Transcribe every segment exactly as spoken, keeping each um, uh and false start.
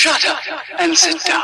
Shut up and sit down.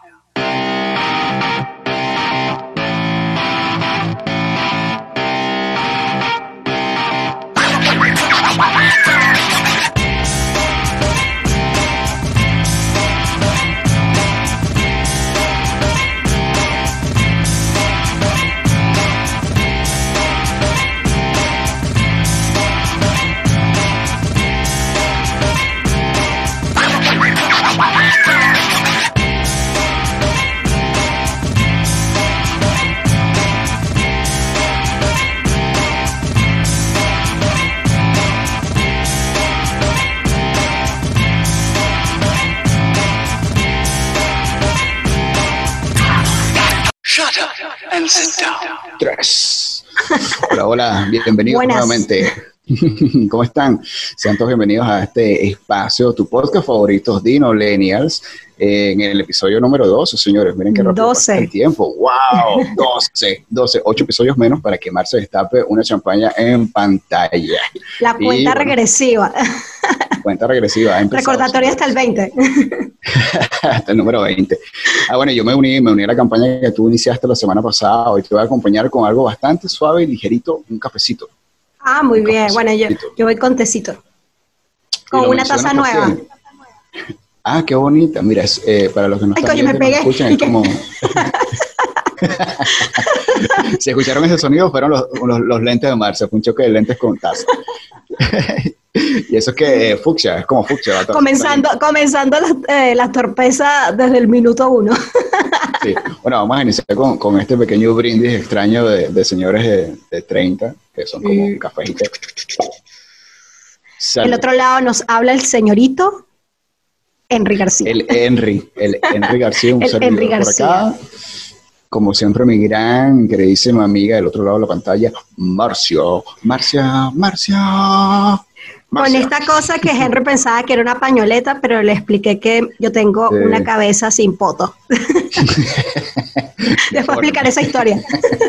And sit down. Tres. Hola, hola, bienvenidos Buenas. nuevamente. ¿Cómo están? Sean todos bienvenidos a este espacio, tu podcast favorito, Dino Lenials, eh, en el episodio número doce, señores. Miren qué rápido pasa el tiempo. ¡Wow! doce, doce, ocho episodios menos para que Marce destape una champaña en pantalla. La cuenta y, bueno, regresiva. Cuenta regresiva. Ha empezado, recordatorio hasta el veinte. Hasta el número veinte. Ah, bueno, yo me uní, me uní a la campaña que tú iniciaste la semana pasada. Hoy te voy a acompañar con algo bastante suave y ligerito, un cafecito. Ah, muy un bien. Cafecito. Bueno, yo, yo voy con tecito. Con una taza nueva. Porque... Ah, qué bonita. Mira, es, eh, para los que no Ay, están coño, me viendo, no pegué. escuchan, es como... Si escucharon ese sonido, fueron los, los, los lentes de Marce. Fue un choque de lentes con taza. Y eso es que eh, fucsia, es como fucsia. Va Comenzando, comenzando la, eh, la torpeza desde el minuto uno. Sí. Bueno, vamos a iniciar con, con este pequeño brindis extraño de, de señores de, de treinta, que son como Mm. cafecitos. Del otro lado nos habla el señorito Henry García. El Henry, el Henry García, un El servidor Henry por García. acá. Como siempre, mi gran, queridísima amiga del otro lado de la pantalla, Marcio. Marcia, Marcia. Con Marcia. esta cosa que Henry pensaba que era una pañoleta, pero le expliqué que yo tengo Sí. una cabeza sin poto. Después explicaré esa historia.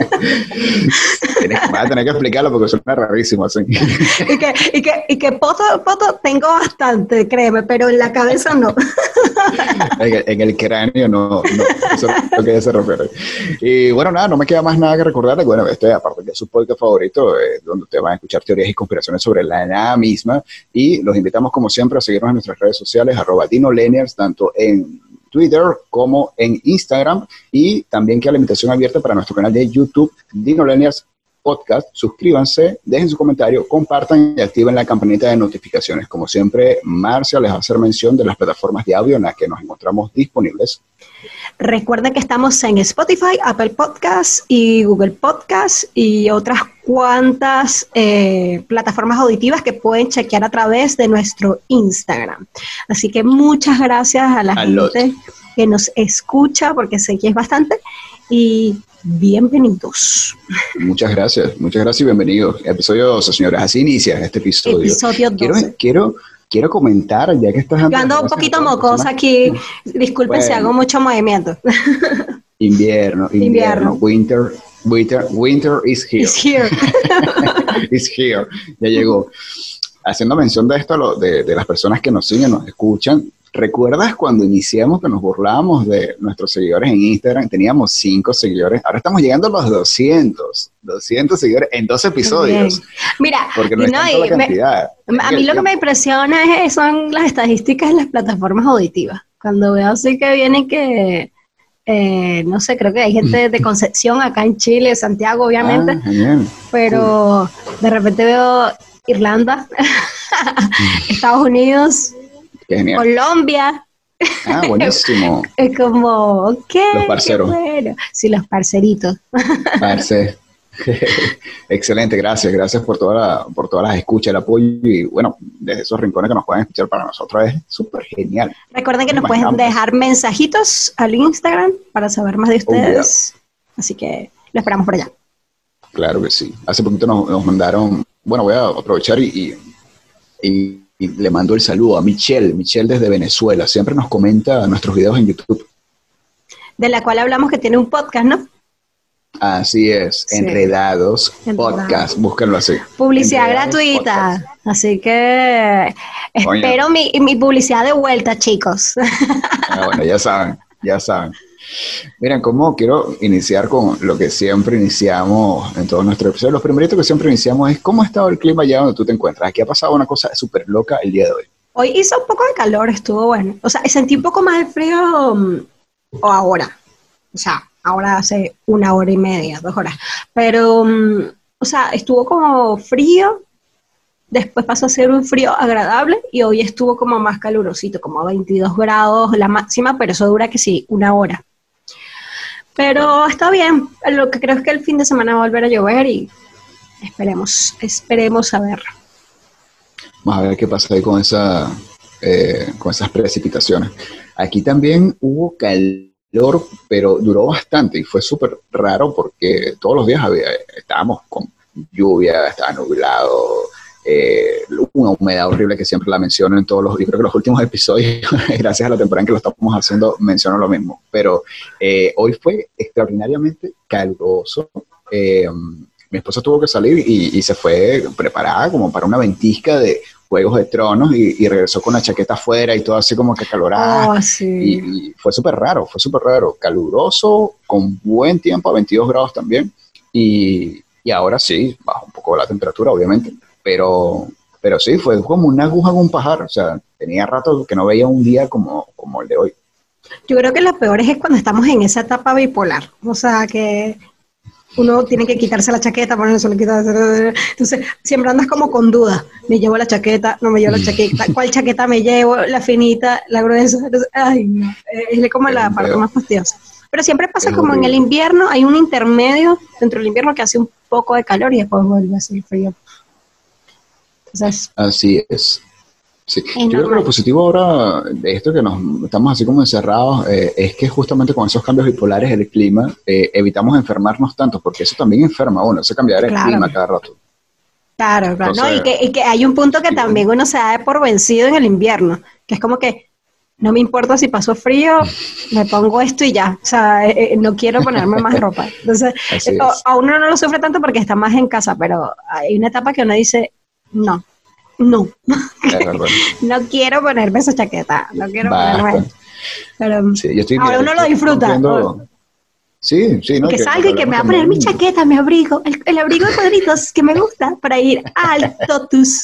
Tienes, vas a tener que explicarlo porque suena rarísimo así. y que, y que, y que poto, poto tengo bastante, créeme, pero en la cabeza no. En el, en el cráneo no, no, eso es lo que ella se refiere. Y bueno, nada, no me queda más nada que recordar. Bueno, este, aparte de su podcast favorito, eh, donde ustedes van a escuchar teorías y conspiraciones sobre la nada misma. Y los invitamos, como siempre, a seguirnos en nuestras redes sociales, arroba DinoLenials, tanto en Twitter como en Instagram. Y también queda la invitación abierta para nuestro canal de YouTube, DinoLenials Podcast. Suscríbanse, dejen su comentario, compartan y activen la campanita de notificaciones. Como siempre, Marcia les va a hacer mención de las plataformas de audio en las que nos encontramos disponibles. Recuerden que estamos en Spotify, Apple Podcasts y Google Podcasts y otras cuantas eh, plataformas auditivas que pueden chequear a través de nuestro Instagram. Así que muchas gracias a la A gente los. que nos escucha, porque sé que es bastante, y bienvenidos. Muchas gracias, muchas gracias y bienvenidos. Episodio doce, señores. Así inicia este episodio. Episodio Quiero, doce. quiero, quiero comentar, ya que estás... Yo ando un poquito mocosa aquí, disculpen si Bueno. hago mucho movimiento. Invierno, invierno, Invierno. winter, winter, winter is here. It's here. Is here. Ya llegó. Haciendo mención de esto, lo- de, de las personas que nos siguen, nos escuchan, ¿recuerdas cuando iniciamos que nos burlábamos de nuestros seguidores en Instagram? Teníamos cinco seguidores, ahora estamos llegando a los doscientos, doscientos seguidores en dos episodios, Bien. Mira, porque no y es no, tanto y la me- cantidad. a mí lo que me impresiona es, son las estadísticas de las plataformas auditivas. Cuando veo así que vienen que, eh, no sé, creo que hay gente de Concepción acá en Chile, Santiago obviamente, Ah, genial. pero de repente veo Irlanda, Estados Unidos, Qué genial. Colombia. Ah, buenísimo. Es como, ¿qué? Los parceros. Qué bueno. Sí, los parceritos. Parce. Excelente, gracias, gracias por toda la, por todas las escuchas, el apoyo y bueno, desde esos rincones que nos pueden escuchar para nosotros es súper genial. Recuerden que Nos nos pueden imaginamos. dejar mensajitos al Instagram para saber más de ustedes. Así que lo esperamos por allá. Claro que sí. Hace poquito nos, nos mandaron, bueno, voy a aprovechar y, y, y- y le mando el saludo a Michelle, Michelle desde Venezuela, siempre nos comenta nuestros videos en YouTube. De la cual hablamos que tiene un podcast, ¿no? Así es, Sí. Enredados, Enredados. podcast, búsquenlo así. Publicidad Enredados gratuita. Podcast. Así que Coño. espero mi, mi publicidad de vuelta, chicos. Ah, bueno, ya saben, ya saben. Miren, como quiero iniciar con lo que siempre iniciamos en todos nuestros episodios. Lo primerito que siempre iniciamos es ¿cómo ha estado el clima allá donde tú te encuentras? Aquí ha pasado una cosa súper loca el día de hoy. Hoy hizo un poco de calor, estuvo bueno. O sea, sentí un poco más de frío um, o ahora. O sea, ahora hace una hora y media, dos horas. Pero, um, o sea, estuvo como frío, después pasó a ser un frío agradable y hoy estuvo como más calurosito, como veintidós grados la máxima, pero eso dura que sí, una hora. Pero está bien, lo que creo es que el fin de semana va a volver a llover y esperemos, esperemos a ver. Vamos a ver qué pasa ahí con, esa, eh, con esas precipitaciones. Aquí también hubo calor, pero duró bastante y fue súper raro porque todos los días había, estábamos con lluvia, estaba nublado, eh, una humedad horrible que siempre la menciono en todos los, yo creo que los últimos episodios, gracias a la temporada en que lo estamos haciendo, menciono lo mismo. Pero eh, hoy fue extraordinariamente caluroso. Eh, Mi esposa tuvo que salir y, y se fue preparada como para una ventisca de Juegos de Tronos y, y regresó con la chaqueta afuera y todo así como que calorada. Oh, sí. y, y fue súper raro, fue súper raro. Caluroso, con buen tiempo, a veintidós grados también. Y, y ahora sí, bajó un poco la temperatura, obviamente. Pero, pero sí, fue como una aguja en un pajar. O sea, tenía rato que no veía un día como, como el de hoy. Yo creo que lo peor es cuando estamos en esa etapa bipolar. O sea, que uno tiene que quitarse la chaqueta, ponerse la quitarse. Entonces, siempre andas como con dudas. ¿Me llevo la chaqueta? ¿No me llevo la chaqueta? ¿Cuál chaqueta me llevo? ¿La finita? ¿La gruesa? Entonces, ay, no. Es como la Es parte feo. más fastidiosa. Pero siempre pasa Es como en el horrible. invierno, hay un intermedio dentro del invierno que hace un poco de calor y después vuelve a hacer frío. Entonces, Así es. Sí. Es Yo creo que normal. lo positivo ahora de esto que nos estamos así como encerrados eh, es que justamente con esos cambios bipolares del clima eh, evitamos enfermarnos tanto, porque eso también enferma a uno, ese cambiar el Claro. clima cada rato. claro, claro. ¿no? Entonces, Y, que, y que hay un punto que sí, también uno se da de por vencido en el invierno, que es como que no me importa si pasó frío, me pongo esto y ya. O sea, eh, eh, no quiero ponerme más ropa. Entonces, Así eh, es. a, a uno no lo sufre tanto porque está más en casa, pero hay una etapa que uno dice, no, no, es verdad. no quiero ponerme esa chaqueta, no quiero Basta. ponerme esto. Pero Sí, yo estoy, ahora mira, uno lo estoy disfruta. rompiendo- Sí, sí, ¿no? que Que salga y que me va a poner mi también- chaqueta, mi abrigo, el, el abrigo de cuadritos que me gusta para ir al Totus.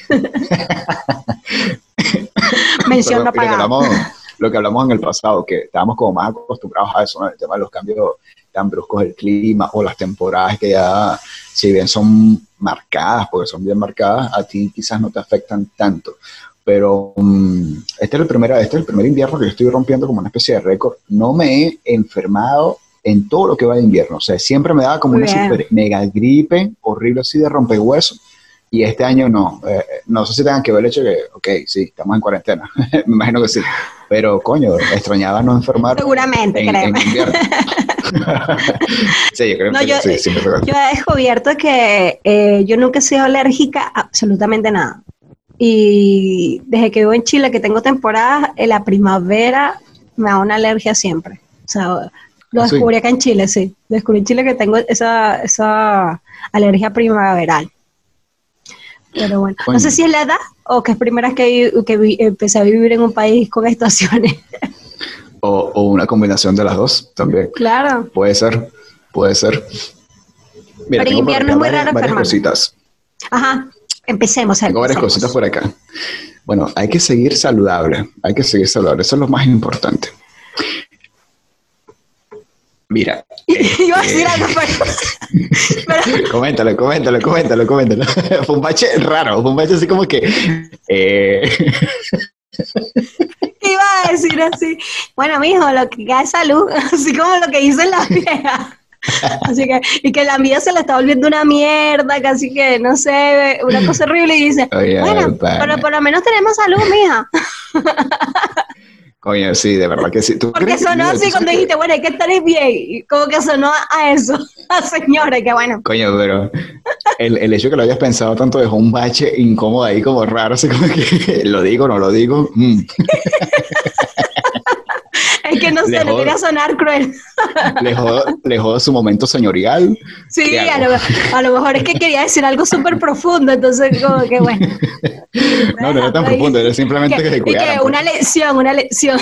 Mención no Perdón, mira, que pagada. hablamos, lo que hablamos en el pasado, que estábamos como más acostumbrados a eso, ¿no? El tema de los cambios tan bruscos del clima o las temporadas que ya, si bien son marcadas, porque son bien marcadas, a ti quizás no te afectan tanto. Pero um, este, es el primer, este es el primer invierno que yo estoy rompiendo como una especie de récord. No me he enfermado en todo lo que va de invierno. O sea, siempre me daba como Muy una bien. super mega gripe horrible así de rompehuesos. Y este año no. Eh, no sé si tengan que ver el hecho de que, ok, sí, estamos en cuarentena. Me imagino que sí. Pero, coño, extrañaba no enfermar Seguramente, en, créeme. en invierno. Sí, yo creo No, que yo- sí, sí me fue. Yo he descubierto que eh, yo nunca he sido alérgica a absolutamente nada. Y desde que vivo en Chile, que tengo temporadas, en la primavera me da una alergia siempre. O sea, lo ¿Ah, sí? descubrí acá en Chile, sí. Descubrí en Chile que tengo esa, esa alergia primaveral. Pero bueno, Coño. no sé si es la edad o que es primera vez que, que vi- empecé a vivir en un país con estaciones. O, o una combinación de las dos también. Claro. Puede ser, puede ser. Mira, Pero en tengo por invierno acá es muy varias, raro varias enfermarme. cositas. Ajá, empecemos. Tengo varias empecemos. cositas por acá. Bueno, hay que seguir saludable. Hay que seguir saludable. Eso es lo más importante. Mira. Iba a decir eh, algo, pero, pero Coméntalo, coméntalo, coméntalo, coméntalo. Fue un bache raro, fue un bache así como que... eh, iba a decir así. Bueno, mijo, lo que queda es salud, así como lo que dicen las viejas. Así que, y que la vida se le está volviendo una mierda, casi que, no sé, una cosa horrible, y dice, Oye, bueno, pana. pero por lo menos tenemos salud, mija. Coño, sí, de verdad que sí. ¿Tú Porque crees que- sonó mira, así tú sabes cuando que- dijiste, bueno, hay que estar bien, y como que sonó a eso, a señora, que bueno. Coño, pero el, el hecho de que lo hayas pensado tanto dejó un bache incómodo ahí, como raro, así como que lo digo, no lo digo. Mm. Es que no sé, no quería sonar cruel. Le jodo, le jodo su momento señorial. Sí, a lo, a lo mejor es que quería decir algo súper profundo, entonces como que bueno. No, no era tan ahí. profundo, era simplemente que, que se cuidaran. Y que pues. una lección, una lección.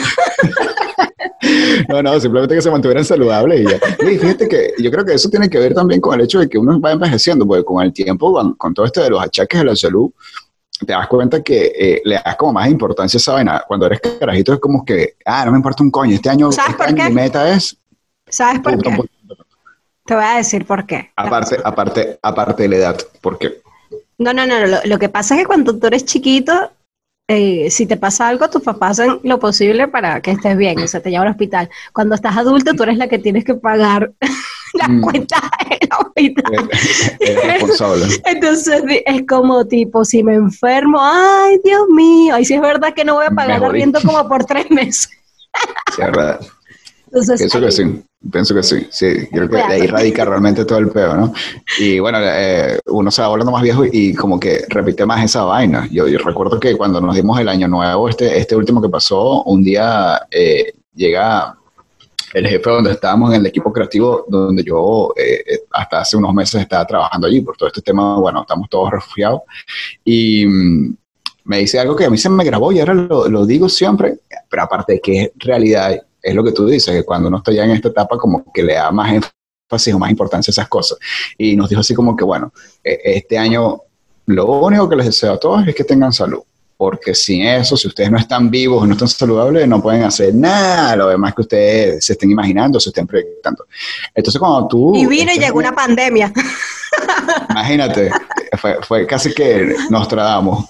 No, no, simplemente que se mantuvieran saludables y ya. Y fíjate que yo creo que eso tiene que ver también con el hecho de que uno va envejeciendo, porque con el tiempo, con, con todo esto de los achaques de la salud, te das cuenta que eh, le das como más importancia a esa vaina. Cuando eres carajito es como que, ah, no me importa un coño, este año, ¿Sabes este por año qué? mi meta es... ¿Sabes por Puta, qué? puta. Te voy a decir por qué. Aparte, aparte, aparte de la edad, porque No, no, no, lo, lo que pasa es que cuando tú eres chiquito, eh, si te pasa algo, tus papás hacen lo posible para que estés bien, o sea, te llevan al hospital. Cuando estás adulto, tú eres la que tienes que pagar las Mm. cuentas del hospital. eres responsable. Entonces es como tipo, si me enfermo, ay, Dios mío, y si es verdad que no voy a Me pagar jodí. arriendo como por tres meses. Sí, es verdad. Entonces, Pienso ahí- que sí, pienso que sí, sí, creo que de ahí Cuidado. radica realmente todo el peo, ¿no? Y bueno, eh, uno se va volviendo más viejo y como que repite más esa vaina. Yo, yo recuerdo que cuando nos dimos el año nuevo, este, este último que pasó, un día eh, llega el jefe donde estábamos en el equipo creativo, donde yo eh, eh, hasta hace unos meses estaba trabajando allí, por todo este tema, bueno, estamos todos refugiados, y mm, me dice algo que a mí se me grabó y ahora lo, lo digo siempre, pero aparte de que es realidad, es lo que tú dices, que cuando uno está ya en esta etapa como que le da más énfasis o más importancia a esas cosas. Y nos dijo así como que, bueno, eh, este año lo único que les deseo a todos es que tengan salud, porque sin eso, si ustedes no están vivos o no están saludables, no pueden hacer nada, lo demás que ustedes se estén imaginando, se estén proyectando. Entonces cuando tú... Y vino y estás llegó en- una pandemia. Imagínate, fue, fue casi que Nostradamus.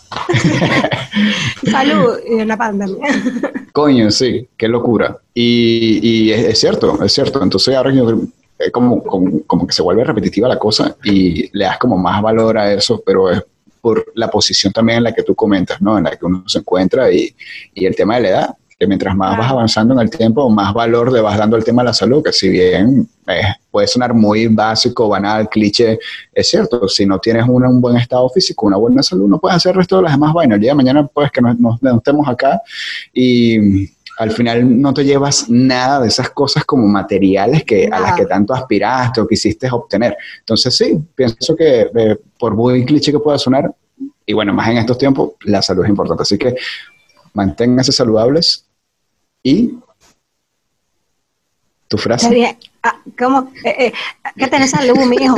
Salud y una pandemia. Coño, sí, qué locura. Y, y es, es cierto, es cierto. Entonces ahora yo, es como, como, como que se vuelve repetitiva la cosa y le das como más valor a eso, pero es por la posición también en la que tú comentas, ¿no? En la que uno se encuentra y, y el tema de la edad, que mientras más Claro. vas avanzando en el tiempo, más valor le vas dando al tema de la salud, que si bien eh, puede sonar muy básico, banal, cliché, es cierto, si no tienes una, un buen estado físico, una buena salud, no puedes hacer el resto de las demás vainas. El día de mañana puedes que no, no, no estemos acá y al final no te llevas nada de esas cosas como materiales que, a las Nada. que tanto aspiraste o quisiste obtener. Entonces sí, pienso que eh, por muy cliché que pueda sonar, y bueno, más en estos tiempos, la salud es importante. Así que manténganse saludables y tu frase. Qué bien. Ah, ¿cómo? Eh, eh, ¿Qué tenés salud, mijo?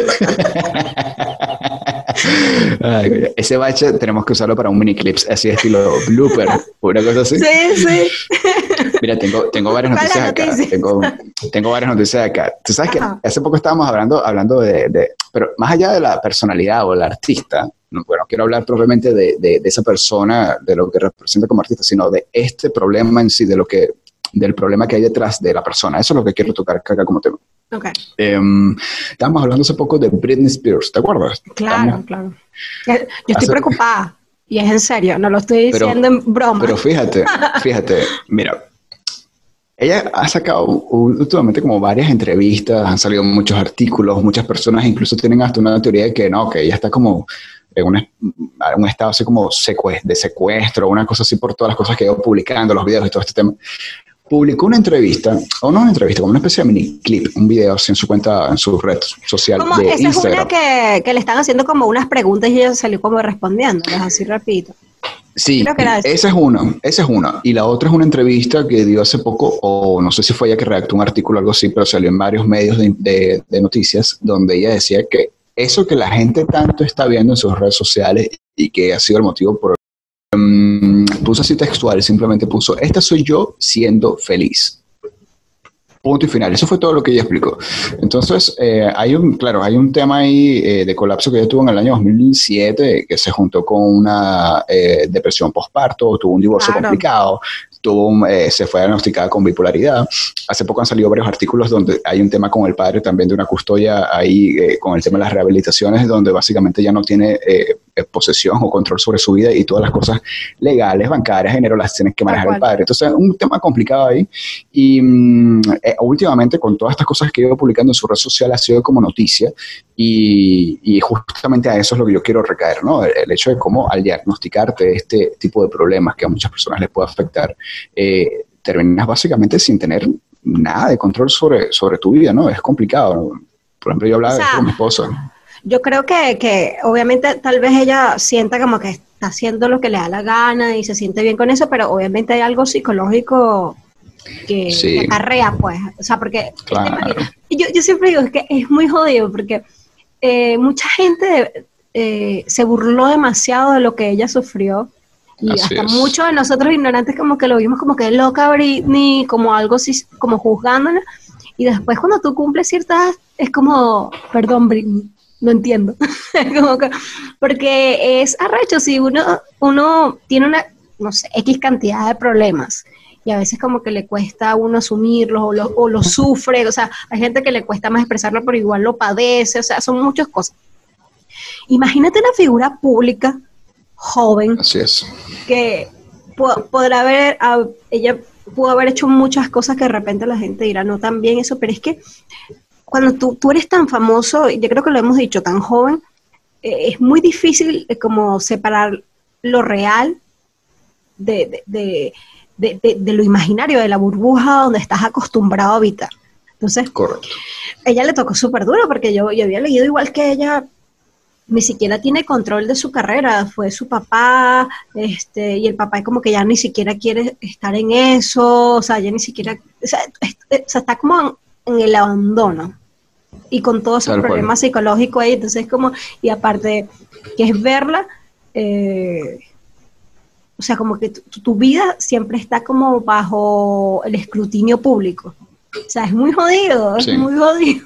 Ay, coño. Ese bache tenemos que usarlo para un mini clips, así de estilo blooper, una cosa así. Sí, sí. Mira, tengo, tengo varias ¿Cuál es noticias la acá. noticia? Tengo, tengo varias noticias acá. Tú sabes que Ajá. hace poco estábamos hablando, hablando de, de, pero más allá de la personalidad o el artista, no, bueno, quiero hablar propiamente de, de, de esa persona, de lo que representa como artista, sino de este problema en sí, de lo que, del problema que hay detrás de la persona. Eso es lo que quiero tocar acá como tema. Ok, Eh, estábamos hablando hace poco de Britney Spears, ¿te acuerdas? claro, Estábamos- claro. Yo estoy Hace- preocupada. Y es en serio, no lo estoy Pero- diciendo en broma. Pero fíjate, fíjate, mira, ella ha sacado últimamente como varias entrevistas, han salido muchos artículos, muchas personas incluso tienen hasta una teoría de que no, que ella está como en un, es- un estado así como secue- de secuestro, una cosa así por todas las cosas que ha ido publicando, los videos y todo este tema. Publicó una entrevista, o no una entrevista, como una especie de mini clip, un video así en su cuenta, en su red social Como, de esa es una Instagram. que, que le están haciendo como unas preguntas y ella salió como respondiéndolas, así repito. Sí, Creo que era ese. esa es una, esa es una. Y la otra es una entrevista que dio hace poco, o no sé si fue ella que redactó un artículo o algo así, pero salió en varios medios de, de- de noticias, donde ella decía que eso que la gente tanto está viendo en sus redes sociales y que ha sido el motivo por... Um, puso así textual, simplemente puso, esta soy yo siendo feliz. Punto y final. Eso fue todo lo que ella explicó. Entonces, eh, hay un, claro, hay un tema ahí eh, de colapso que ella tuvo en el año dos mil siete, que se juntó con una eh, depresión postparto, tuvo un divorcio Claro. complicado, tuvo un, eh, se fue diagnosticada con bipolaridad. Hace poco han salido varios artículos donde hay un tema con el padre también de una custodia ahí eh, con el tema de las rehabilitaciones, donde básicamente ya no tiene eh, posesión o control sobre su vida y todas las cosas legales, bancarias, dinero las tiene que manejar Tal el cual. padre. Entonces, un tema complicado ahí. Y mm, eh, últimamente, con todas estas cosas que iba publicando en su red social, ha sido como noticia. Y, y justamente a eso es lo que yo quiero recaer, ¿no? El, el hecho de cómo al diagnosticarte este tipo de problemas que a muchas personas les puede afectar, eh, terminas básicamente sin tener nada de control sobre, sobre tu vida, ¿no? Es complicado, ¿no? Por ejemplo, yo hablaba O sea, de esto con mi esposa. Yo creo que, que obviamente tal vez ella sienta como que está haciendo lo que le da la gana y se siente bien con eso, pero obviamente hay algo psicológico que, Sí. que acarrea, pues. O sea, porque Claro. yo, yo siempre digo, es que es muy jodido porque eh, mucha gente eh, se burló demasiado de lo que ella sufrió. Y Así hasta es. muchos de nosotros ignorantes como que lo vimos como que loca Britney, como algo así, como juzgándola. Y después cuando tú cumples cierta edad, es como, perdón Britney, no entiendo. Como que, porque es arrecho, si uno, uno tiene una, no sé, X cantidad de problemas y a veces como que le cuesta a uno asumirlos o lo, o lo sufre, o sea, hay gente que le cuesta más expresarlo pero igual lo padece, o sea, son muchas cosas. Imagínate una figura pública joven Así es. que po- podrá haber, a- ella pudo haber hecho muchas cosas que de repente la gente dirá, no tan bien eso, pero es que cuando tú, tú eres tan famoso, y yo creo que lo hemos dicho, tan joven, eh, es muy difícil eh, como separar lo real de, de, de, de, de- de lo imaginario, de la burbuja donde estás acostumbrado a habitar. Entonces, Correcto. ella le tocó súper duro porque yo, yo había leído igual que ella, ni siquiera tiene control de su carrera, fue su papá, este, y el papá como que ya ni siquiera quiere estar en eso, o sea, ya ni siquiera, o sea, es- es- o sea, está como en, en el abandono, y con todos esos Tal cual. problemas psicológicos ahí, entonces como, y aparte, que es verla, eh, o sea, como que tu, tu vida siempre está como bajo el escrutinio público, o sea, es muy jodido, Sí. es muy jodido.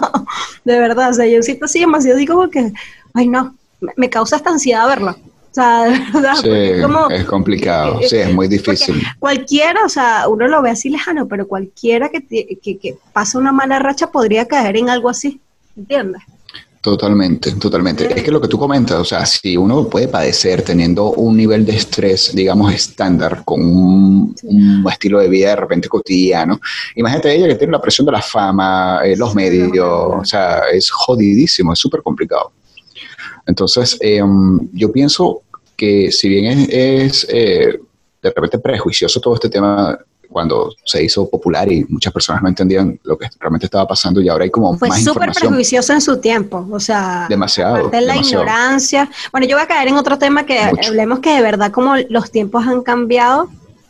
De verdad, o sea, yo siento así demasiado, digo como que, ay no, me, me causa esta ansiedad verla. O sea, de verdad, Sí, porque es como, es complicado. Sí, es muy difícil. porque cualquiera, o sea, uno lo ve así lejano, pero cualquiera que, ti- que, que pasa una mala racha podría caer en algo así, ¿entiendes? Totalmente, totalmente. Es que lo que tú comentas, o sea, si uno puede padecer teniendo un nivel de estrés, digamos, estándar, con un, Sí. un estilo de vida de repente cotidiano, imagínate ella que tiene la presión de la fama, eh, los Sí, medios, horrible. o sea, es jodidísimo, es súper complicado. Entonces, eh, yo pienso que si bien es, es eh, de repente prejuicioso todo este tema cuando se hizo popular y muchas personas no entendían lo que realmente estaba pasando y ahora hay como Fue más súper información. prejuicioso en su tiempo, o sea, Demasiado, aparte de la demasiado. ignorancia. Bueno, yo voy a caer en otro tema que Mucho. hablemos que de verdad como los tiempos han cambiado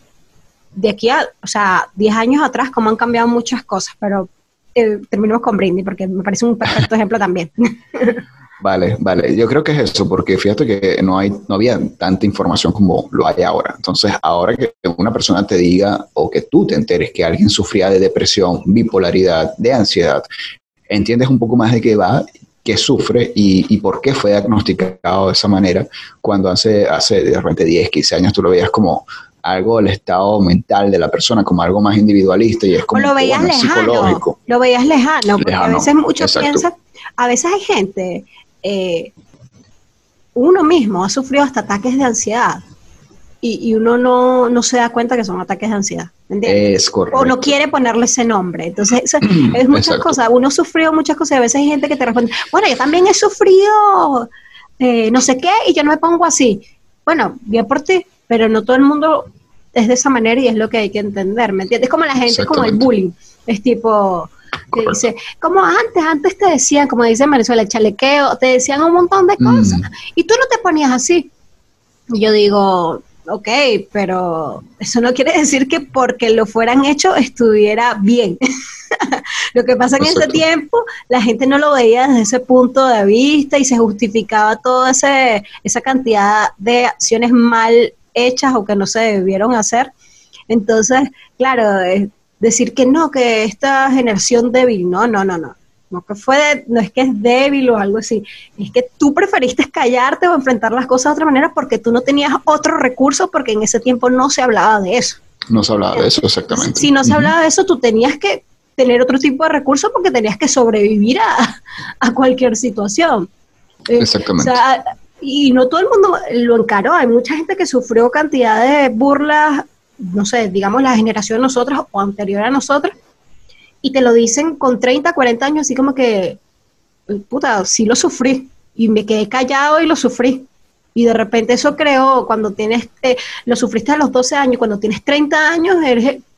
de aquí a, o sea, diez años atrás, como han cambiado muchas cosas, pero eh, terminemos con Britney porque me parece un perfecto ejemplo también. Vale, vale. Yo creo que es eso, porque fíjate que no hay, no había tanta información como lo hay ahora. Entonces, ahora que una persona te diga o que tú te enteres que alguien sufría de depresión, bipolaridad, de ansiedad, entiendes un poco más de qué va, qué sufre y, y por qué fue diagnosticado de esa manera, cuando hace, hace de repente diez, quince años tú lo veías como algo del estado mental de la persona, como algo más individualista y es O como lo que, veías bueno, es lejano, psicológico. lo veías lejano, porque a Lejano, veces muchos exacto. piensan, a veces hay gente, eh, uno mismo ha sufrido hasta ataques de ansiedad y, y uno no, no se da cuenta que son ataques de ansiedad, ¿me entiendes? Es correcto. O no quiere ponerle ese nombre. Entonces, eso es muchas Exacto. cosas. Uno sufrió muchas cosas y a veces hay gente que te responde, bueno, yo también he sufrido eh, no sé qué y yo no me pongo así. Bueno, bien por ti, pero no todo el mundo es de esa manera y es lo que hay que entender, ¿me entiendes? Es como la gente, como el Exactamente. bullying. Es tipo, te Correcto. dice, como antes, antes te decían, como dice en Venezuela, el chalequeo, te decían un montón de cosas Mm. y tú no te ponías así. Y yo digo, ok, pero eso no quiere decir que porque lo fueran hecho estuviera bien. Lo que pasa en ese Exacto. tiempo, la gente no lo veía desde ese punto de vista y se justificaba toda ese, esa cantidad de acciones mal hechas o que no se debieron hacer. Entonces, claro, eh, decir que no, que esta generación débil, no, no, no, no. No, que fue de- no es que es débil o algo así, es que tú preferiste callarte o enfrentar las cosas de otra manera porque tú no tenías otro recurso porque en ese tiempo no se hablaba de eso. No se hablaba de eso, exactamente. Si no se Ujú. hablaba de eso, tú tenías que tener otro tipo de recursos porque tenías que sobrevivir a, a cualquier situación. Eh, Exactamente. O sea, y no todo el mundo lo encaró. Hay mucha gente que sufrió cantidad de burlas, no sé, digamos la generación de nosotros o anterior a nosotros, y te lo dicen con treinta, cuarenta años, así como que, puta, sí lo sufrí, y me quedé callado y lo sufrí. Y de repente eso creó, cuando tienes, eh, lo sufriste a los doce años, cuando tienes treinta años, eres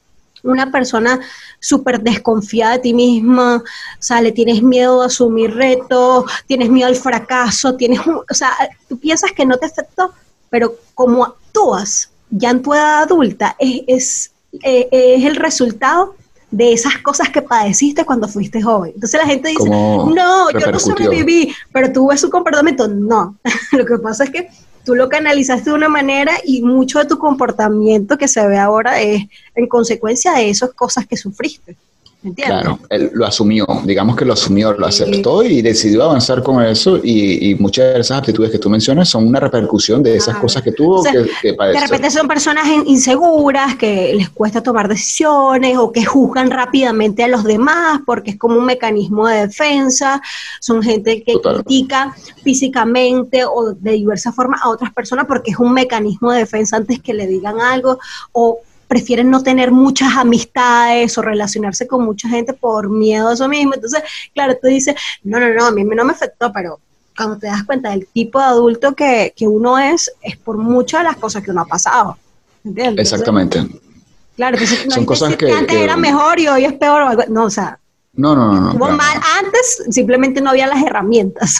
una persona súper desconfiada de ti misma, o sea, le tienes miedo a asumir retos, tienes miedo al fracaso, tienes un, o sea, tú piensas que no te afectó, pero como actúas ya en tu edad adulta, es, es, eh, es el resultado de esas cosas que padeciste cuando fuiste joven. Entonces la gente dice, no, yo no sobreviví, pero tú ves su comportamiento. No, lo que pasa es que tú lo canalizaste de una manera y mucho de tu comportamiento que se ve ahora es en consecuencia de esas cosas que sufriste. ¿Entiendes? Claro, él lo asumió, digamos que lo asumió, lo aceptó y decidió avanzar con eso y, y muchas de esas aptitudes que tú mencionas son una repercusión de esas ah, cosas que tuvo, o sea, que, que padeció. De repente son personas inseguras, que les cuesta tomar decisiones o que juzgan rápidamente a los demás porque es como un mecanismo de defensa, son gente que Total. critica físicamente o de diversas formas a otras personas porque es un mecanismo de defensa antes que le digan algo, o prefieren no tener muchas amistades o relacionarse con mucha gente por miedo a eso mismo. Entonces, claro, tú dices, no, no, no, a mí no me afectó, pero cuando te das cuenta del tipo de adulto que, que uno es, es por muchas de las cosas que uno ha pasado. ¿Entiendes? Exactamente. Entonces, claro, entonces, no son cosas que, que antes que... era mejor y hoy es peor o algo. No, o sea, no, no, no, no, estuvo mal antes, simplemente no había las herramientas.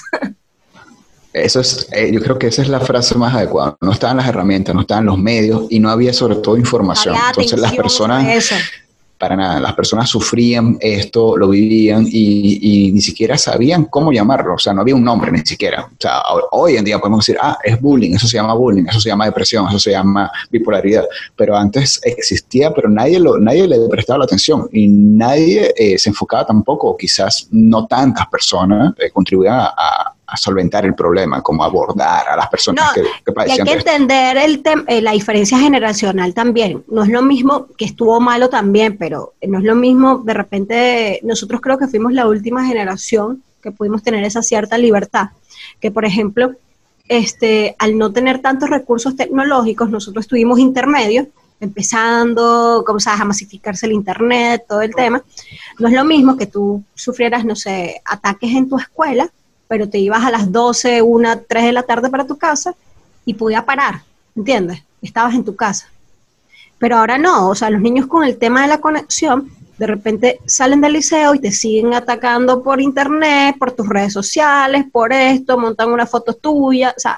Eso es, eh, yo creo que esa es la frase más adecuada. No estaban las herramientas, no estaban los medios y no había sobre todo información. Había Entonces las personas, eso. para nada, las personas sufrían esto, lo vivían y, y ni siquiera sabían cómo llamarlo. O sea, no había un nombre ni siquiera. O sea, hoy en día podemos decir, ah, es bullying, eso se llama bullying, eso se llama depresión, eso se llama bipolaridad. Pero antes existía, pero nadie, lo, nadie le prestaba la atención y nadie eh, se enfocaba tampoco, o quizás no tantas personas eh, contribuían a, a a solventar el problema, como abordar a las personas no, que, que padecían. Y hay que entender el tem- eh, la diferencia generacional también. No es lo mismo, que estuvo malo también, pero no es lo mismo, de repente, nosotros creo que fuimos la última generación que pudimos tener esa cierta libertad. Que, por ejemplo, este, al no tener tantos recursos tecnológicos, nosotros estuvimos intermedios, empezando, como sabes, a masificarse el internet, todo el tema. No es lo mismo que tú sufrieras, no sé, ataques en tu escuela, pero te ibas a las doce, una, tres de la tarde para tu casa y podía parar, ¿entiendes? Estabas en tu casa. Pero ahora no, o sea, los niños con el tema de la conexión, de repente salen del liceo y te siguen atacando por internet, por tus redes sociales, por esto, montan una foto tuya, o sea,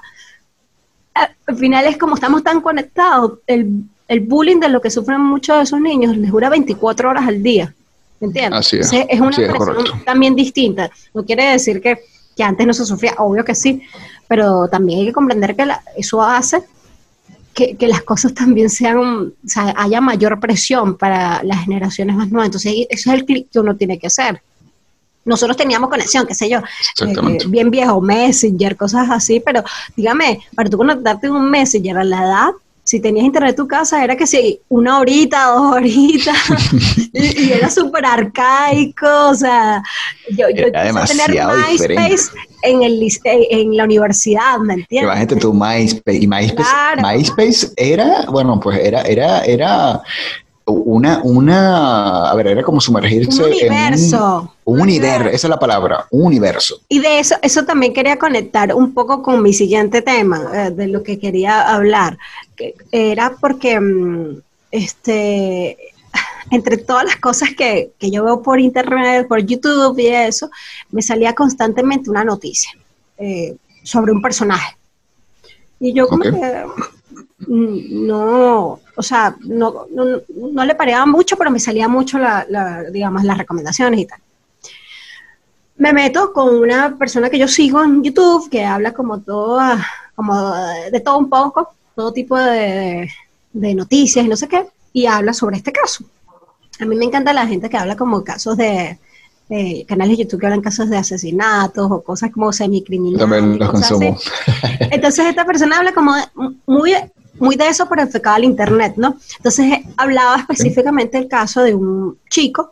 al final es como estamos tan conectados, el, el bullying de lo que sufren muchos de esos niños les dura veinticuatro horas al día, ¿entiendes? Así es. Entonces, es una sí, presión es también distinta, no quiere decir que que antes no se sufría, obvio que sí, pero también hay que comprender que la, eso hace que, que las cosas también sean, o sea, haya mayor presión para las generaciones más nuevas. Entonces, ese es el clic que uno tiene que hacer. Nosotros teníamos conexión, qué sé yo, eh, bien viejo, Messenger, cosas así, pero dígame, para tú conectarte en un Messenger a la edad, si tenías internet en tu casa, era que sí, una horita, dos horitas, y, y era súper arcaico, o sea, yo, yo quise tener MySpace en, el, en la universidad, ¿me entiendes? Imagínate tú, MySpace, y MySpace, claro. MySpace era, bueno, pues era, era, era una, una, a ver, era como sumergirse un universo. en un, un universo, esa es la palabra, un universo. Y de eso, eso también quería conectar un poco con mi siguiente tema, eh, de lo que quería hablar, que era porque, este, entre todas las cosas que, que yo veo por internet, por YouTube y eso, me salía constantemente una noticia eh, sobre un personaje. Y yo como okay. que no, o sea, no, no, no le pareaba mucho, pero me salía mucho la, la, digamos, las recomendaciones y tal. Me meto con una persona que yo sigo en YouTube, que habla como todo, como de todo un poco, todo tipo de, de noticias y no sé qué, y habla sobre este caso. A mí me encanta la gente que habla como casos de, de canales de YouTube que hablan casos de asesinatos o cosas como semicriminales. También los consumo. Entonces esta persona habla como de, muy, muy de eso, pero enfocado al internet, ¿no? Entonces hablaba específicamente del caso de un chico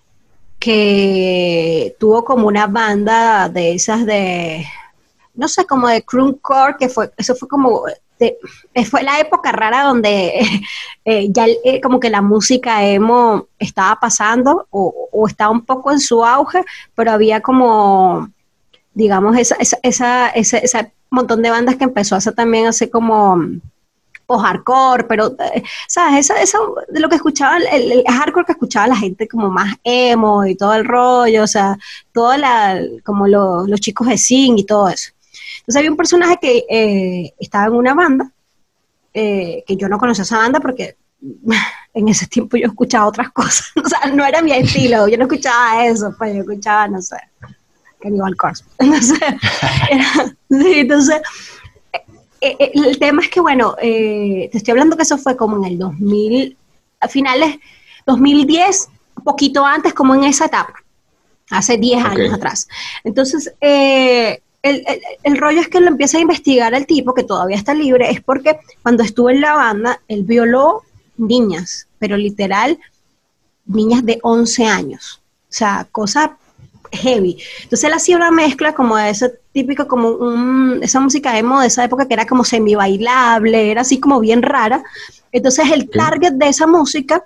que tuvo como una banda de esas de, no sé, como de croonercore, que fue, eso fue como, de, fue la época rara donde eh, ya eh, como que la música emo estaba pasando o, o estaba un poco en su auge, pero había como, digamos, esa, esa, esa, esa, esa montón de bandas que empezó a hacer también hace como o hardcore, pero, eh, ¿sabes? Eso, eso de lo que escuchaba, el, el hardcore que escuchaba la gente como más emo y todo el rollo, o sea, toda la, como lo, los chicos de Sing y todo eso. Entonces había un personaje que eh, estaba en una banda, eh, que yo no conocía esa banda porque en ese tiempo yo escuchaba otras cosas, o sea, no era mi estilo, yo no escuchaba eso, pues yo escuchaba, no sé, Cannibal Corpse, entonces, era, sí, entonces, eh, eh, el tema es que, bueno, eh, te estoy hablando que eso fue como en el dos mil, a finales dos mil diez, un poquito antes, como en esa etapa, hace diez Okay. años atrás, entonces, eh, El, el, el rollo es que lo empieza a investigar el tipo, que todavía está libre, es porque cuando estuvo en la banda, él violó niñas, pero literal, niñas de once años. O sea, cosa heavy. Entonces él hacía una mezcla como de ese típico, como un, esa música emo de esa época que era como semi-bailable, era así como bien rara. Entonces el Okay. target de esa música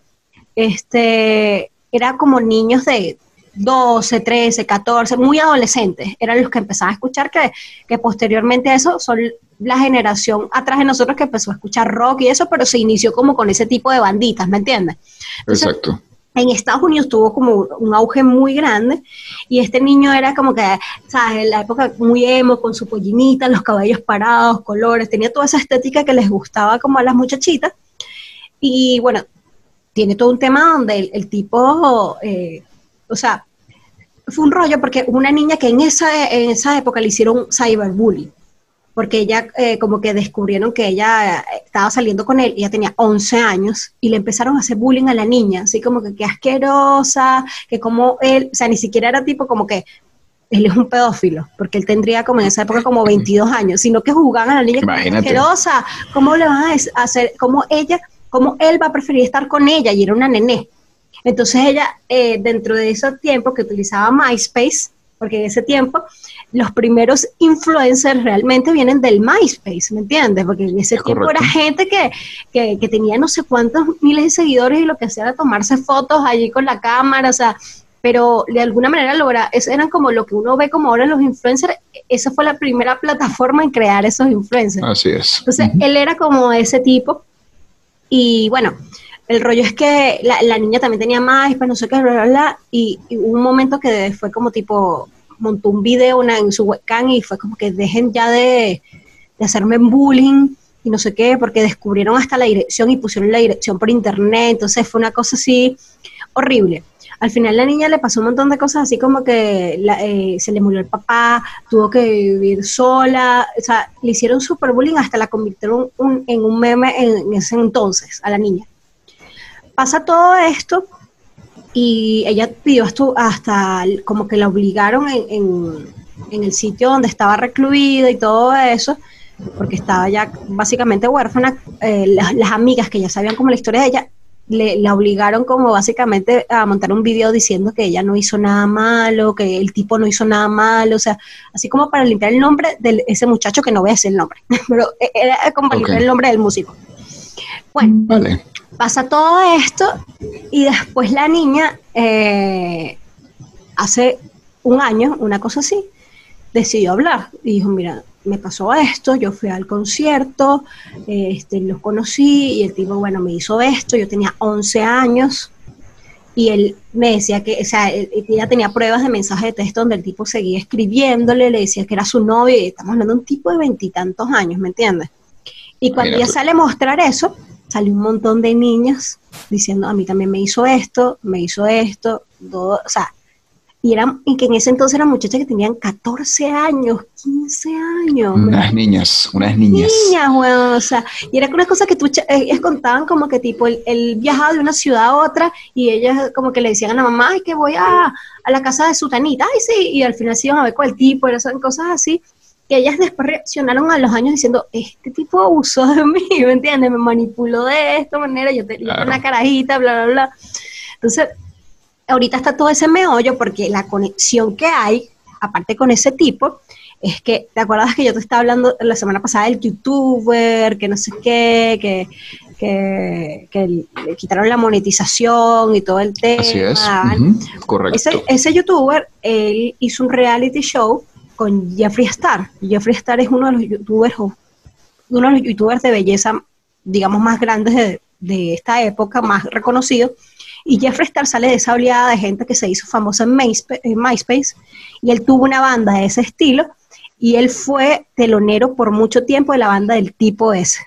este, era como niños de doce, trece, catorce, muy adolescentes, eran los que empezaban a escuchar, que, que posteriormente a eso son la generación atrás de nosotros que empezó a escuchar rock y eso, pero se inició como con ese tipo de banditas, ¿me entiendes? Entonces, Exacto. en Estados Unidos tuvo como un auge muy grande y este niño era como que, ¿sabes? En la época muy emo, con su pollinita, los cabellos parados, colores, tenía toda esa estética que les gustaba como a las muchachitas y bueno, tiene todo un tema donde el, el tipo... Eh, o sea, fue un rollo porque una niña que en esa, en esa época le hicieron cyberbullying, porque ella eh, como que descubrieron que ella estaba saliendo con él, ella tenía once años, y le empezaron a hacer bullying a la niña, así como que qué asquerosa, que como él, o sea, ni siquiera era tipo como que él es un pedófilo, porque él tendría como en esa época como veintidós años, sino que jugaban a la niña como asquerosa, ¿cómo le van a hacer, cómo ella, cómo él va a preferir estar con ella? Y era una nené. Entonces ella, eh, dentro de ese tiempo que utilizaba MySpace, porque en ese tiempo los primeros influencers realmente vienen del MySpace, ¿me entiendes? Porque en ese Es tiempo correcto. era gente que, que, que tenía no sé cuántos miles de seguidores y lo que hacía era tomarse fotos allí con la cámara, o sea, pero de alguna manera logra, eso eran como lo que uno ve como ahora los influencers, esa fue la primera plataforma en crear esos influencers. Así es. Entonces Uh-huh. él era como ese tipo y bueno... El rollo es que la, la niña también tenía más, pues no sé qué, bla, bla, bla, y, y hubo un momento que fue como tipo, montó un video una, en su webcam y fue como que dejen ya de, de hacerme bullying y no sé qué, porque descubrieron hasta la dirección y pusieron la dirección por internet, entonces fue una cosa así horrible. Al final la niña le pasó un montón de cosas así como que la, eh, se le murió el papá, tuvo que vivir sola, o sea, le hicieron super bullying, hasta la convirtieron un, en un meme en, en ese entonces a la niña. Pasa todo esto y ella pidió hasta, hasta como que la obligaron en, en, en el sitio donde estaba recluida y todo eso, porque estaba ya básicamente huérfana. Eh, las, las amigas que ya sabían como la historia de ella, le, la obligaron como básicamente a montar un video diciendo que ella no hizo nada malo, que el tipo no hizo nada malo, o sea, así como para limpiar el nombre de ese muchacho, que no voy a decir el nombre, pero era como para okay. limpiar el nombre del músico. Bueno, vale. Pasa todo esto y después la niña, eh, hace un año, una cosa así, decidió hablar y dijo, mira, me pasó esto, yo fui al concierto, eh, este, los conocí y el tipo, bueno, me hizo esto, yo tenía once años y él me decía que, o sea, ella tenía pruebas de mensaje de texto donde el tipo seguía escribiéndole, le decía que era su novio y estamos hablando de un tipo de veintitantos años, ¿me entiendes? Y cuando ella sale a mostrar eso, sale un montón de niños diciendo, a mí también me hizo esto, me hizo esto, todo, o sea, y, eran, y que en ese entonces eran muchachas que tenían catorce años, quince años. Unas ¿verdad? niñas, unas niñas. Niñas, bueno, o sea, y era una cosa que tú, ellas contaban como que tipo, él, él viajaba de una ciudad a otra y ellas como que le decían a la mamá, ay, que voy a, a la casa de su tanita, ay, sí, y al final se iban a ver con el tipo, eran cosas así, que ellas después reaccionaron a los años diciendo, este tipo abusó de mí, ¿me entiendes? Me manipuló de esta manera, yo tenía claro. una carajita, bla, bla, bla. Entonces, ahorita está todo ese meollo porque la conexión que hay, aparte con ese tipo, es que, ¿te acuerdas que yo te estaba hablando la semana pasada del youtuber, que no sé qué, que, que, que le quitaron la monetización y todo el tema? Así es, uh-huh. Correcto. Ese, ese youtuber, él hizo un reality show con Jeffree Star. Jeffree Star es uno de los youtubers, uno de los youtubers de belleza digamos, más grandes de, de esta época, más reconocidos. Y Jeffree Star sale de esa oleada de gente que se hizo famosa en MySpace, en MySpace, y él tuvo una banda de ese estilo, y él fue telonero por mucho tiempo de la banda del tipo ese.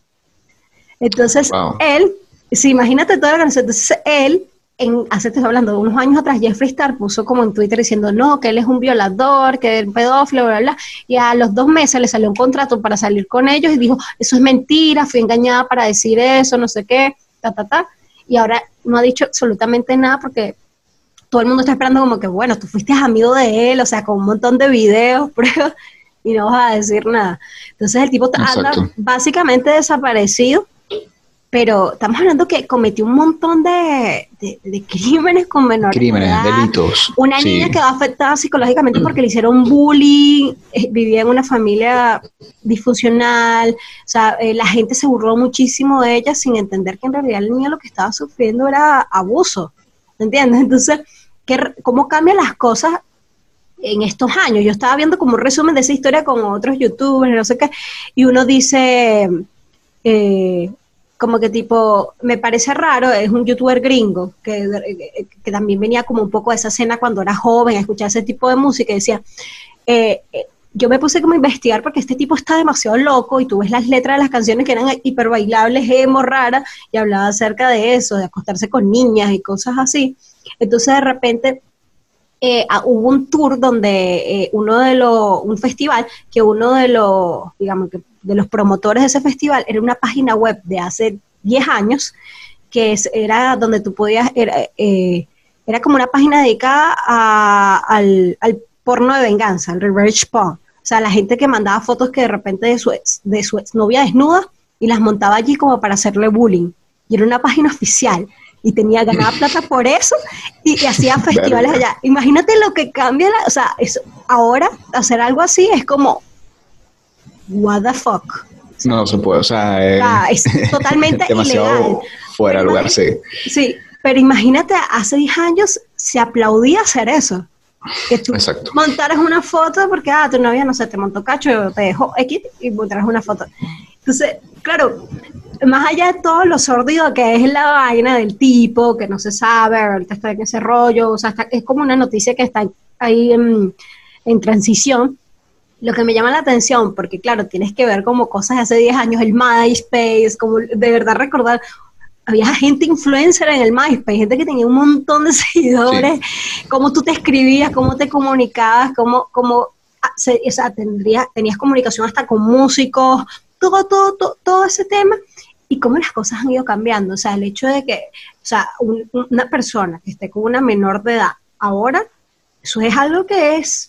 Entonces, wow. él, sí, imagínate toda la canción, entonces él, en, hace, te estoy hablando de unos años atrás, Jeffree Star puso como en Twitter diciendo, no, que él es un violador, que es un pedófilo, bla, bla, bla, y a los dos meses le salió un contrato para salir con ellos, y dijo, eso es mentira, fui engañada para decir eso, no sé qué, ta, ta, ta, y ahora no ha dicho absolutamente nada porque todo el mundo está esperando como que, bueno, tú fuiste amigo de él, o sea, con un montón de videos, pruebas, y no vas a decir nada. Entonces el tipo anda Exacto. básicamente desaparecido, pero estamos hablando que cometió un montón de, de, de crímenes con menores Crímenes, de edad. delitos. Una sí. niña quedó afectada psicológicamente porque le hicieron bullying, eh, vivía en una familia disfuncional, o sea, eh, la gente se burló muchísimo de ella sin entender que en realidad el niño lo que estaba sufriendo era abuso, ¿entiendes? Entonces, ¿qué, ¿cómo cambian las cosas en estos años? Yo estaba viendo como un resumen de esa historia con otros youtubers, no sé qué, y uno dice... Eh, como que tipo, me parece raro, es un youtuber gringo, que, que, que también venía como un poco a esa escena cuando era joven, a escuchar ese tipo de música, y decía, eh, eh, yo me puse como a investigar porque este tipo está demasiado loco, y tú ves las letras de las canciones que eran hiper bailables, emo, raras, y hablaba acerca de eso, de acostarse con niñas y cosas así. Entonces de repente... Eh, hubo un tour donde eh, uno de los, un festival, que uno de los, digamos, que de los promotores de ese festival era una página web de hace diez años, que es, era donde tú podías, era, eh, era como una página dedicada a, al, al porno de venganza, al revenge porn. O sea, la gente que mandaba fotos que de repente de su, ex, de su exnovia desnuda y las montaba allí como para hacerle bullying. Y era una página oficial. Y tenía ganada plata por eso, y, y hacía festivales allá. Imagínate lo que cambia, la, o sea, es, ahora hacer algo así es como, what the fuck. O sea, no se puede, o sea, eh, ah, es totalmente demasiado ilegal. Fuera de lugar, sí. Sí, pero imagínate, hace diez años se aplaudía hacer eso. Que tú Exacto. montaras una foto porque, ah, tu novia, no sé, te montó cacho, te dejó X y montaras una foto. Entonces, claro, más allá de todo lo sordido que es la vaina del tipo, que no se sabe, ahorita está en ese rollo, o sea, está, es como una noticia que está ahí en, en transición. Lo que me llama la atención, porque claro, tienes que ver como cosas de hace diez años, el MySpace, como de verdad recordar, había gente influencer en el MySpace, gente que tenía un montón de seguidores, sí. Cómo tú te escribías, cómo te comunicabas, cómo, cómo se, o sea, tendrías, tenías comunicación hasta con músicos, todo, todo, todo, todo ese tema, y cómo las cosas han ido cambiando. O sea, el hecho de que, o sea, un, una persona que esté con una menor de edad ahora, eso es algo que es,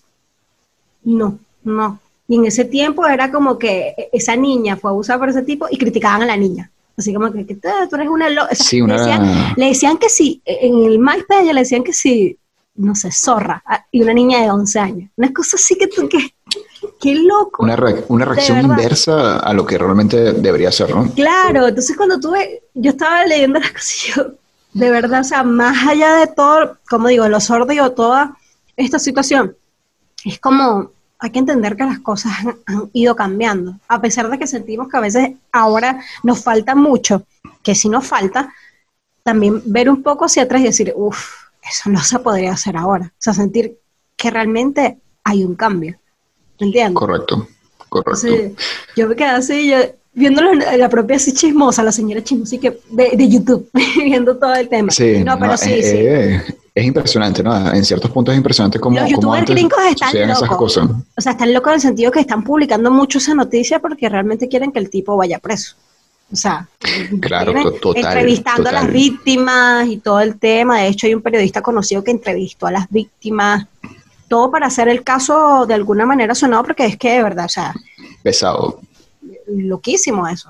no, no. Y en ese tiempo era como que esa niña fue abusada por ese tipo y criticaban a la niña. Así como que, que tú eres una loca. O sea, sí, una... le, decían, le decían que sí, en el MySpace le decían que sí, no sé, zorra, y una niña de once años. Una cosa así que tú, que, qué loco. Una, re una reacción inversa a lo que realmente debería ser, ¿no? Claro, entonces cuando tuve, yo estaba leyendo las cosas y yo, de verdad, o sea, más allá de todo, como digo, lo sordo, toda esta situación, es como, hay que entender que las cosas han, han ido cambiando, a pesar de que sentimos que a veces ahora nos falta mucho, que si nos falta, también ver un poco hacia atrás y decir, uff, eso no se podría hacer ahora, o sea, sentir que realmente hay un cambio, ¿entiendes? Correcto, correcto. Entonces, yo me quedé así, yo, viéndolo en la propia así chismosa, la señora chismosa que de, de YouTube, viendo todo el tema. Sí, no, pero no, sí, es, sí. Es, es impresionante, ¿no? En ciertos puntos es impresionante cómo, los cómo youtubers antes gringos están locos. Esas cosas. O sea, están locos en el sentido que están publicando mucho esa noticia porque realmente quieren que el tipo vaya preso. O sea, claro, to total, entrevistando total. a las víctimas y todo el tema. De hecho, hay un periodista conocido que entrevistó a las víctimas. Todo para hacer el caso de alguna manera sonado, porque es que de verdad, o sea... Pesado. Loquísimo eso.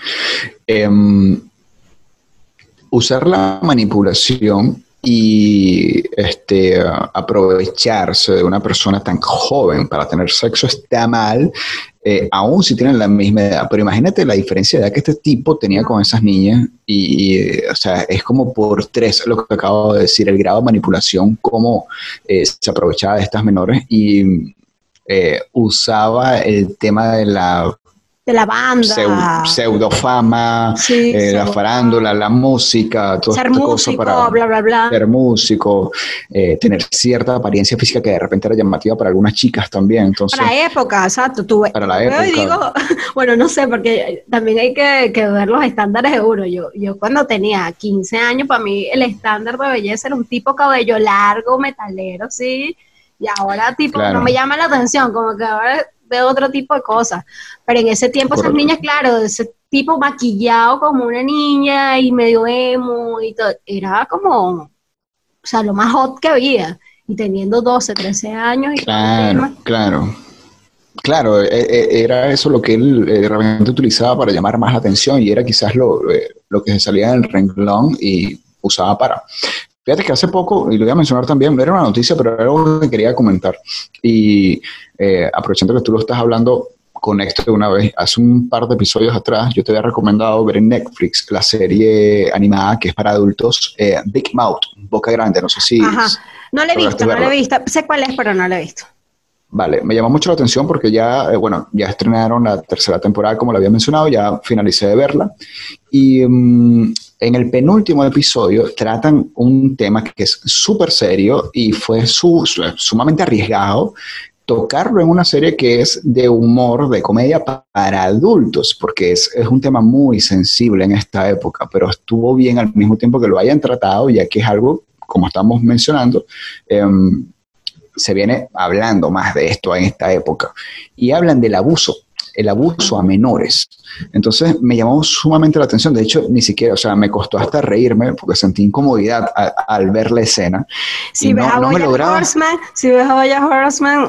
Eh, usar la manipulación y este, aprovecharse de una persona tan joven para tener sexo está mal, eh, aún si tienen la misma edad. Pero imagínate la diferencia de edad que este tipo tenía con esas niñas y, y o sea, es como por tres lo que acabo de decir, el grado de manipulación, cómo eh, se aprovechaba de estas menores y eh, usaba el tema de la de la banda. Pseudo, pseudofama, Sí, eh, la pseudo- farándula, la música, toda Ser esta cosa músico, para bla, bla, bla. ser músico, eh, tener cierta apariencia física que de repente era llamativa para algunas chicas también. Entonces, Para época, exacto. Tú, ve- para yo la veo y época. digo, bueno, no sé, porque también hay que, que ver los estándares de uno. Yo, yo cuando tenía quince años, para mí el estándar de belleza era un tipo cabello largo, metalero, sí. Y ahora, tipo, no Claro. me llama la atención, como que ahora veo otro tipo de cosas. Pero en ese tiempo, esas Correcto. niñas, claro, de ese tipo maquillado como una niña y medio emo y todo, era como, o sea, lo más hot que había. Y teniendo doce, trece años y todo el Claro, tema. claro. Claro, e- e- era eso lo que él eh, realmente utilizaba para llamar más la atención y era quizás lo, eh, lo que se salía del renglón y usaba para. Fíjate que hace poco, y lo voy a mencionar también, no era una noticia, pero era algo que quería comentar. Y eh, aprovechando que tú lo estás hablando, conecto de una vez. Hace un par de episodios atrás, yo te había recomendado ver en Netflix la serie animada que es para adultos, eh, Big Mouth, Boca Grande. No sé si Ajá. No la he lograste visto, no la he verla. visto. Sé cuál es, pero no la he visto. Vale, me llamó mucho la atención porque ya, eh, bueno, ya estrenaron la tercera temporada, como lo había mencionado, ya finalicé de verla. Y um, en el penúltimo episodio tratan un tema que es súper serio y fue su, su, sumamente arriesgado tocarlo en una serie que es de humor, de comedia pa- para adultos, porque es, es un tema muy sensible en esta época, pero estuvo bien al mismo tiempo que lo hayan tratado, ya que es algo, como estamos mencionando, eh, se viene hablando más de esto en esta época. Y hablan del abuso, el abuso a menores. Entonces me llamó sumamente la atención. De hecho, ni siquiera, o sea, me costó hasta reírme porque sentí incomodidad a- al ver la escena. Si y ves no, a no me Bojack lograba. Horseman, si ves a Bojack Horseman,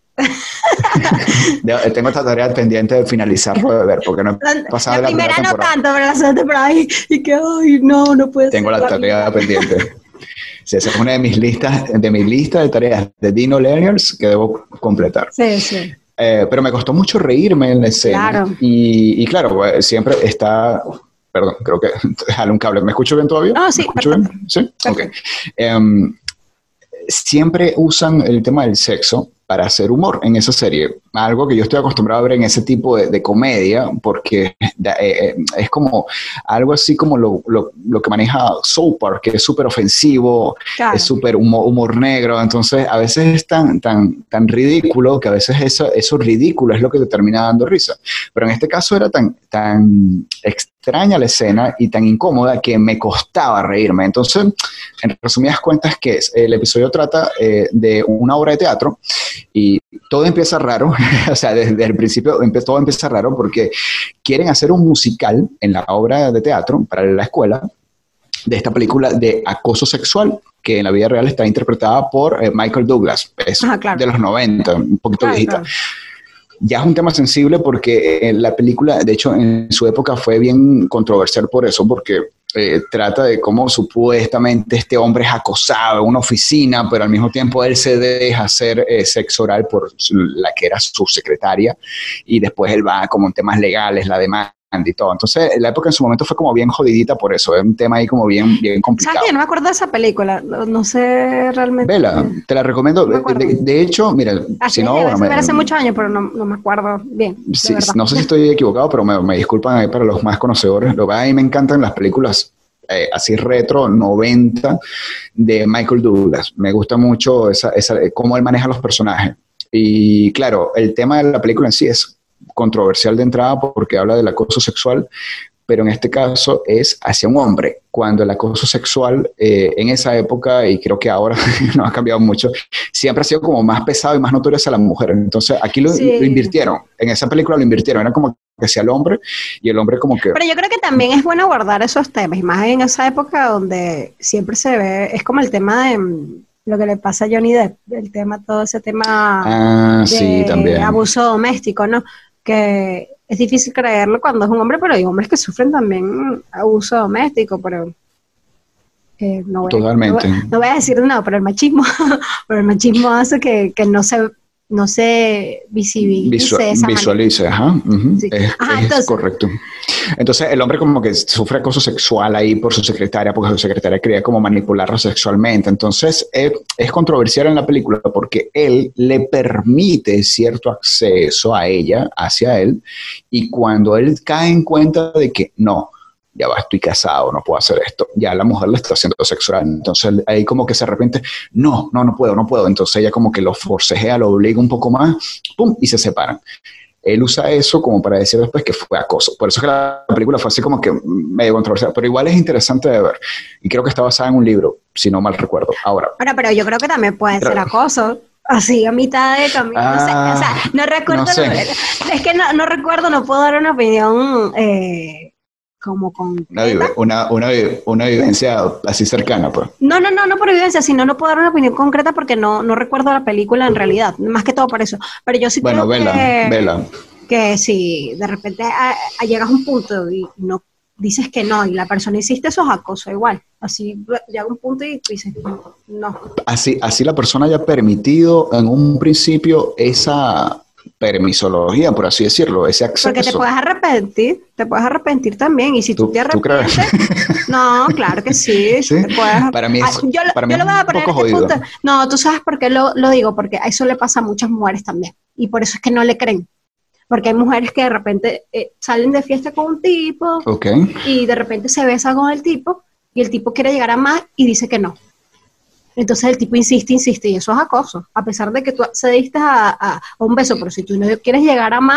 De- Tengo esta tarea pendiente de finalizarlo de ver porque no he la, pasado la de la primera primera no temporada. tanto, pero la segunda temporada y, y que, ay, no, no puede Tengo ser la tarea vida. pendiente. Sí, esa es una de mis listas, de mi lista de tareas de Dino Learners que debo completar. Sí, sí, Eh, pero me costó mucho reírme en la escena. claro. Y, y claro, pues, siempre está. Perdón, creo que jale un cable. ¿Me escucho bien todavía? No, ¿Me sí, escucho perfecto. bien? Sí, ok. Perfecto. Em, siempre usan el tema del sexo para hacer humor en esa serie. Algo que yo estoy acostumbrado a ver en ese tipo de, de comedia, porque da- eh, eh, es como algo así como lo, lo, lo que maneja South Park, que es súper ofensivo, Claro. es súper humor, humor negro. Entonces, a veces es tan, tan, tan ridículo que a veces eso, eso ridículo es lo que te termina dando risa. Pero en este caso era tan, tan extraña la escena y tan incómoda que me costaba reírme. Entonces, en resumidas cuentas, que es? El episodio trata eh, de una obra de teatro y todo empieza raro, o sea, desde el principio empe- todo empieza raro porque quieren hacer un musical en la obra de teatro para la escuela de esta película de acoso sexual que en la vida real está interpretada por eh, Michael Douglas, es Ajá, claro. de los noventa, un poquito Claro, viejita. claro. Ya es un tema sensible porque eh, la película, de hecho, en su época fue bien controversial por eso, porque eh, trata de cómo supuestamente este hombre es acosado en una oficina, pero al mismo tiempo él se deja hacer eh, sexo oral por su- la que era su secretaria y después él va como en temas legales, la demanda y todo. Entonces, la época en su momento fue como bien jodidita por eso, es un tema ahí como bien, bien ¿Sabes complicado. que yo no me acuerdo de esa película? No, no sé realmente. Vela, te la recomiendo. No me acuerdo. De, de hecho, mira, Así si no, debe bueno, ser me- hace muchos años, pero no, no me acuerdo bien, de Sí, verdad. no sé si estoy equivocado, pero me, me disculpan ahí para los más conocedores. Lo que a mí me encantan las películas eh, así retro, noventa, de Michael Douglas. Me gusta mucho esa, esa, eh, cómo él maneja los personajes. Y claro, el tema de la película en sí es controversial de entrada porque habla del acoso sexual, pero en este caso es hacia un hombre, cuando el acoso sexual eh, en esa época, y creo que ahora no ha cambiado mucho, siempre ha sido como más pesado y más notorio hacia la mujer. Entonces aquí lo, Sí. lo invirtieron, en esa película lo invirtieron, era como que hacia el hombre y el hombre como que... Pero yo creo que también es bueno abordar esos temas, y más en esa época donde siempre se ve, es como el tema de mm, lo que le pasa a Johnny Depp, el tema, todo ese tema Ah, de sí, también. abuso doméstico, ¿no? Que es difícil creerlo cuando es un hombre, pero hay hombres que sufren también abuso doméstico, pero eh, no, voy a, no, Totalmente. voy- no voy a decir no, pero el machismo, pero el machismo hace que, que no se no se visibilice Visual, de esa visualice, manera. ajá, uh-huh, Sí. es, Ajá, es entonces, correcto. Entonces el hombre como que sufre acoso sexual ahí por su secretaria, porque su secretaria quería como manipularlo sexualmente. Entonces es, es controversial en la película porque él le permite cierto acceso a ella, hacia él, y cuando él cae en cuenta de que no, ya va, estoy casado, no puedo hacer esto, ya la mujer le está haciendo sexual, entonces ahí como que se arrepiente, no, no, no puedo, no puedo, entonces ella como que lo forcejea, lo obliga un poco más, pum, y se separan. Él usa eso como para decir después que fue acoso, por eso que la película fue así como que medio controversial, pero igual es interesante de ver, y creo que está basada en un libro, si no mal recuerdo. Ahora, bueno, pero yo creo que también puede ser acoso. Así, a mitad de camino, ah, no sé, o sea, no recuerdo, no sé. no, es que no, no recuerdo, no puedo dar una opinión eh, como con... Una, vive, una, una, una vivencia así cercana, pues. No, no, no, no por evidencia, sino no puedo dar una opinión concreta porque no, no recuerdo la película en realidad, más que todo por eso. Pero yo sí bueno, creo vela, que, vela. que si de repente a, a llegas a un punto y no dices que no, y la persona insiste, eso es acoso igual. Así llega un punto y dices, no. Así, así la persona haya permitido en un principio esa permisología, por así decirlo, ese acceso. Porque te puedes arrepentir, te puedes arrepentir también, y si tú, tú te arrepientes, ¿tú no, claro que sí, ¿Sí? te puedes, para mí es, ah, yo, para yo mí lo voy a poner un poco este jodido. punto. No, tú sabes por qué lo, lo digo, porque a eso le pasa a muchas mujeres también, y por eso es que no le creen. Porque hay mujeres que de repente eh, salen de fiesta con un tipo, okay, y de repente se besan con el tipo, y el tipo quiere llegar a más y dice que no. Entonces el tipo insiste, insiste, y eso es acoso. A pesar de que tú accediste a, a, a un beso, pero si tú no quieres llegar a más,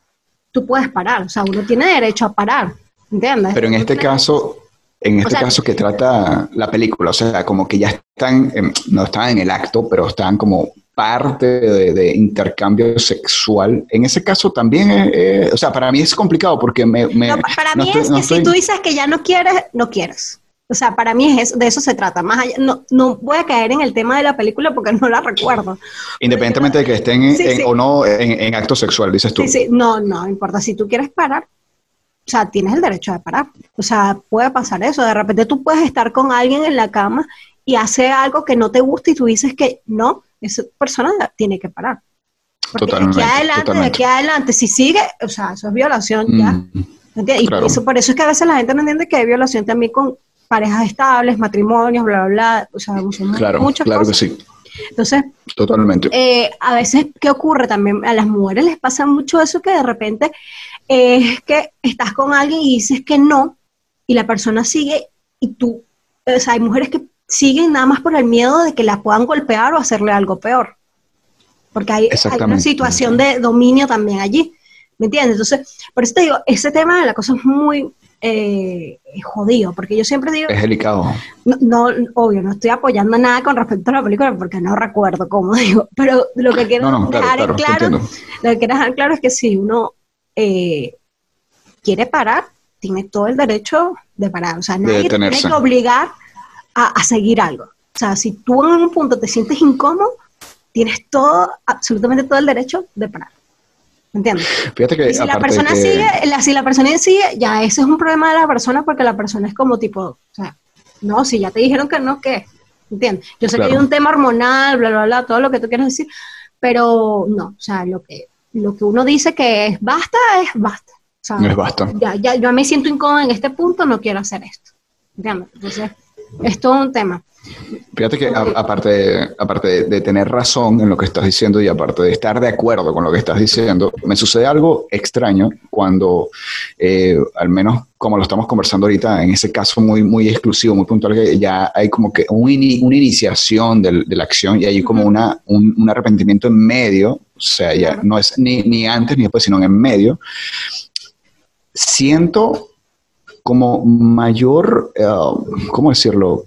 tú puedes parar. O sea, uno tiene derecho a parar, ¿entiendes? Pero en este caso, en este o sea, caso que trata la película, o sea, como que ya están, eh, no están en el acto, pero están como parte de, de intercambio sexual. En ese caso también, es, eh, o sea, para mí es complicado porque me... me no, para no mí estoy, es no que estoy... si tú dices que ya no quieres, no quieres. O sea, para mí es eso, de eso se trata. Más allá, no, no voy a caer en el tema de la película porque no la recuerdo. Independientemente de que estén en, sí, en, sí. o no en, en acto sexual, dices tú. Sí, sí, no, no importa. Si tú quieres parar, o sea, tienes el derecho de parar. O sea, puede pasar eso. De repente tú puedes estar con alguien en la cama y hace algo que no te gusta y tú dices que no, esa persona tiene que parar. Porque totalmente, de aquí adelante, totalmente. de aquí adelante, si sigue, o sea, eso es violación mm, ya. ¿Entiendes? Y claro. eso, por eso es que a veces la gente no entiende que hay violación también con parejas estables, matrimonios, bla, bla, bla. O sea, son claro, muchas claro cosas. que sí. Entonces, totalmente. Eh, a veces, ¿qué ocurre también? A las mujeres les pasa mucho eso que de repente es eh, que estás con alguien y dices que no, y la persona sigue, y tú, o sea, hay mujeres que siguen nada más por el miedo de que la puedan golpear o hacerle algo peor. Porque hay, hay una situación de dominio también allí, ¿me entiendes? Entonces, por eso te digo, ese tema de la cosa es muy eh, jodido, porque yo siempre digo... Es delicado. No, no, obvio, no estoy apoyando nada con respecto a la película porque no recuerdo cómo digo, pero lo que quiero no, no, dejar claro, en claro, claro, lo que quiero dejar claro es que si uno eh, quiere parar, tiene todo el derecho de parar, o sea, nadie te tiene que obligar a, a seguir algo. O sea, si tú en un punto te sientes incómodo, tienes todo, absolutamente todo el derecho de parar. ¿Me entiendes? Fíjate que y si la persona que... sigue, la, si la persona sigue, ya ese es un problema de la persona porque la persona es como tipo, o sea, no, si ya te dijeron que no, ¿qué? ¿Entiendes? Yo sé claro. que hay un tema hormonal, bla, bla, bla, todo lo que tú quieras decir, pero no, o sea, lo que, lo que uno dice que es basta, es basta. O sea, no es basta. Ya, ya, yo me siento incómoda en este punto, no quiero hacer esto. ¿Entiendes? Entonces, es todo un tema. Fíjate que a, aparte, de, aparte de, de tener razón en lo que estás diciendo y aparte de estar de acuerdo con lo que estás diciendo, me sucede algo extraño cuando, eh, al menos como lo estamos conversando ahorita, en ese caso muy, muy exclusivo, muy puntual, que ya hay como que un ini, una iniciación de, de la acción y hay como una, un, un arrepentimiento en medio, o sea, ya no es ni, ni antes ni después, sino en medio. Siento como mayor, uh, ¿cómo decirlo?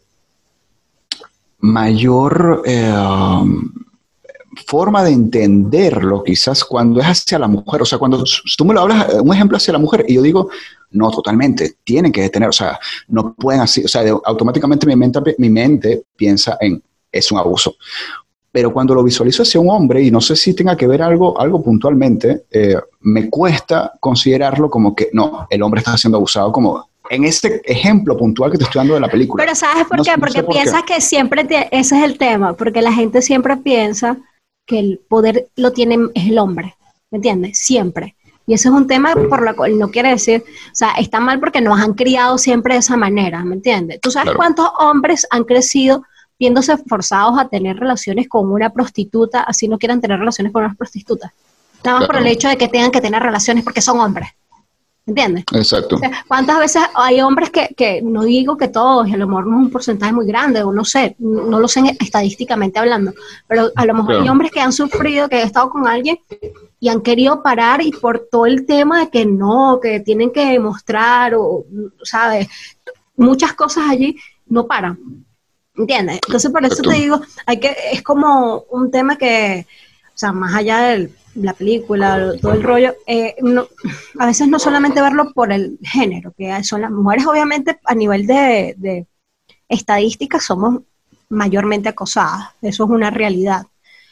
mayor eh, forma de entenderlo quizás cuando es hacia la mujer, o sea, cuando tú me lo hablas, un ejemplo hacia la mujer, y yo digo, no, totalmente, tienen que detener, o sea, no pueden así, o sea, de, automáticamente mi mente, mi mente piensa en, es un abuso. Pero cuando lo visualizo hacia un hombre, y no sé si tenga que ver algo, algo puntualmente, eh, me cuesta considerarlo como que, no, el hombre está siendo abusado como... En ese ejemplo puntual que te estoy dando de la película. Pero ¿sabes por no, qué? no porque por piensas qué. que siempre, te, ese es el tema, porque la gente siempre piensa que el poder lo tiene es el hombre, ¿me entiendes? Siempre. Y ese es un tema por lo cual no quiere decir, o sea, está mal porque nos han criado siempre de esa manera, ¿me entiendes? ¿Tú sabes Claro. cuántos hombres han crecido viéndose forzados a tener relaciones con una prostituta, así no quieran tener relaciones con unas prostitutas? Nada más por Claro. el hecho de que tengan que tener relaciones porque son hombres, ¿entiendes? Exacto. O sea, ¿cuántas veces hay hombres que, que no digo que todos, y a lo mejor no es un porcentaje muy grande, o no sé, no lo sé estadísticamente hablando, pero a lo mejor Claro. hay hombres que han sufrido, que han estado con alguien y han querido parar y por todo el tema de que no, que tienen que demostrar, o, ¿sabes? Muchas cosas allí no paran, ¿entiendes? Entonces por eso Exacto. te digo, hay que, es como un tema que, o sea, más allá de la película, todo el rollo, eh, no, a veces no solamente verlo por el género, que son las mujeres, obviamente a nivel de, de estadísticas somos mayormente acosadas, eso es una realidad,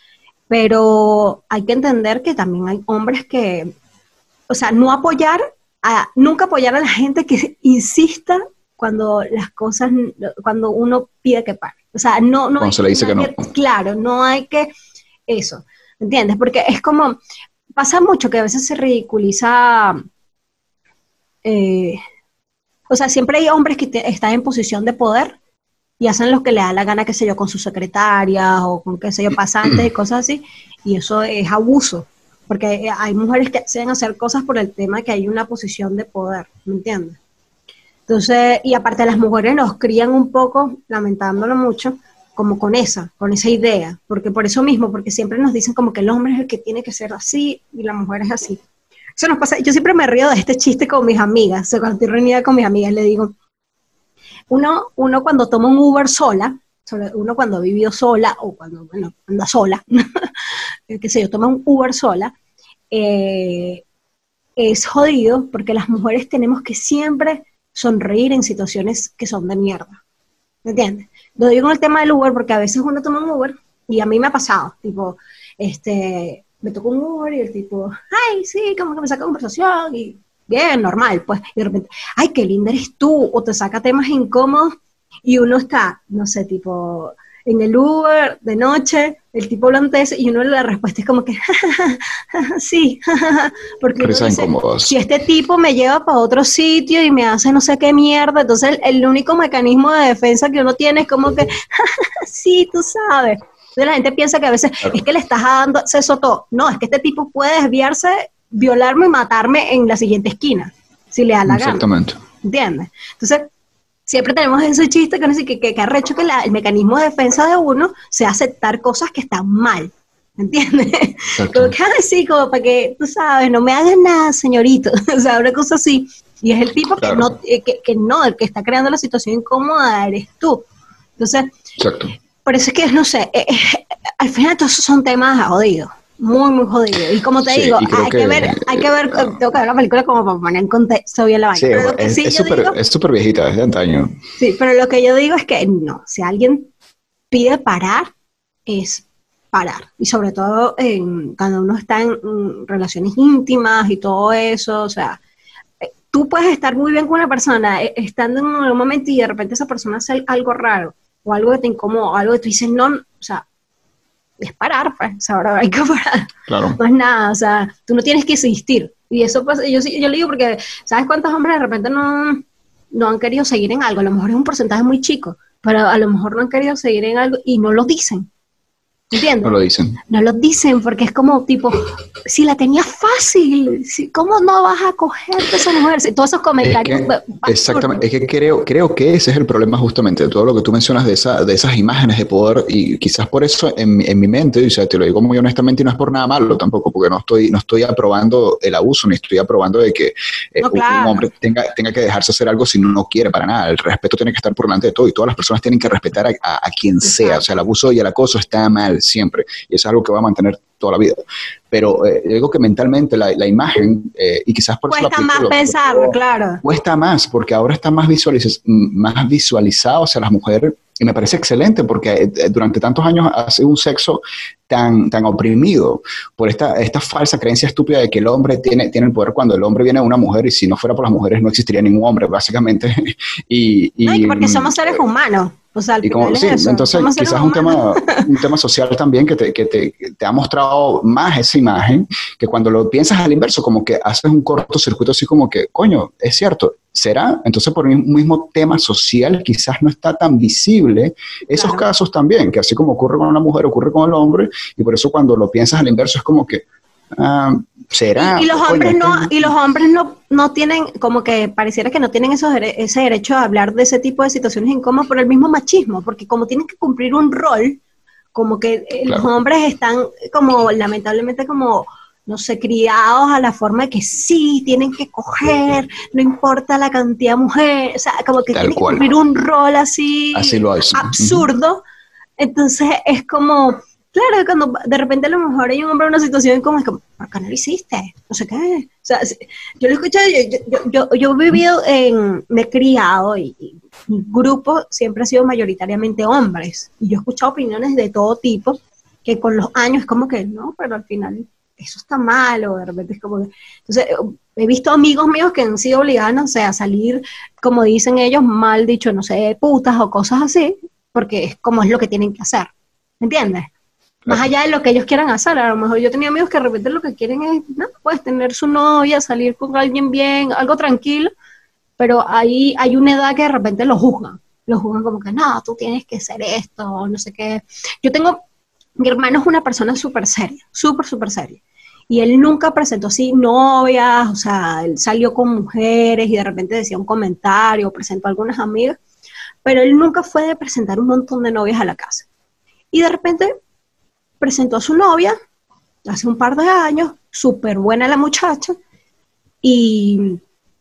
pero hay que entender que también hay hombres que, o sea, no apoyar, a, nunca apoyar a la gente que insista cuando las cosas, cuando uno pide que pare, o sea, no, no Cuando hay, se le dice que no. claro, no hay que, eso, ¿entiendes? Porque es como, pasa mucho que a veces se ridiculiza, eh, o sea, siempre hay hombres que te, están en posición de poder y hacen lo que le da la gana, qué sé yo, con sus secretarias o con, qué sé yo, pasantes y cosas así, y eso es abuso, porque hay mujeres que hacen hacer cosas por el tema de que hay una posición de poder, ¿me entiendes? Entonces, y aparte las mujeres nos crían un poco, lamentándolo mucho, como con esa, con esa idea, porque por eso mismo, porque siempre nos dicen como que el hombre es el que tiene que ser así y la mujer es así. Eso nos pasa, yo siempre me río de este chiste con mis amigas, o sea, cuando estoy reunida con mis amigas le digo, uno, uno cuando toma un Uber sola, uno cuando ha vivido sola o cuando, bueno, anda sola, qué sé yo, toma un Uber sola, eh, es jodido porque las mujeres tenemos que siempre sonreír en situaciones que son de mierda, ¿me entiendes? Lo digo en el tema del Uber porque a veces uno toma un Uber y a mí me ha pasado, tipo, este, me tocó un Uber y el tipo, ay, sí, como que me saca conversación y bien, normal, pues, y de repente, ay, qué linda eres tú, o te saca temas incómodos y uno está, no sé, tipo, en el Uber de noche, el tipo hablando de eso y uno la respuesta es como que, sí, porque uno dice, si este tipo me lleva para otro sitio y me hace no sé qué mierda, entonces el, el único mecanismo de defensa que uno tiene es como que, sí, tú sabes. Entonces la gente piensa que a veces claro. es que le estás dando acceso a todo. No, es que este tipo puede desviarse, violarme y matarme en la siguiente esquina, si le da la Exactamente. gana. ¿Entiendes? Entonces, siempre tenemos ese chiste que, que, que, que arrecho que la, el mecanismo de defensa de uno sea aceptar cosas que están mal. ¿Entiendes? Como que así, como para que, tú sabes, no me hagas nada, señorito. O sea, una cosa así. Y es el tipo claro. que, no, que, que no, el que está creando la situación incómoda eres tú. Entonces, exacto. Por eso es que, no sé, eh, eh, al final todos son temas jodidos, muy, muy jodidos. Y como te sí, digo, hay que, que ver, hay que ver, uh, tengo que ver la película como para poner en contexto bien la vaina. Sí, pero lo que es sí es súper viejita, es de antaño. Sí, pero lo que yo digo es que no, si alguien pide parar, es parar. Y sobre todo en, cuando uno está en um, relaciones íntimas y todo eso, o sea, tú puedes estar muy bien con una persona, eh, estando en un momento y de repente esa persona hace algo raro, o algo que te incomoda, o algo que tú dices, no, o sea, es parar, pues, o sea, ahora hay que parar. Claro. No es nada, o sea, tú no tienes que insistir. Y eso pasa, yo, yo le digo porque, ¿sabes cuántos hombres de repente no, no han querido seguir en algo? A lo mejor es un porcentaje muy chico, pero a lo mejor no han querido seguir en algo y no lo dicen. ¿Entiendes? No lo dicen. No lo dicen porque es como tipo, si la tenías fácil, si, ¿cómo no vas a cogerte a esa mujer? Si, todos esos comentarios. Es que, exactamente, es que creo, creo que ese es el problema justamente de todo lo que tú mencionas de, esa, de esas imágenes de poder y quizás por eso en, en mi mente, o sea, te lo digo muy honestamente y no es por nada malo tampoco, porque no estoy, no estoy aprobando el abuso, ni estoy aprobando de que eh, no, claro. un hombre tenga, tenga que dejarse hacer algo si no quiere para nada. El respeto tiene que estar por delante de todo y todas las personas tienen que respetar a, a, a quien sea. Exacto. O sea, el abuso y el acoso está mal siempre y es algo que va a mantener toda la vida. Pero eh, yo digo que mentalmente la, la imagen, eh, y quizás por cuesta eso más pensarlo, claro. Cuesta más, porque ahora está más, visualiz más visualizado hacia las mujeres, y me parece excelente, porque eh, durante tantos años ha sido un sexo tan, tan oprimido por esta, esta falsa creencia estúpida de que el hombre tiene, tiene el poder cuando el hombre viene a una mujer, y si no fuera por las mujeres no existiría ningún hombre, básicamente. y, y, no, y porque somos seres humanos. O sea, al Y como, final sí, es eso. entonces Somos seres quizás un tema, humanos. un tema social también que, te, que te, que te ha mostrado más esa imagen, que cuando lo piensas al inverso, como que haces un cortocircuito así como que, coño, es cierto, ¿será? Entonces por un mismo tema social quizás no está tan visible esos Claro. casos también, que así como ocurre con una mujer, ocurre con el hombre, y por eso cuando lo piensas al inverso es como que, ah, ¿será? Y, y los Coño, hombres es no, que- y los hombres no, no tienen, como que pareciera que no tienen esos dere- ese derecho a hablar de ese tipo de situaciones incómodas por el mismo machismo, porque como tienen que cumplir un rol, como que eh, los claro, hombres están como lamentablemente como, no sé, criados a la forma de que sí, tienen que coger, no importa la cantidad de mujeres, o sea, como que tal tienen que cual, cumplir un rol así así lo hacen. Ujú. absurdo. Entonces es como, claro, cuando de repente a lo mejor hay un hombre en una situación como es como, ¿por qué no lo hiciste? No sé qué. O sea, si- yo lo he escuchado, yo, yo, yo, yo he vivido en, me he criado y, y mi grupo siempre ha sido mayoritariamente hombres. Y yo he escuchado opiniones de todo tipo, que con los años es como que, no, pero al final eso está mal, o de repente es como que... Entonces, he visto amigos míos que han sido obligados, no sé, a salir, como dicen ellos, mal dicho, no sé, putas o cosas así, porque es como es lo que tienen que hacer, ¿me entiendes? Más Claro. allá de lo que ellos quieran hacer, a lo mejor yo tenía amigos que de repente lo que quieren es, no, pues tener su novia, salir con alguien bien, algo tranquilo, pero ahí hay una edad que de repente lo juzgan, lo juzgan como que, no, tú tienes que ser esto, no sé qué. Yo tengo, mi hermano es una persona súper seria, súper, súper seria, y él nunca presentó así novias, o sea, él salió con mujeres y de repente decía un comentario, presentó a algunas amigas, pero él nunca fue de presentar un montón de novias a la casa. Y de repente presentó a su novia hace un par de años, súper buena la muchacha, y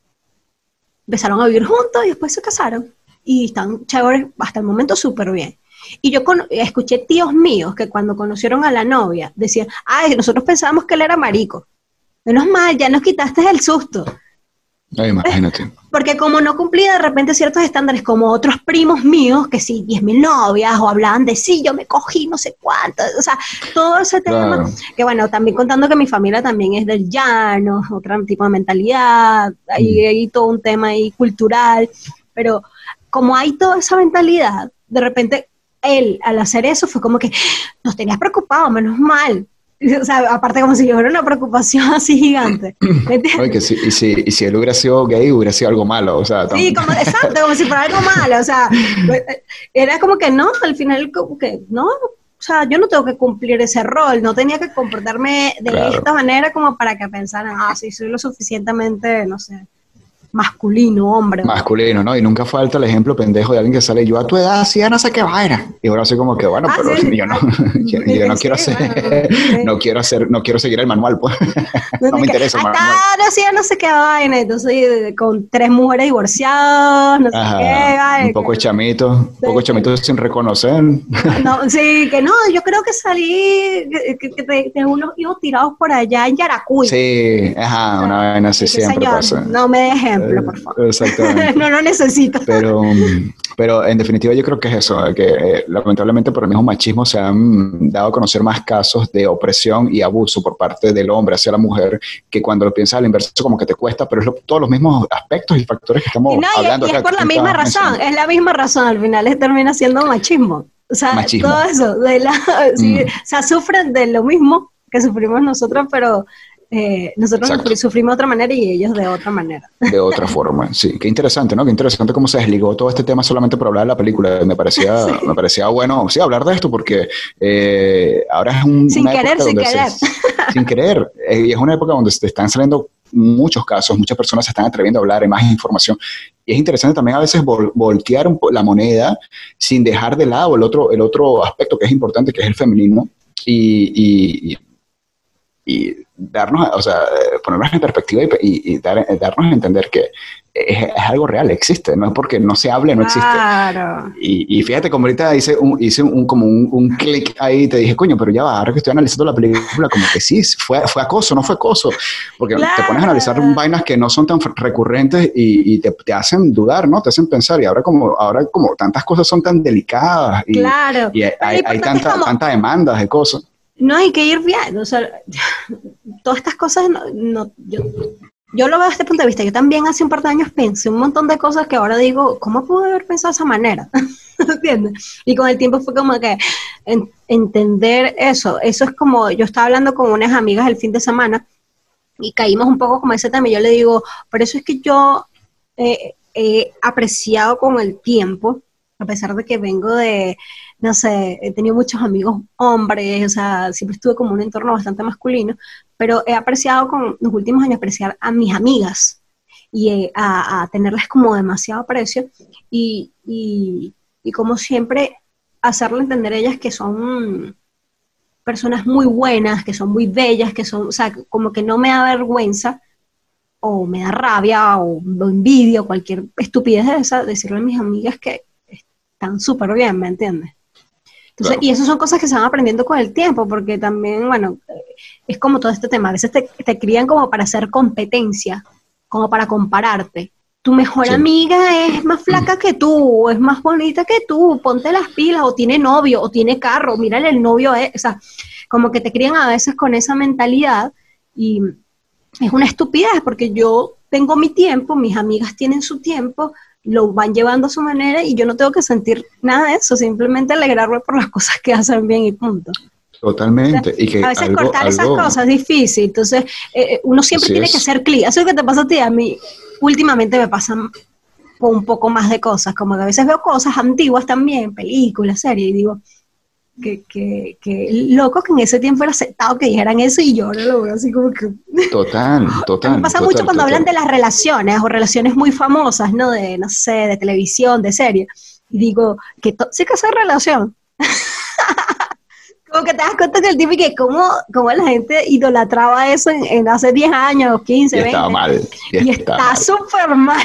empezaron a vivir juntos y después se casaron. Y están chéveres hasta el momento súper bien. Y yo con, escuché tíos míos que cuando conocieron a la novia decían, ay, nosotros pensábamos que él era marico. Menos mal, ya nos quitaste el susto. Ah, imagínate. Porque como no cumplía de repente ciertos estándares, como otros primos míos, que sí, diez mil novias, o hablaban de sí, yo me cogí no sé cuánto, o sea, todo ese tema, Claro. que bueno, también contando que mi familia también es del llano, otro tipo de mentalidad, hay, Mm. hay todo un tema ahí cultural, pero como hay toda esa mentalidad, de repente él, al hacer eso, fue como que nos tenías preocupados, menos mal. O sea, aparte como si yo fuera una preocupación así gigante. ¿Me entiendes? Oye, que si, y, si, y si él hubiera sido gay, hubiera sido algo malo. O sea, Sí, tam- como, exacto, como si fuera algo malo, o sea, era como que no, al final como que no, o sea, yo no tengo que cumplir ese rol, no tenía que comportarme de claro. esta manera como para que pensaran, ah, sí, soy lo suficientemente, no sé, masculino, hombre. Masculino, ¿no? Y nunca falta el ejemplo pendejo de alguien que sale, yo a tu edad hacía no sé qué vaina. Y ahora así como que, bueno, Ah, pero sí, yo no, ay, yo, yo no sí, quiero hacer, bueno, sí. no quiero hacer, no quiero seguir el manual, pues. No, No me de que, interesa el hasta manual. ahora sí, no sé qué vaina, entonces eh, con tres mujeres divorciadas, no sé qué, Ajá, vaina, un poco de que- chamito, un poco de sí, chamito sin reconocer. no, sí, que no, yo creo que salí, que, que, que de, de unos hijos tirados por allá en Yaracuy. Sí, O ajá, una sea, vaina así y que siempre señor, pasa. no me dé ejemplo, Eh, por favor. Exactamente. No lo necesito. Pero, mm, pero en definitiva yo creo que es eso, eh, que eh, lamentablemente por el mismo machismo se han dado a conocer más casos de opresión y abuso por parte del hombre hacia la mujer, que cuando lo piensas al inverso como que te cuesta, pero es lo- todos los mismos aspectos y factores que Y, estamos no, y, hablando y es acá, por que la tú misma estabas razón, mencionando. es la misma razón, al final es, termina siendo machismo. O sea, Machismo. todo eso, de la, sí, Mm, o sea, sufren de lo mismo que sufrimos nosotros, pero eh, nosotros exacto. sufrimos de otra manera y ellos de otra manera. De otra forma, sí. Qué interesante, ¿no? Qué interesante cómo se desligó todo este tema solamente por hablar de la película. Me parecía, Sí. me parecía bueno, sí, hablar de esto porque eh, ahora es un- Sin una querer, época sin donde se, querer. sin querer, eh, y es una época donde se están saliendo muchos casos, muchas personas se están atreviendo a hablar, hay más información. Y es interesante también a veces vol voltear un po la moneda sin dejar de lado el otro, el otro aspecto que es importante, que es el feminismo, y, y, y darnos, o sea, ponernos en perspectiva y, y, y dar, darnos a entender que es, es algo real, existe, no es porque no se hable, no existe. Claro. Y, y fíjate, como ahorita hice un, hice un, como un, un clic ahí y te dije, coño, pero ya va, ahora que estoy analizando la película, como que sí, fue, fue acoso, no fue acoso, porque Claro. te pones a analizar vainas que no son tan recurrentes y, y te, te hacen dudar, ¿no? Te hacen pensar, y ahora como, ahora como tantas cosas son tan delicadas y, Claro. y hay, hay, hay tanta, como... tanta demandas de cosas. No hay que ir viendo, o sea, todas estas cosas, no, no, yo yo lo veo desde este punto de vista. Yo también hace un par de años pensé un montón de cosas que ahora digo, ¿cómo pude haber pensado de esa manera? ¿Entiendes? Y con el tiempo fue como que en, entender eso. Eso es como, yo estaba hablando con unas amigas el fin de semana y caímos un poco como ese tema. Y yo le digo, por eso es que yo eh, he apreciado con el tiempo, a pesar de que vengo de, no sé, he tenido muchos amigos hombres, o sea, siempre estuve como en un entorno bastante masculino, pero he apreciado con los últimos años apreciar a mis amigas y eh, a, a tenerles como demasiado aprecio y, y, y como siempre hacerle entender a ellas que son personas muy buenas, que son muy bellas, que son, o sea, como que no me da vergüenza o me da rabia o, o envidia o cualquier estupidez de esa, decirle a mis amigas que están súper bien, ¿me entiendes? Entonces, claro. Y eso son cosas que se van aprendiendo con el tiempo, porque también, bueno, es como todo este tema, a veces te, te crían como para hacer competencia, como para compararte. Tu mejor sí. amiga es más flaca que tú, o es más bonita que tú, ponte las pilas, o tiene novio, o tiene carro, mírale el novio, eh. O sea, como que te crían a veces con esa mentalidad, y es una estupidez, porque yo tengo mi tiempo, mis amigas tienen su tiempo, lo van llevando a su manera y yo no tengo que sentir nada de eso, simplemente alegrarme por las cosas que hacen bien y punto. Totalmente. O sea, y que a veces algo, cortar algo... esas cosas es difícil, entonces eh, uno siempre Así tiene es. que hacer clic. Eso es lo que te pasa a ti, a mí últimamente me pasan con un poco más de cosas, como que a veces veo cosas antiguas también, películas, series, y digo, que, que, que loco que en ese tiempo era aceptado que dijeran eso y yo ahora lo veo así como que... Total, total. A mí me pasa total, mucho cuando total. hablan de las relaciones o relaciones muy famosas, ¿no? De, no sé, de televisión, de serie. Y digo, qué tóxica esa relación. Como que te das cuenta que el tipo y que cómo, cómo la gente idolatraba eso en, en hace diez años, quince, Y veinte. estaba mal. Y, y está súper mal.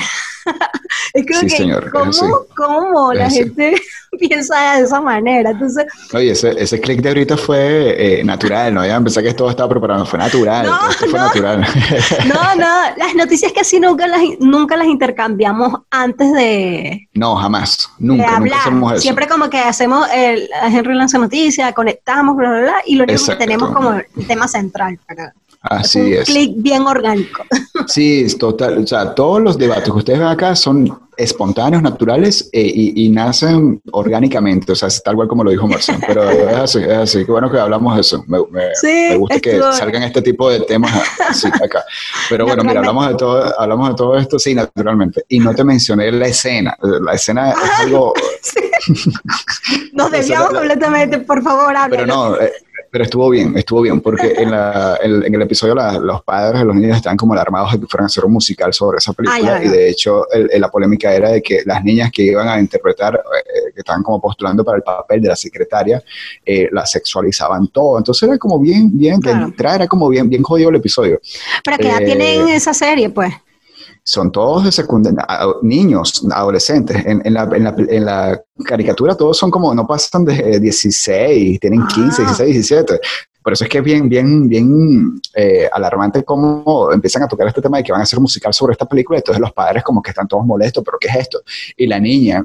Es como sí, que, señor, ¿cómo, es así. cómo Es la así. gente piensa de esa manera? Entonces, Oye, ese, ese click de ahorita fue eh, natural, no ya pensé que todo estaba preparado, fue natural, no, todo esto fue no, natural. no, no, las noticias casi nunca las, nunca las intercambiamos antes de, No, jamás, de nunca, hablar. nunca hacemos eso. Siempre como que hacemos, el, Henry lanza noticias, conectamos, bla, bla, bla, y lo único Exacto. que tenemos como el tema central para Así un es. clic bien orgánico. Sí, es total. O sea, todos los debates que ustedes ven acá son espontáneos, naturales eh, y, y nacen orgánicamente. O sea, es tal cual como lo dijo Marcelo. Pero es así, es así. Qué bueno que hablamos de eso. Me, me, Sí, me gusta que estuvo... salgan este tipo de temas así acá. Pero bueno, mira, hablamos de todo, hablamos de todo esto, sí, naturalmente. Y no te mencioné la escena. La escena ah, es algo... Sí. Nos desviamos la... completamente, por favor, háblalo. Pero no... Eh, Pero estuvo bien, estuvo bien, porque en, la, en, en el episodio la, los padres de los niños estaban como alarmados de que fueran a hacer un musical sobre esa película, ah, ya, ya. Y de hecho el, el, la polémica era de que las niñas que iban a interpretar, eh, que estaban como postulando para el papel de la secretaria, eh, la sexualizaban todo, entonces era como bien, bien, claro. De entrada era como bien, bien jodido el episodio. ¿Pero qué edad eh, tienen esa serie, pues? Son todos de secundaria, niños, adolescentes. En, en, la, en, la, en la caricatura todos son como, no pasan de dieciséis, tienen quince, dieciséis, diecisiete. Por eso es que es bien, bien, bien eh, alarmante cómo empiezan a tocar este tema de que van a hacer un musical sobre esta película. Entonces los padres como que están todos molestos, ¿pero qué es esto? Y la niña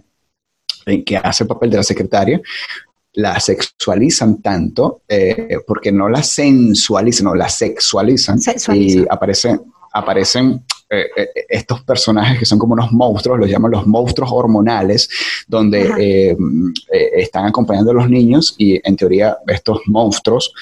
eh, que hace el papel de la secretaria, la sexualizan tanto, eh, porque no la sensualizan, no la sexualizan. sexualizan. Y aparecen, aparecen eh, eh, estos personajes que son como unos monstruos, los llaman los monstruos hormonales, donde eh, eh, están acompañando a los niños y en teoría estos monstruos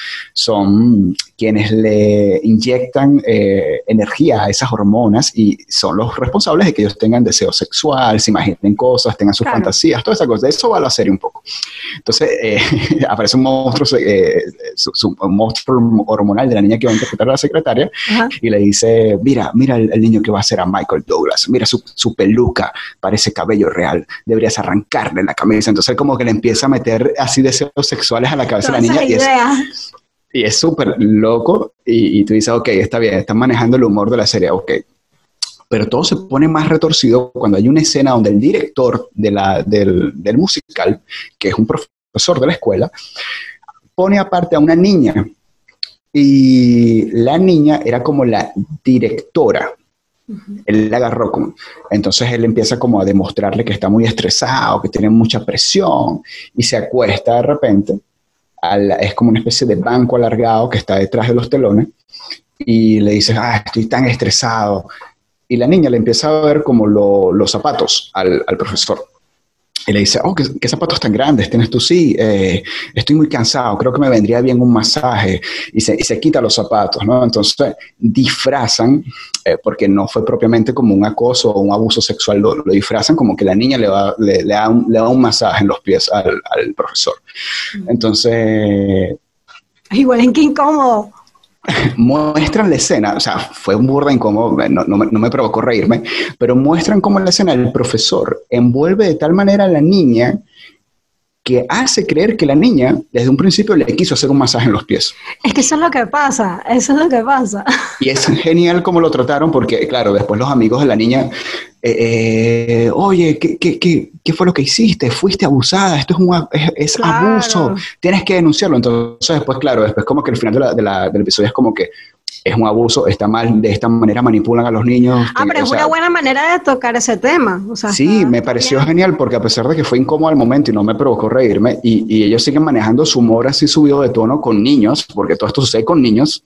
son quienes le inyectan eh, energía a esas hormonas y son los responsables de que ellos tengan deseo sexual, se imaginen cosas, tengan sus claro. fantasías, toda esa cosa. De eso va la serie un poco. Entonces eh, aparece un monstruo, eh, su, su, un monstruo hormonal de la niña que va a interpretar a la secretaria. Ajá. Y le dice, mira, mira el, el niño que va a hacer a Michael Douglas, mira su, su peluca, parece cabello real, deberías arrancarle la camisa. Entonces él como que le empieza a meter así deseos sexuales a la cabeza de la niña. Y es, y es súper loco y, y tú dices, ok, está bien, están manejando el humor de la serie, ok. Pero todo se pone más retorcido cuando hay una escena donde el director de la, del, del musical, que es un profesor de la escuela, pone aparte a una niña. Y la niña era como la directora. Uh-huh. Él la agarró como. Entonces él empieza como a demostrarle que está muy estresado, que tiene mucha presión, y se acuesta de repente. A la, es como una especie de banco alargado que está detrás de los telones. y le dice, ah, estoy tan estresado. Y la niña le empieza a ver como lo, los zapatos al, al profesor. Y le dice, oh, ¿qué, qué zapatos tan grandes tienes tú? Sí, eh, estoy muy cansado, creo que me vendría bien un masaje. Y se, y se quita los zapatos, ¿no? Entonces disfrazan, eh, porque no fue propiamente como un acoso o un abuso sexual, lo, lo disfrazan como que la niña le, va, le, le, da, un, le da un masaje en los pies al, al profesor. Entonces... Igual en qué incómodo. Muestran la escena, o sea, fue un burda incómodo, no, no, me, no me provocó reírme, pero muestran cómo en la escena el profesor envuelve de tal manera a la niña que hace creer que la niña desde un principio le quiso hacer un masaje en los pies. Es que eso es lo que pasa, eso es lo que pasa. Y es genial cómo lo trataron porque, claro, después los amigos de la niña, eh, eh, oye, ¿qué, qué, qué, ¿qué fue lo que hiciste? Fuiste abusada, esto es, un, es, es claro. abuso, tienes que denunciarlo. Entonces después, claro, después como que el final de la, de la, del episodio es como que es un abuso, está mal, de esta manera manipulan a los niños. Ah, pero es sea, una buena manera de tocar ese tema. O sea, sí, me pareció bien. Genial, porque a pesar de que fue incómodo al momento y no me provocó reírme, y, y ellos siguen manejando su humor así subido de tono con niños, porque todo esto sucede con niños,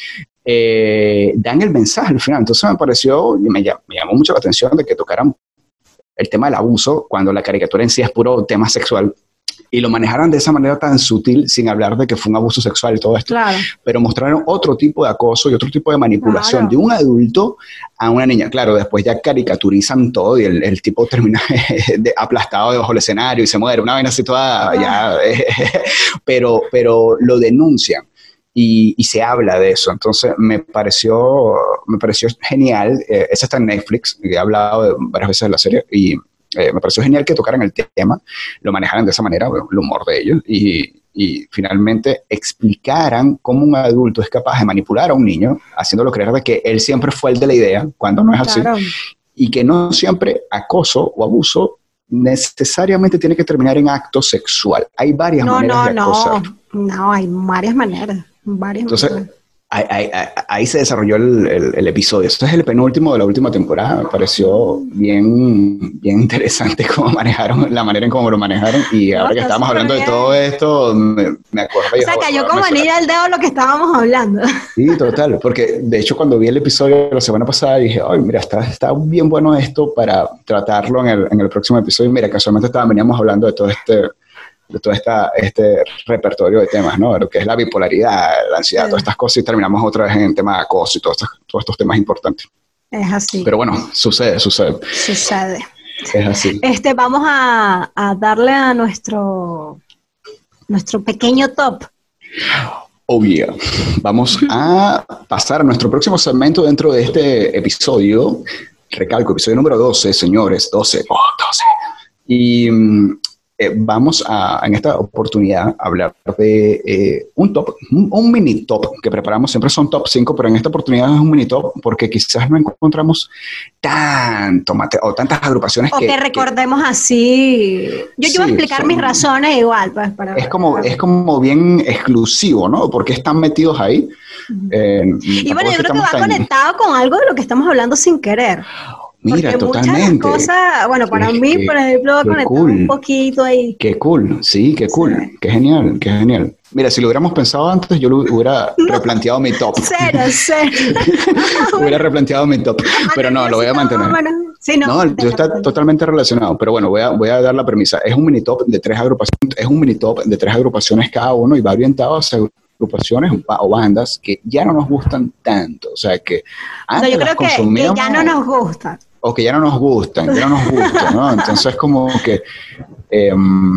eh, dan el mensaje al final. Entonces me pareció, me, me llamó mucho la atención de que tocaran el tema del abuso, cuando la caricatura en sí es puro tema sexual, y lo manejaron de esa manera tan sutil, sin hablar de que fue un abuso sexual y todo esto. Claro. Pero mostraron otro tipo de acoso y otro tipo de manipulación, claro, de un adulto a una niña. Claro, después ya caricaturizan todo y el, el tipo termina de, aplastado debajo del escenario y se muere. Una vaina así toda, ah. ya, eh, pero, pero lo denuncian. Y, y se habla de eso. Entonces me pareció, me pareció genial. Eh, esa está en Netflix, he hablado de varias veces de la serie, y eh, me pareció genial que tocaran el tema, lo manejaran de esa manera, bueno, el humor de ellos, y, y finalmente explicaran cómo un adulto es capaz de manipular a un niño, haciéndolo creer de que él siempre fue el de la idea, cuando no es así, claro, y que no siempre acoso o abuso necesariamente tiene que terminar en acto sexual. Hay varias no, maneras no, de acosar. No, no, hay varias maneras. Varias Entonces, maneras. Ahí, ahí, ahí se desarrolló el, el, el episodio. Este es el penúltimo de la última temporada. Me pareció bien, bien interesante cómo manejaron, la manera en cómo lo manejaron. Y ahora no, que estamos hablando bien de todo esto, me, me acuerdo. O sea, cayó como anilla al dedo lo que estábamos hablando. Sí, total. Porque de hecho, cuando vi el episodio la semana pasada, dije, ay, mira, está, está bien bueno esto para tratarlo en el, en el próximo episodio. Mira, casualmente estaba, veníamos hablando de todo este... de todo esta, este repertorio de temas, ¿no? Lo que es la bipolaridad, la ansiedad, sí, todas estas cosas, y terminamos otra vez en el tema de acoso y todos estos, todos estos temas importantes. Es así. Pero bueno, sucede, sucede. Sucede. Es así. Este, vamos a, a darle a nuestro, nuestro pequeño top. Oh, yeah. Vamos a pasar a nuestro próximo segmento dentro de este episodio. Recalco, episodio número doce, señores, doce. Oh, doce. Y... Eh, vamos a, en esta oportunidad, a hablar de eh, un top, un, un mini top que preparamos. Siempre son top cinco, pero en esta oportunidad es un mini top porque quizás no encontramos tanto mate o tantas agrupaciones o que... O que recordemos que, así... Yo, sí, yo voy a explicar son, mis razones igual. Pues, para, es, como, para... es como bien exclusivo, ¿no? Porque están metidos ahí. Uh-huh. eh, y bueno, yo creo que va tan... conectado con algo de lo que estamos hablando sin querer. Mira, porque totalmente. Muchas cosas, bueno, para es mí, que, por ejemplo, va a conectar cool. un poquito ahí. Qué cool, sí, qué cool, sí. Qué genial, qué genial. Mira, si lo hubiéramos pensado antes, yo lo hubiera no. replanteado mi top. Cero, cero. Hubiera replanteado mi top, pero no, lo voy a mantener. Bueno, sí, no, no yo está totalmente relacionado, pero bueno, voy a, voy a dar la premisa. Es un mini top de tres agrupaciones, es un mini top de tres agrupaciones cada uno y va orientado hacia agrupaciones o bandas que ya no nos gustan tanto, o sea que antes no, yo creo que, que ya no nos gustan. O que ya no nos gustan, ya no nos gustan, ¿no? Entonces como que eh,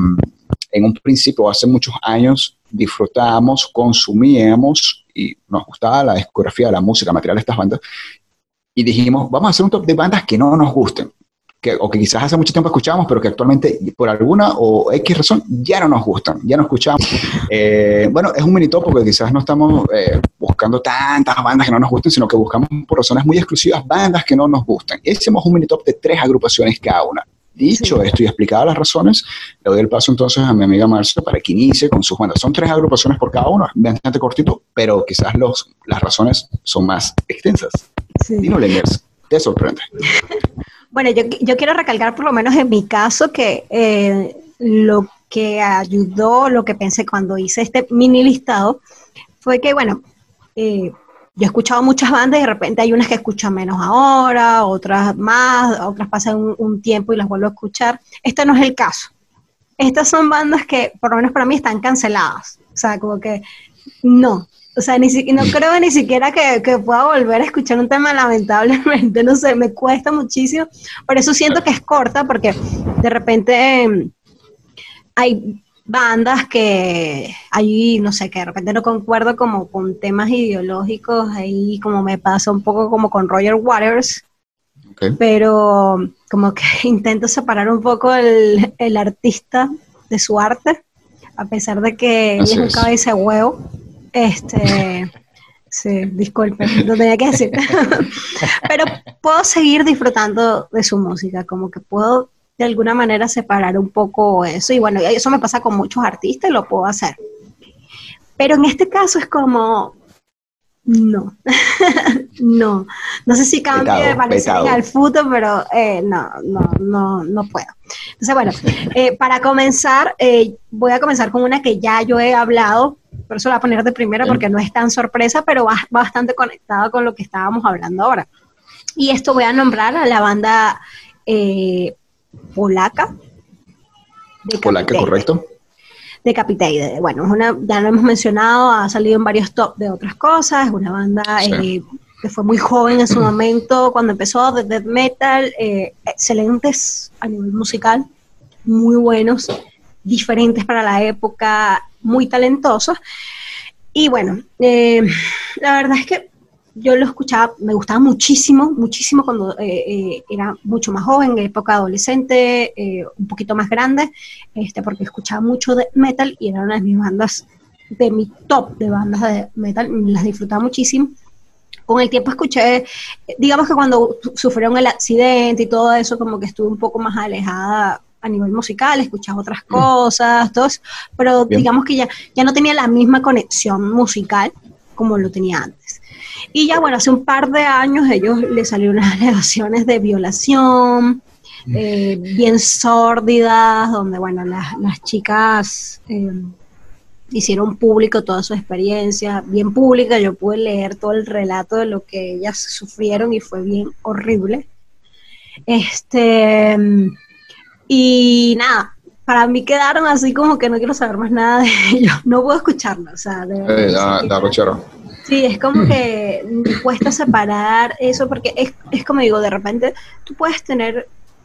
en un principio, hace muchos años, disfrutábamos, consumíamos y nos gustaba la discografía, la música, material de estas bandas y dijimos, vamos a hacer un top de bandas que no nos gusten. Que, o que quizás hace mucho tiempo escuchábamos, pero que actualmente por alguna o X razón ya no nos gustan, ya no escuchamos. Eh, bueno, es un mini top porque quizás no estamos eh, buscando tantas bandas que no nos gusten, sino que buscamos por razones muy exclusivas bandas que no nos gustan. Y hicimos un mini top de tres agrupaciones cada una. Dicho sí. esto y explicadas las razones, le doy el paso entonces a mi amiga Marcia para que inicie con sus bandas. Son tres agrupaciones por cada una, bastante cortito, pero quizás los, las razones son más extensas. Sí. Dino Lengers, te sorprende. Bueno, yo, yo quiero recalcar por lo menos en mi caso que eh, lo que ayudó, lo que pensé cuando hice este mini listado, fue que, bueno, eh, yo he escuchado muchas bandas y de repente hay unas que escucho menos ahora, otras más, otras pasan un, un tiempo y las vuelvo a escuchar. Este no es el caso. Estas son bandas que, por lo menos para mí, están canceladas. O sea, como que no. O sea, ni si, no creo ni siquiera que, que pueda volver a escuchar un tema, lamentablemente. No sé, me cuesta muchísimo. Por eso siento que es corta, porque de repente eh, hay bandas que ahí, no sé, que de repente no concuerdo como con temas ideológicos, ahí como me pasa un poco como con Roger Waters, okay. Pero como que intento separar un poco el, el artista de su arte, a pesar de que Así él es un cabeza de huevo, este... Sí, disculpe, no tenía que decir. Pero puedo seguir disfrutando de su música, como que puedo de alguna manera separar un poco eso, y bueno, eso me pasa con muchos artistas y lo puedo hacer. Pero en este caso es como, no, no, no sé si cambie de parecer al fútbol, pero eh, no, no, no, no puedo. Entonces, bueno, eh, para comenzar, eh, voy a comenzar con una que ya yo he hablado, por eso la voy a poner de primera porque no es tan sorpresa, pero va bastante conectada con lo que estábamos hablando ahora. Y esto voy a nombrar a la banda eh, polaca. Polaca, correcto. Decapitated. Bueno, es una, ya lo hemos mencionado, ha salido en varios top de otras cosas, es una banda sí. eh, que fue muy joven en su momento, cuando empezó de death metal, eh, excelentes a nivel musical, muy buenos, diferentes para la época, muy talentosos. Y bueno, eh, la verdad es que yo lo escuchaba, me gustaba muchísimo, muchísimo cuando eh, eh, era mucho más joven, en época adolescente, eh, un poquito más grande, este, porque escuchaba mucho de metal y era una de mis bandas, de mi top de bandas de metal, las disfrutaba muchísimo. Con el tiempo escuché, digamos que cuando sufrieron el accidente y todo eso, como que estuve un poco más alejada a nivel musical, escuchaba otras cosas, todo eso, pero Bien. digamos que ya, ya no tenía la misma conexión musical como lo tenía antes. Y ya, bueno, hace un par de años ellos les salieron unas alegaciones de violación, eh, bien sórdidas, donde, bueno, las, las chicas eh, hicieron público toda su experiencia, bien pública. Yo pude leer todo el relato de lo que ellas sufrieron y fue bien horrible. Este, y nada, para mí quedaron así como que no quiero saber más nada de ellos, no puedo escucharlo, o sea, de verdad. Eh, da, da rochero. Sí, es como que me cuesta separar eso, porque es, es como digo, de repente tú puedes tener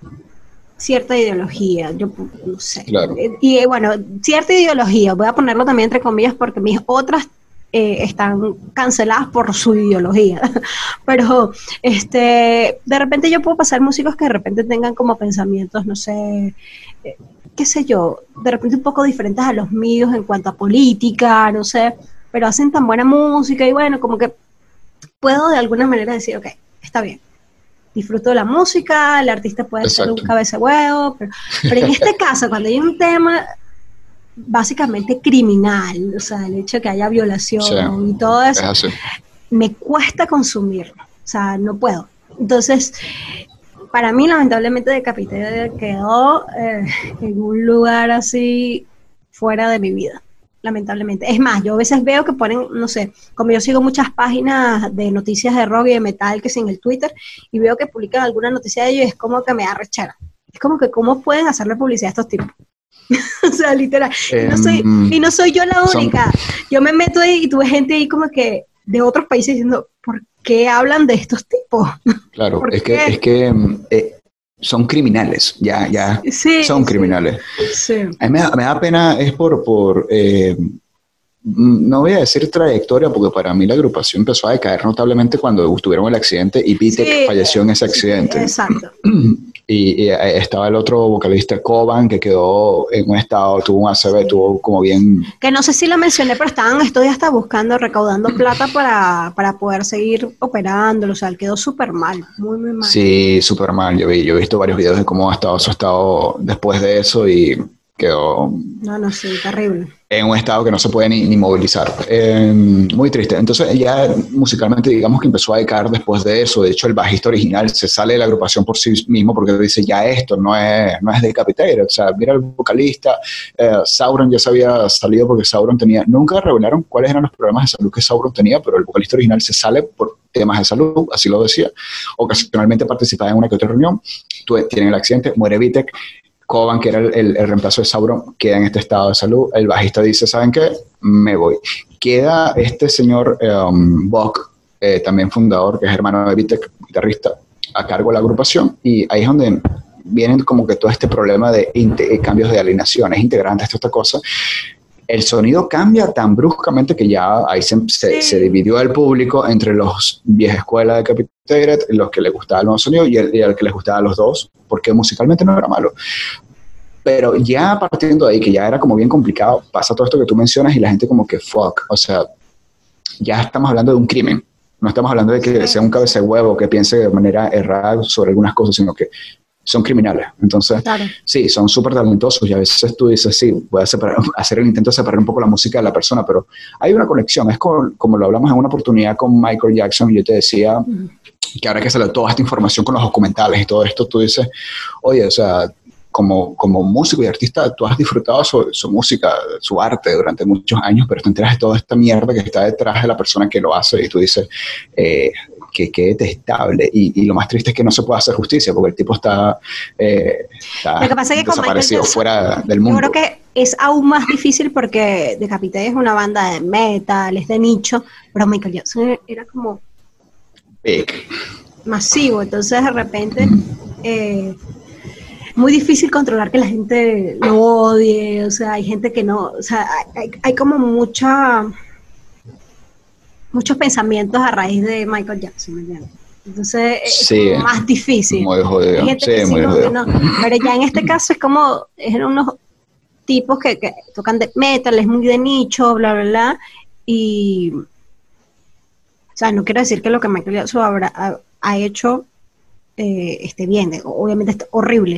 cierta ideología, yo no sé, claro. y, y bueno, cierta ideología, voy a ponerlo también entre comillas porque mis otras eh, están canceladas por su ideología, pero este, de repente yo puedo pasar músicos que de repente tengan como pensamientos, no sé, eh, qué sé yo, de repente un poco diferentes a los míos en cuanto a política, no sé, pero hacen tan buena música y bueno, como que puedo de alguna manera decir, ok, está bien, disfruto de la música, el artista puede Exacto. ser un cabeza de huevo, pero, pero en este caso, cuando hay un tema básicamente criminal, o sea, el hecho de que haya violación sí, y todo eso, me cuesta consumirlo, o sea, no puedo. Entonces, para mí, lamentablemente, Decapitated quedó eh, en un lugar así fuera de mi vida. Lamentablemente. Es más, yo a veces veo que ponen, no sé, como yo sigo muchas páginas de noticias de rock y de metal que es en el Twitter, y veo que publican alguna noticia de ellos y es como que me da rechera. Es como que cómo pueden hacerle publicidad a estos tipos. O sea, literal. Um, y, no soy, y no soy yo la única. Son... Yo me meto ahí y tuve gente ahí como que de otros países diciendo, ¿por qué hablan de estos tipos? Claro, es que, es que eh, son criminales, ya, ya sí, son criminales. Sí. A mí me da, me da pena, es por, por eh, no voy a decir trayectoria, porque para mí la agrupación empezó a decaer notablemente cuando tuvieron el accidente y Vitek sí, falleció en ese accidente. Sí, exacto. Y, y estaba el otro vocalista, Coban, que quedó en un estado, tuvo un A C V, sí. tuvo como bien... Que no sé si lo mencioné, pero estaban estos días hasta buscando, recaudando plata para, para poder seguir operándolo, o sea, él quedó súper mal, muy, muy mal. Sí, súper mal, yo, vi, yo he visto varios videos de cómo ha estado su estado después de eso y quedó No, no, sí, terrible. en un estado que no se puede ni, ni movilizar. Eh, muy triste. Entonces ya musicalmente digamos que empezó a decaer después de eso. De hecho, el bajista original se sale de la agrupación por sí mismo porque dice, ya esto no es, no es Decapitated. O sea, mira el vocalista, eh, Sauron ya se había salido porque Sauron tenía, nunca revelaron cuáles eran los problemas de salud que Sauron tenía, pero el vocalista original se sale por temas de salud, así lo decía. Ocasionalmente participaba en una que otra reunión, tienen el accidente, muere Vitek. Coban, que era el, el, el reemplazo de Sauron, queda en este estado de salud. El bajista dice, ¿saben qué? Me voy. Queda este señor um, Buck, eh, también fundador, que es hermano de Vitek, guitarrista, a cargo de la agrupación. Y ahí es donde vienen como que todo este problema de cambios de alineaciones, integrantes, toda esta cosa. El sonido cambia tan bruscamente que ya ahí se, se, se dividió el público entre los vieja escuela de Decapitated, los que les gustaba el nuevo sonido y el, y el que les gustaba los dos, porque musicalmente no era malo. Pero ya partiendo de ahí, que ya era como bien complicado, pasa todo esto que tú mencionas y la gente como que fuck, o sea, ya estamos hablando de un crimen. No estamos hablando de que sea un cabeza de huevo que piense de manera errada sobre algunas cosas, sino que son criminales. Entonces, claro. Sí, son súper talentosos y a veces tú dices, sí, voy a separar, hacer el intento de separar un poco la música de la persona, pero hay una conexión. Es como, como lo hablamos en una oportunidad con Michael Jackson, y yo te decía uh-huh. que ahora que sale toda esta información con los documentales y todo esto, tú dices, oye, o sea, como, como músico y artista, tú has disfrutado su, su música, su arte durante muchos años, pero te enteras de toda esta mierda que está detrás de la persona que lo hace y tú dices, eh, que, que detestable. Y, y lo más triste es que no se puede hacer justicia porque el tipo está, eh, está lo que pasa es que desaparecido Jackson, fuera del mundo. Yo creo que es aún más difícil porque Decapitated es una banda de metal, es de nicho, pero Michael Jackson era como Big. masivo, entonces de repente mm. eh, muy difícil controlar que la gente lo odie, o sea, hay gente que no, o sea, hay, hay como mucha muchos pensamientos a raíz de Michael Jackson, ¿me entiendes? Entonces sí, es más difícil. Muy jodido. Hay gente sí, que muy sí, jodido. no, pero ya en este caso es como, eran unos tipos que, que tocan de metal, es muy de nicho, bla, bla, bla, y, o sea, no quiero decir que lo que Michael Jackson habrá, ha, ha hecho eh, esté bien, obviamente está horrible,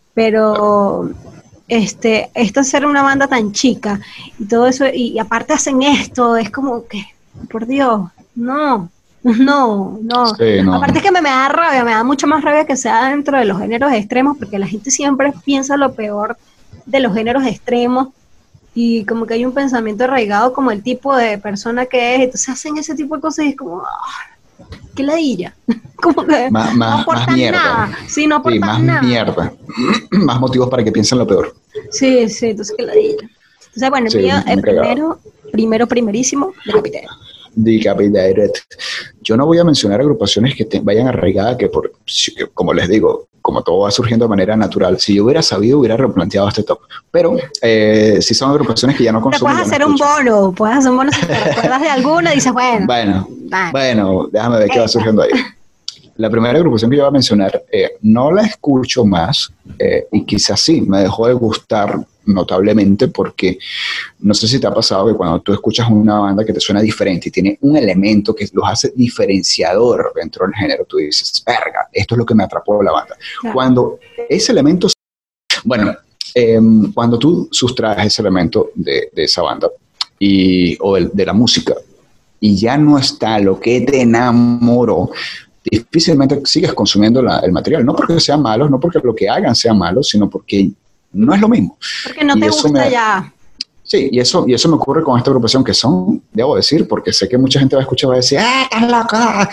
pero este, esto ser una banda tan chica y todo eso, y, y aparte hacen esto, es como que, por Dios, no, no, no. Sí, no. Aparte es que me, me da rabia, me da mucho más rabia que sea dentro de los géneros extremos, porque la gente siempre piensa lo peor de los géneros extremos, y como que hay un pensamiento arraigado como el tipo de persona que es, entonces hacen ese tipo de cosas y es como, oh, qué ladilla, como que más, no más, aportan más mierda. nada, sí, no aportan sí, más nada. mierda, más motivos para que piensen lo peor. Sí, sí, entonces qué ladilla. Entonces, bueno, el sí, mío, el primero, primero, primerísimo, Decapitated. Decapitated. Yo no voy a mencionar agrupaciones que te vayan arraigadas, que por, como les digo, como todo va surgiendo de manera natural, si yo hubiera sabido, hubiera replanteado este top. Pero eh, si son agrupaciones que ya no consumo. Puedes hacer no un bono, puedes hacer un bono si te recuerdas de alguna y dices, bueno. Bueno, vale. bueno, déjame ver qué va surgiendo ahí. La primera agrupación que yo voy a mencionar, eh, no la escucho más, eh, y quizás sí, me dejó de gustar notablemente porque no sé si te ha pasado que cuando tú escuchas una banda que te suena diferente y tiene un elemento que los hace diferenciador dentro del género, tú dices, verga, esto es lo que me atrapó de la banda. Claro. Cuando ese elemento, bueno, eh, cuando tú sustraes ese elemento de, de esa banda y, o de, de la música y ya no está lo que te enamoró, difícilmente sigues consumiendo la, el material, no porque sean malos, no porque lo que hagan sea malo, sino porque no es lo mismo. Porque no y te gusta me, ya. Sí, y eso, y eso me ocurre con esta agrupación que son, debo decir, porque sé que mucha gente va a escuchar y va a decir, ¡ah, estás loca!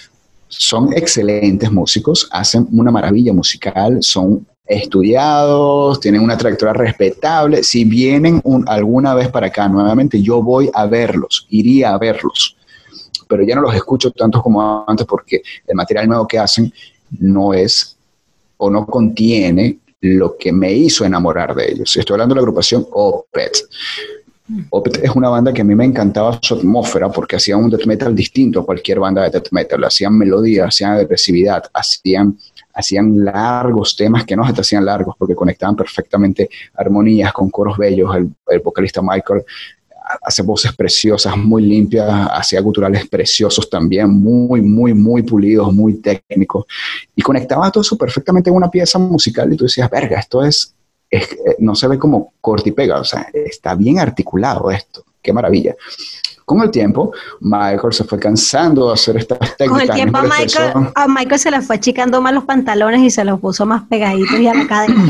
Son excelentes músicos, hacen una maravilla musical, son estudiados, tienen una trayectoria respetable. Si vienen un, alguna vez para acá nuevamente, yo voy a verlos, iría a verlos. Pero ya no los escucho tanto como antes porque el material nuevo que hacen no es o no contiene lo que me hizo enamorar de ellos. Estoy hablando de la agrupación Opeth. Opeth es una banda que a mí me encantaba su atmósfera porque hacían un death metal distinto a cualquier banda de death metal. Hacían melodía, hacían agresividad, hacían, hacían largos temas que no se te hacían largos porque conectaban perfectamente armonías con coros bellos. El, el vocalista Michael hace voces preciosas, muy limpias, hacía guturales preciosos también, muy, muy, muy pulidos, muy técnicos, y conectaba todo eso perfectamente en una pieza musical, y tú decías, verga, esto es, es, eh, no se ve como corta y pega, o sea, está bien articulado esto, qué maravilla. Con el tiempo, Michael se fue cansando de hacer estas técnicas. Con el tiempo a Michael, a Michael se le fue achicando más los pantalones y se los puso más pegaditos y a la cadera.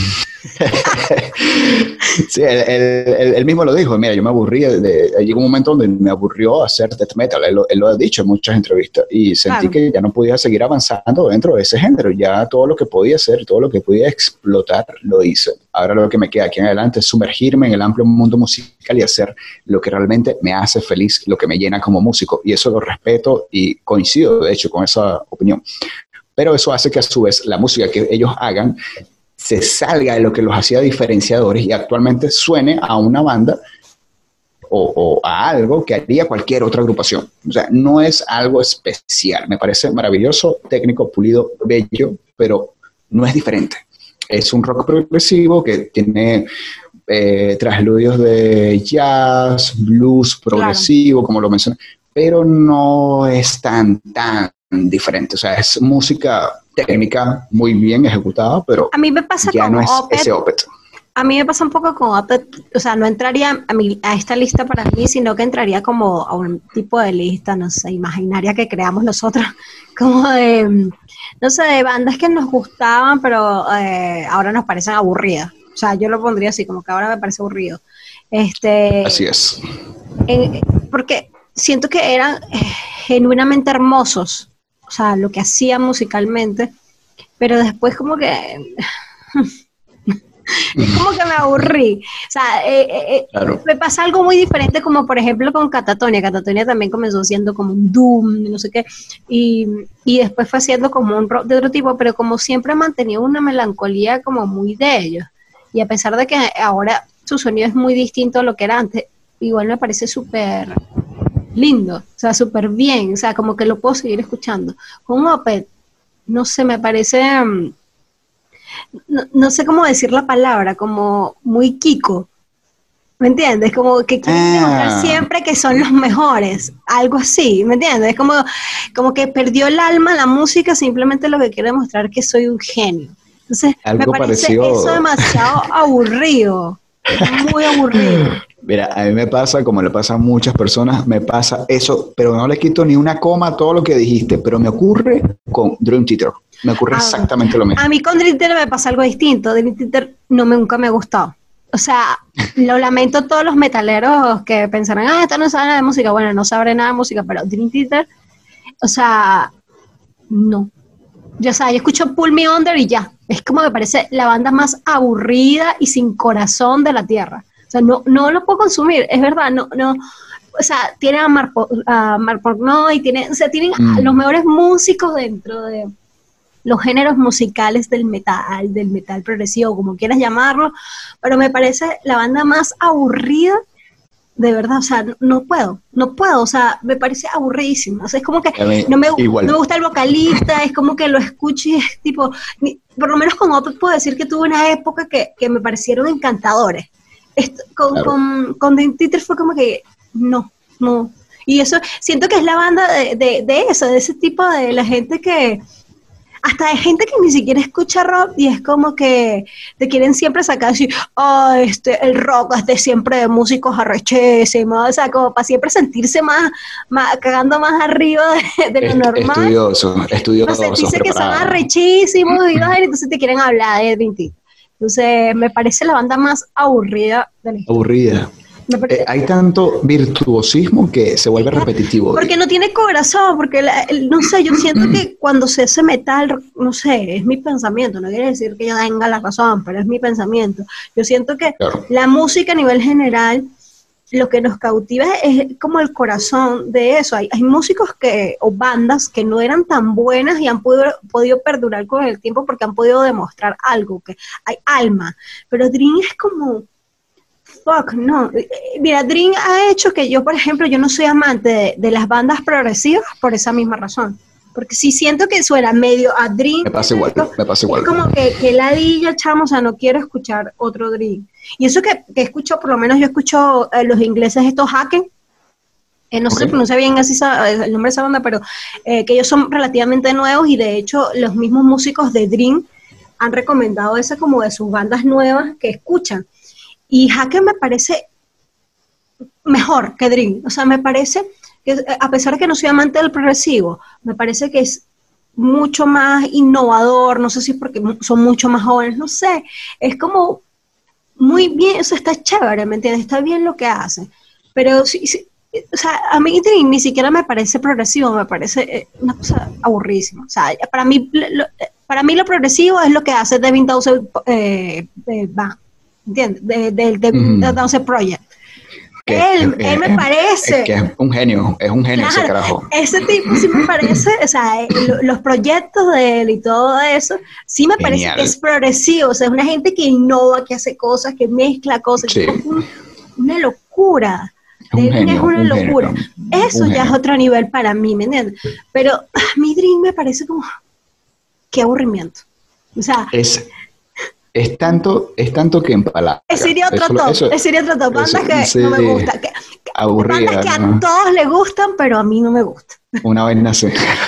Sí, él, él, él mismo lo dijo, mira, yo me aburrí, de, de, llegó un momento donde me aburrió hacer death metal, él, él lo ha dicho en muchas entrevistas, y sentí claro. que ya no podía seguir avanzando dentro de ese género, ya todo lo que podía hacer, todo lo que podía explotar, lo hice. Ahora lo que me queda aquí en adelante es sumergirme en el amplio mundo musical y hacer lo que realmente me hace feliz, lo que me llena como músico, y eso lo respeto y coincido, de hecho, con esa opinión. Pero eso hace que a su vez la música que ellos hagan se salga de lo que los hacía diferenciadores y actualmente suene a una banda o, o a algo que haría cualquier otra agrupación. O sea, no es algo especial. Me parece maravilloso, técnico, pulido, bello, pero no es diferente. Es un rock progresivo que tiene eh, trasludios de jazz, blues progresivo, claro. como lo mencioné, pero no es tan, tan diferente. O sea, es música técnica muy bien ejecutada, pero a mí me pasa ya con no es Opeth, ese Opeth. A mí me pasa un poco con Opeth, o sea, no entraría a, mi, a esta lista para mí, sino que entraría como a un tipo de lista, no sé, imaginaria que creamos nosotros, como de, no sé, de bandas que nos gustaban, pero eh, ahora nos parecen aburridas. O sea, yo lo pondría así, como que ahora me parece aburrido. Este, así es. En, porque siento que eran eh, genuinamente hermosos, o sea, lo que hacía musicalmente, pero después como que es como que me aburrí. O sea, eh, eh, claro. me pasa algo muy diferente como por ejemplo con Catatonia. Catatonia también comenzó siendo como un doom, no sé qué, y, y después fue siendo como un rock de otro tipo, pero como siempre ha mantenido una melancolía como muy de ellos. Y a pesar de que ahora su sonido es muy distinto a lo que era antes, igual me parece súper lindo, o sea, súper bien, o sea, como que lo puedo seguir escuchando. Con Opeth, no sé, me parece, um, no, no sé cómo decir la palabra, como muy Kiko, ¿me entiendes? Como que quieren ah. demostrar siempre que son los mejores, algo así, ¿me entiendes? Es como, como que perdió el alma la música, simplemente lo que quiere demostrar que soy un genio. Entonces, algo me parece pareció... eso demasiado aburrido, muy aburrido. Mira, a mí me pasa, como le pasa a muchas personas, me pasa eso, pero no le quito ni una coma a todo lo que dijiste, pero me ocurre con Dream Theater, me ocurre ah, exactamente lo mismo. A mí con Dream Theater me pasa algo distinto, Dream Theater no me, nunca me ha gustado. O sea, lo lamento a todos los metaleros que pensarán, ah, esta no sabe nada de música, bueno, no sabré nada de música, pero Dream Theater, o sea, no. Yo, o sea, yo escucho Pull Me Under y ya, es como me parece la banda más aburrida y sin corazón de la tierra. O sea, no, no lo puedo consumir, es verdad, no, no, o sea, tiene a Mark, a Mark Portnoy, tiene, o sea, tienen mm. a los mejores músicos dentro de los géneros musicales del metal, del metal progresivo, como quieras llamarlo, pero me parece la banda más aburrida, de verdad, o sea, no, no puedo, no puedo, o sea, me parece aburridísimo, o sea, es como que mí, no, me, no me gusta el vocalista, es como que lo escucho y es tipo, ni, por lo menos con Opeth puedo decir que tuve una época que, que me parecieron encantadores. Esto, con, claro. con, con Dream Theater fue como que no, no, y eso, siento que es la banda de, de, de eso, de ese tipo de la gente que, hasta de gente que ni siquiera escucha rock y es como que te quieren siempre sacar así, oh, este, el rock es de siempre de músicos arrechísimos, o sea, como para siempre sentirse más, más cagando más arriba de, de lo normal. Estudioso, estudioso. Entonces dice que son arrechísimos y entonces te quieren hablar de Dream Theater. Entonces, me parece la banda más aburrida de la historia. Aburrida. Eh, hay tanto virtuosismo que se vuelve repetitivo. Porque no tiene corazón, porque, la, el, no sé, yo siento que cuando se hace metal, no sé, es mi pensamiento, no quiere decir que yo tenga la razón, pero es mi pensamiento. Yo siento que claro. la música a nivel general, lo que nos cautiva es como el corazón de eso. Hay, hay músicos que o bandas que no eran tan buenas y han podido, podido perdurar con el tiempo porque han podido demostrar algo, que hay alma. Pero Dream es como, fuck, no. Mira, Dream ha hecho que yo, por ejemplo, yo no soy amante de, de las bandas progresivas por esa misma razón. Porque si siento que suena medio a Dream. Me pasa igual, me pasa igual. Es como que, que ladilla, chamo, o sea, no quiero escuchar otro Dream. Y eso que, que escucho, por lo menos yo escucho eh, los ingleses estos Haken, eh, no okay. sé si pronuncia bien así el nombre de esa banda, pero eh, que ellos son relativamente nuevos y de hecho los mismos músicos de Dream han recomendado esa como de sus bandas nuevas que escuchan. Y Hacker me parece mejor que Dream. O sea, me parece que, a pesar de que no soy amante del progresivo, me parece que es mucho más innovador, no sé si es porque son mucho más jóvenes, no sé, es como muy bien, o sea, está chévere, ¿me entiendes? Está bien lo que hacen, pero sí, sí, o sea, a mí Dream ni siquiera me parece progresivo, me parece una cosa aburridísima. O sea, para mí, lo, para mí lo progresivo es lo que hace Devin Townsend eh, eh, Band, ¿entiendes? Del de, de, Mm. de Townsend Project. Que, él, eh, él me eh, parece. Es que es un genio, es un genio Claro, ese carajo. ese tipo sí me parece, o sea, lo, los proyectos de él y todo eso, sí me Genial. parece que es progresivo, o sea, es una gente que innova, que hace cosas, que mezcla cosas, Sí. es un, una locura. Es un Devin genio, es una un locura. genio, Eso un ya genio. es otro nivel para mí, ¿me entiendes? Pero a mi Dream me parece como, qué aburrimiento. O sea, Es, es, tanto, es tanto que empalaga. ese sería otro Eso, top, eso, ese sería otro top. Bandas eso, que sí, no me gustan, que, que, aburrida, bandas que a ¿no? todos les gustan, pero a mí no me gustan. Una vaina así.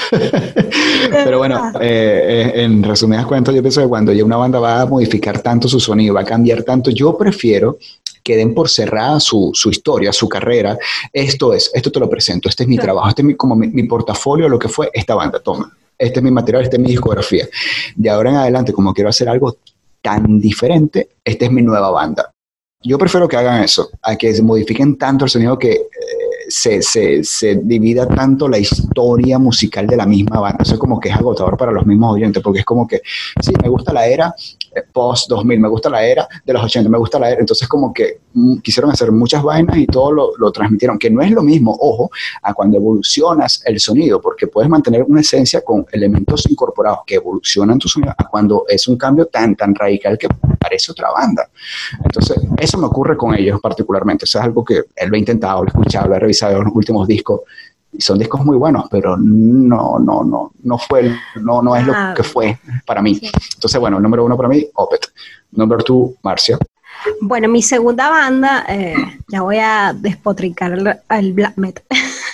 Pero bueno, eh, eh, en resumidas cuentas, yo pienso que cuando ya una banda va a modificar tanto su sonido, va a cambiar tanto, yo prefiero que den por cerrada su, su historia, su carrera. Esto es, esto te lo presento, este es mi Claro. trabajo, este es mi, como mi, mi portafolio, lo que fue esta banda, toma. Este es mi material, esta es mi discografía. De ahora en adelante, como quiero hacer algo tan diferente, esta es mi nueva banda. Yo prefiero que hagan eso, a que se modifiquen tanto el sonido que eh, se, se, se divida tanto la historia musical de la misma banda. Eso es como que es agotador para los mismos oyentes, porque es como que, sí, me gusta la era eh, post dos mil, me gusta la era de los ochenta, me gusta la era. Entonces como que mm, quisieron hacer muchas vainas y todo lo, lo transmitieron, que no es lo mismo, ojo, a cuando evolucionas el sonido, porque puedes mantener una esencia con elementos incorporados que evolucionan tu sonido, a cuando es un cambio tan, tan radical que parece otra banda. Entonces, eso me ocurre con ellos particularmente. Eso es algo que él lo ha intentado, lo he escuchado, lo he revisado en los últimos discos. Y son discos muy buenos, pero no, no, no, no fue, no, no es lo Ah, que fue para mí. sí. Entonces, bueno, el número uno para mí, Opeth. Number two, Marcia. Bueno, mi segunda banda, eh, ya voy a despotricar el, el black metal.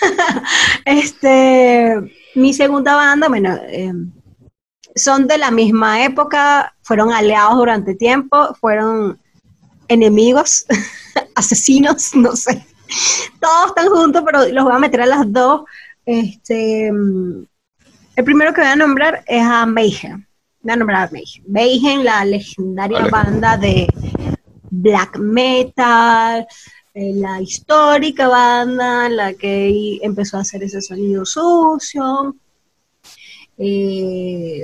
este, mi segunda banda, bueno, eh, son de la misma época, fueron aliados durante tiempo, fueron enemigos, asesinos, no sé. Todos están juntos, pero los voy a meter a las dos. Este, el primero que voy a nombrar es a Mayhem. Voy a nombrar a Mayhem. Mayhem, la legendaria Vale. banda de black metal, eh, la histórica banda, la que empezó a hacer ese sonido sucio. Eh,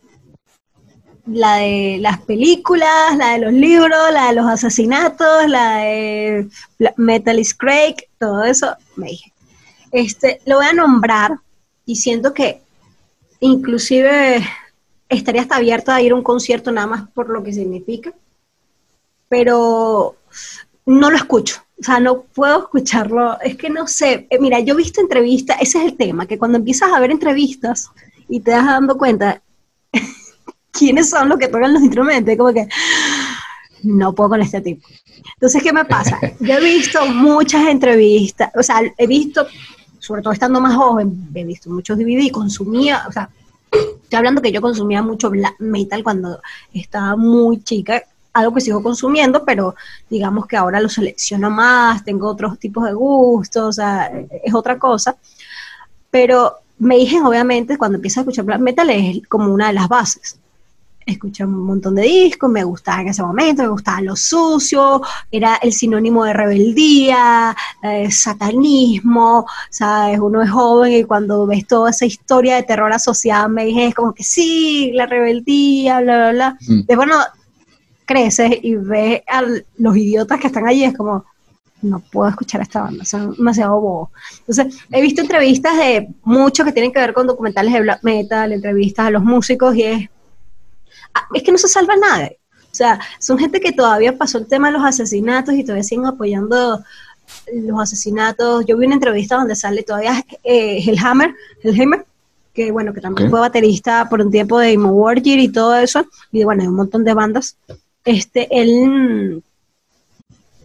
la de las películas, la de los libros, la de los asesinatos, la de Metal is Craig, todo eso, me dije. Este, lo voy a nombrar y siento que inclusive estaría hasta abierto a ir a un concierto nada más por lo que significa, pero no lo escucho, o sea, no puedo escucharlo, es que no sé, mira, yo he visto entrevistas, ese es el tema, que cuando empiezas a ver entrevistas y te das dando cuenta quiénes son los que tocan los instrumentos, como que no puedo con este tipo. Entonces, ¿qué me pasa? Yo he visto muchas entrevistas, o sea, he visto, sobre todo estando más joven, he visto muchos D V D, consumía, o sea, estoy hablando que yo consumía mucho black metal cuando estaba muy chica, algo que sigo consumiendo, pero digamos que ahora lo selecciono más, tengo otros tipos de gustos, o sea, es otra cosa. Pero me dije, obviamente, cuando empiezo a escuchar black metal es como una de las bases. Escuché un montón de discos, me gustaba en ese momento, me gustaba lo sucio, era el sinónimo de rebeldía, eh, satanismo, ¿sabes? Uno es joven y cuando ves toda esa historia de terror asociada, me dije, es como que sí, la rebeldía, bla, bla, bla. Mm. Después, bueno, creces y ves a los idiotas que están allí, es como, no puedo escuchar a esta banda, son demasiado bobos. Entonces, he visto entrevistas de muchos que tienen que ver con documentales de black metal, entrevistas a los músicos y es es que no se salva nadie. O sea, son gente que todavía pasó el tema de los asesinatos y todavía siguen apoyando los asesinatos. Yo vi una entrevista donde sale todavía eh, Hellhammer, Hellhammer, que bueno, que también Okay. fue baterista por un tiempo de Imo Warrior y todo eso, y bueno, hay un montón de bandas. Este, él,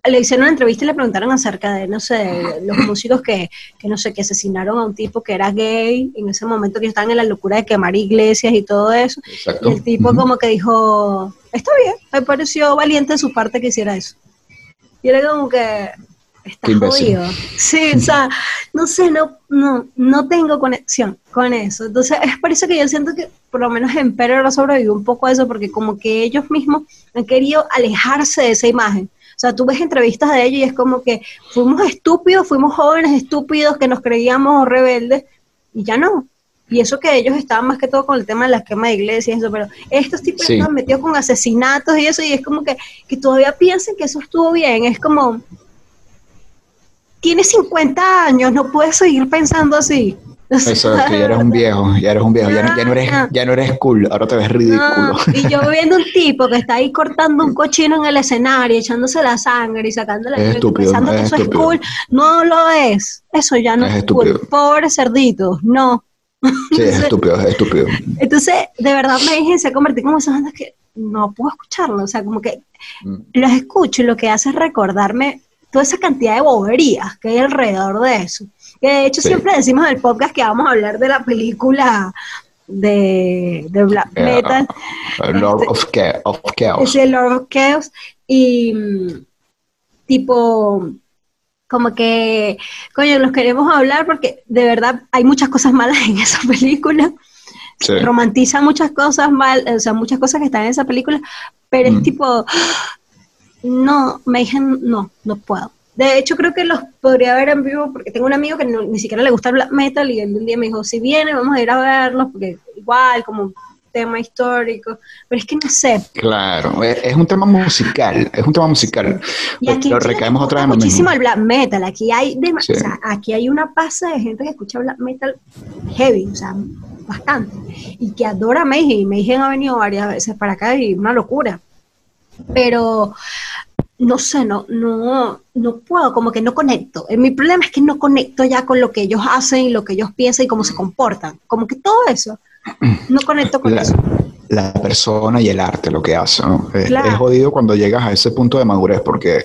le hicieron una entrevista y le preguntaron acerca de, no sé, los músicos que, que, no sé, que asesinaron a un tipo que era gay, en ese momento que estaban en la locura de quemar iglesias y todo eso. Exacto. Y el tipo uh-huh. como que dijo, está bien, me pareció valiente de su parte que hiciera eso. Y era como que, está jodido. Sí, o sea, no sé, no, no, no tengo conexión con eso. Entonces, es por eso que yo siento que, por lo menos Emperor sobrevivió un poco a eso, porque como que ellos mismos han querido alejarse de esa imagen. O sea, tú ves entrevistas de ellos y es como que fuimos estúpidos, fuimos jóvenes estúpidos que nos creíamos rebeldes, y ya no. Y eso que ellos estaban más que todo con el tema de la quema de iglesias y eso, pero estos tipos sí. están metidos con asesinatos y eso, y es como que, que todavía piensan que eso estuvo bien. Es como, tienes cincuenta años, no puedes seguir pensando así. Eso, que ya eres un viejo, ya eres un viejo, ya no, ya no eres, ya no eres cool, ahora te ves ridículo. No, y yo viendo un tipo que está ahí cortando un cochino en el escenario, echándose la sangre y sacando la sangre, pensando que eso estúpido. Es cool, no lo es, eso ya no es, es cool, pobres cerditos, no. Sí, entonces, es estúpido, es estúpido. Entonces, de verdad me dije, se convertí como esas bandas que no puedo escucharlo, o sea, como que mm. los escucho y lo que hace es recordarme toda esa cantidad de boberías que hay alrededor de eso. Que de hecho sí. siempre decimos en el podcast que vamos a hablar de la película de, de Black yeah. Metal. Uh, Lord este, of, Cha- of Chaos. Es el Lord of Chaos. Y mm, tipo, como que, coño, los queremos hablar porque de verdad hay muchas cosas malas en esa película. Sí. Romantiza muchas cosas mal, o sea, muchas cosas que están en esa película, pero mm. es tipo, no, me dijeron, no, no puedo. De hecho, creo que los podría ver en vivo porque tengo un amigo que no, ni siquiera le gusta el black metal y él un día me dijo, si viene, vamos a ir a verlos porque igual, como tema histórico, pero es que no sé. Claro, es, es un tema musical, es un tema musical. Y aquí lo recaemos otra vez muchísimo el black metal, aquí hay, de, sí. o sea, aquí hay una pasa de gente que escucha black metal heavy, o sea, bastante, y que adora Mayhem. Mayhem ha venido varias veces para acá y una locura, pero no sé, no, no, no puedo, como que no conecto. Mi problema es que no conecto ya con lo que ellos hacen y lo que ellos piensan y cómo se comportan. Como que todo eso, no conecto con la, eso. La persona y el arte, lo que hace, ¿no? Claro. Es, es jodido cuando llegas a ese punto de madurez porque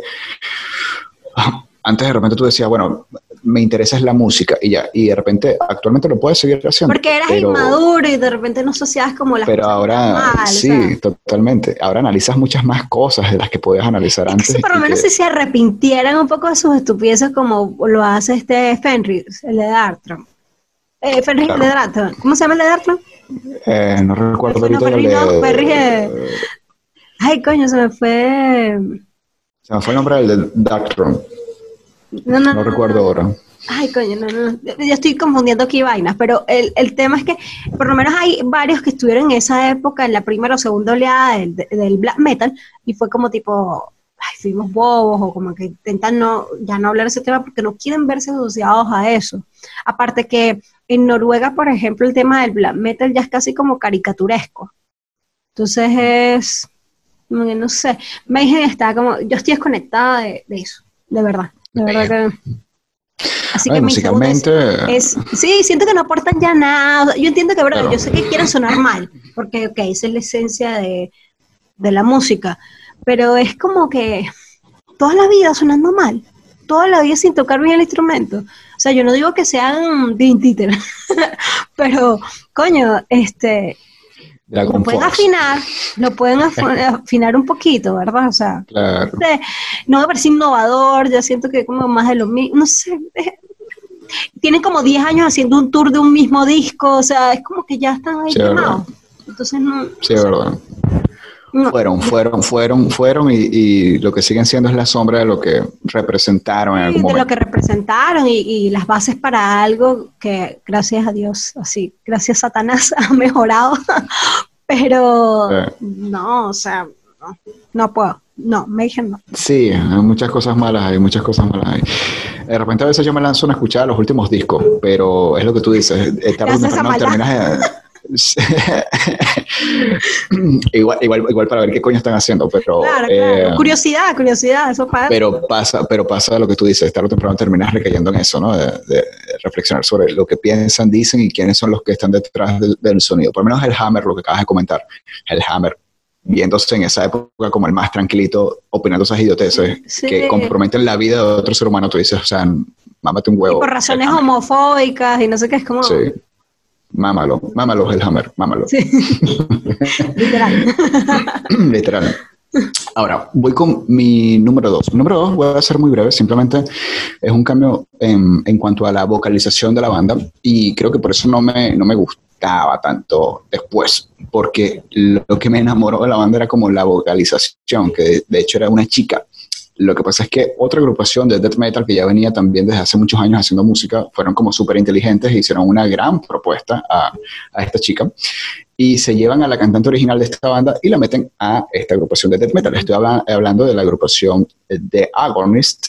antes de repente tú decías, bueno, me interesa es la música y ya, y de repente actualmente lo puedes seguir haciendo. Porque eras pero, inmaduro y de repente no asociabas como las pero cosas ahora, mal, sí, o sea. Totalmente. Ahora analizas muchas más cosas de las que podías analizar es antes. Que si por lo menos que, si se arrepintieran un poco de sus estupideces como lo hace este Fenris, el de Darkthrone. Eh, Fenris, claro. El de Darkthrone. ¿Cómo se llama el de Darkthrone? Eh, no recuerdo no, ahorita. Fenris, el no, de, Fenris eh... Ay, coño, se me fue... Se me fue el nombre del de Darkthrone. No, no, no recuerdo no, ahora. Ay, coño, no, no, yo estoy confundiendo aquí vainas, pero el, el tema es que por lo menos hay varios que estuvieron en esa época, en la primera o segunda oleada del, del black metal, y fue como tipo, ay, fuimos bobos, o como que intentan no, ya no hablar de ese tema porque no quieren verse asociados a eso. Aparte que en Noruega, por ejemplo, el tema del black metal ya es casi como caricaturesco. Entonces es, no sé, Mayhem está como, yo estoy desconectada de, de eso, de verdad. De verdad que... Así Ay, que musicalmente... es, es... Sí, siento que no aportan ya nada. Yo entiendo que, verdad, claro. Yo sé que quieren sonar mal, porque, ok, esa es la esencia de, de la música, pero es como que toda la vida sonando mal, toda la vida sin tocar bien el instrumento. O sea, yo no digo que sean Dream Theater, pero, coño, este... lo pueden afinar, lo pueden afinar un poquito, ¿verdad? O sea, claro. este, no me parece innovador, ya siento que como más de lo mismo, no sé, eh, tienen como diez años haciendo un tour de un mismo disco, o sea, es como que ya están ahí sí, quemados. Entonces no. Sí, es verdad. No. Fueron, fueron, fueron, fueron y, y lo que siguen siendo es la sombra de lo que representaron en algún sí, momento. De lo que representaron y, y las bases para algo que, gracias a Dios, así, gracias a Satanás ha mejorado, pero sí. no, o sea, no, no puedo, no, me dije no. Sí, hay muchas cosas malas, hay muchas cosas malas ahí. De repente a veces yo me lanzo a escuchar los últimos discos, pero es lo que tú dices, tarde o temprano terminas... igual, igual, igual para ver qué coño están haciendo, pero claro, eh, claro. curiosidad, curiosidad, eso pasa. Pero pasa, pero pasa lo que tú dices, tarde o temprano terminas recayendo en eso, ¿no? De, de reflexionar sobre lo que piensan, dicen y quiénes son los que están detrás del, del sonido. Por lo menos el Hammer, lo que acabas de comentar, el Hammer viéndose en esa época como el más tranquilito, opinando esas idioteces Sí. que comprometen la vida de otro ser humano, tú dices, o sea, mámate un Y huevo. por razones El Hammer. homofóbicas y no sé qué, es como... Sí, mámalo, mámalo el Hammer, mámalo. Sí. Literal. Literal. Ahora, voy con mi número dos. Mi número dos, voy a ser muy breve, simplemente es un cambio en, en cuanto a la vocalización de la banda y creo que por eso no me, no me gustaba tanto después, porque lo que me enamoró de la banda era como la vocalización, que de, de hecho era una chica. Lo que pasa es que otra agrupación de death metal que ya venía también desde hace muchos años haciendo música, fueron como súper inteligentes e hicieron una gran propuesta a, a esta chica y se llevan a la cantante original de esta banda y la meten a esta agrupación de death metal. Estoy habla- hablando de la agrupación The Agonist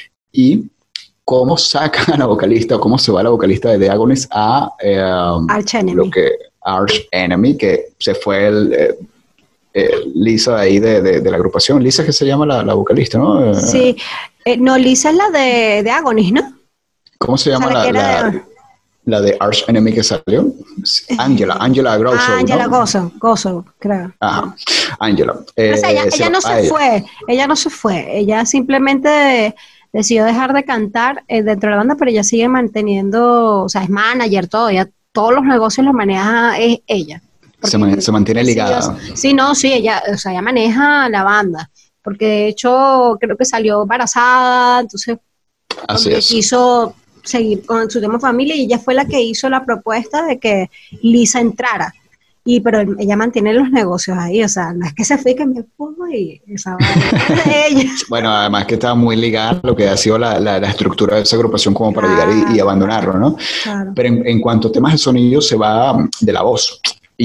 y cómo sacan a la vocalista o cómo se va la vocalista de The Agonist a eh, Arch Enemy. lo que Arch Enemy, que se fue el... Eh, Eh, Lisa ahí de, de, de la agrupación. Lisa es que se llama la, la vocalista, ¿no? Eh, Sí. Eh, no, Lisa es la de, de Agonis, ¿no? ¿Cómo se O sea, llama la la, que era la, de- la de Arch Enemy que salió? Angela, Angela Grosso, Ah, Angela ¿no? Gozo, Gozo, creo. Ajá, Angela. O sea, ella, Eh, ella va no a se ella. fue, ella no se fue, ella simplemente decidió dejar de cantar eh, dentro de la banda, pero ella sigue manteniendo, o sea, es manager, todo, ella, todos los negocios los maneja es ella. Se, Porque man- se mantiene decidió- ligada. Sí, no, sí, ella, o sea, ella maneja la banda, porque de hecho creo que salió embarazada, entonces Así como que es. quiso seguir con su tema familia y ella fue la que hizo la propuesta de que Lisa entrara. Y pero ella mantiene los negocios ahí, o sea, no es que se fue y que me pongo y esa vaina es de ella. Bueno, además que estaba muy ligada a lo que ha sido la, la, la estructura de esa agrupación como para llegar y, y Claro. abandonarlo, ¿no? Claro. Pero en, en cuanto a temas de sonido, se va de la voz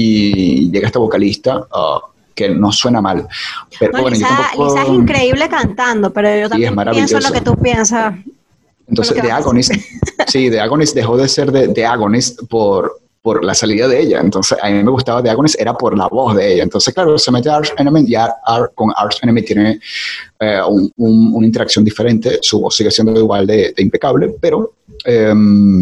y llega esta vocalista uh, que no suena mal. Pero No, bueno, yo Lisa, tampoco... Lisa es increíble cantando, pero yo también pienso maravillosa. lo que tú piensas. Entonces, Bueno, ¿qué The vas a Agonist, sí, The Agonist dejó de ser de The Agonist por, por la salida de ella. Entonces, a mí me gustaba The Agonist, era por la voz de ella. Entonces, claro, se mete a Arch Enemy y Ar- Ar- con Arch Enemy tiene eh, un- un- una interacción diferente. Su voz sigue siendo igual de, de impecable, pero eh,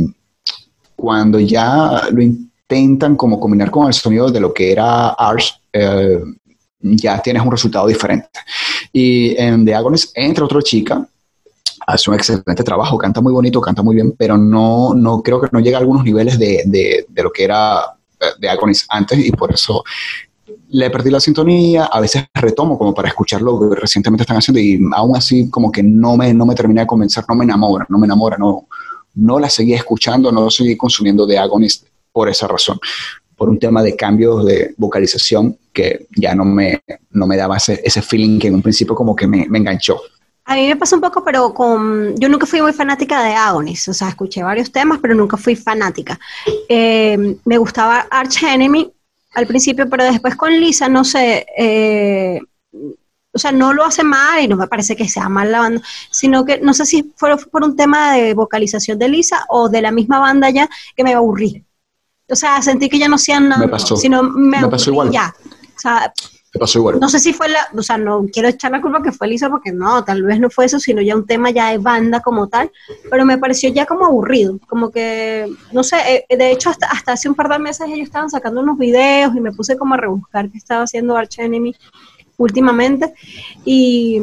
cuando ya lo intentan como combinar con el sonido de lo que era Arch, eh, ya tienes un resultado diferente. Y en The Agonist entra otra chica, hace un excelente trabajo, canta muy bonito, canta muy bien, pero no, no creo que no llega a algunos niveles de, de, de lo que era eh, The Agonist antes y por eso le perdí la sintonía. A veces retomo como para escuchar lo que recientemente están haciendo y aún así como que no me, no me termina de convencer, no me enamora, no me enamora, no, no la seguí escuchando, no seguí consumiendo The Agonist por esa razón, por un tema de cambios de vocalización que ya no me, no me daba ese, ese feeling que en un principio como que me, me enganchó. A mí me pasa un poco, pero con... Yo nunca fui muy fanática de Agonis, o sea, escuché varios temas, pero nunca fui fanática. Eh, me gustaba Arch Enemy al principio, pero después con Lisa, no sé, eh, o sea, no lo hace mal y no me parece que sea mal la banda, sino que no sé si fue por un tema de vocalización de Lisa o de la misma banda ya que me aburrí. O sea, sentí que ya no hacían nada, Me pasó. sino me, Me pasó aburrí igual. ya. O sea, Me pasó igual. no sé si fue la, o sea, no quiero echar la culpa que fue Lisa porque no, tal vez no fue eso, sino ya un tema ya de banda como tal, pero me pareció ya como aburrido, como que, no sé, eh, de hecho hasta, hasta hace un par de meses ellos estaban sacando unos videos y me puse como a rebuscar qué estaba haciendo Arch Enemy últimamente y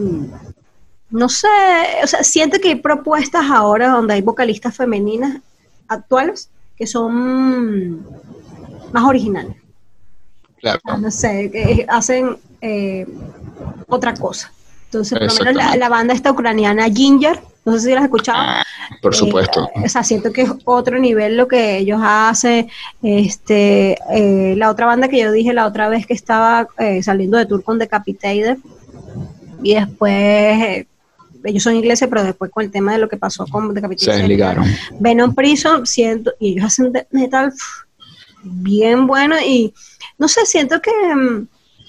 no sé, o sea, siento que hay propuestas ahora donde hay vocalistas femeninas actuales que son más originales. Claro. No sé, que hacen eh, otra cosa. Entonces, por lo menos la, Exactamente. la banda esta ucraniana Ginger, no sé si la has escuchado. Ah, por supuesto. Eh, o sea, siento que es otro nivel lo que ellos hacen. Este, eh, la otra banda que yo dije la otra vez que estaba eh, saliendo de tour con Decapitated, y después, eh, ellos son ingleses, pero después con el tema de lo que pasó con Decapitated, Se desligaron. Venom Prison, siento, y ellos hacen death metal pf, bien bueno, y no sé, siento que mm,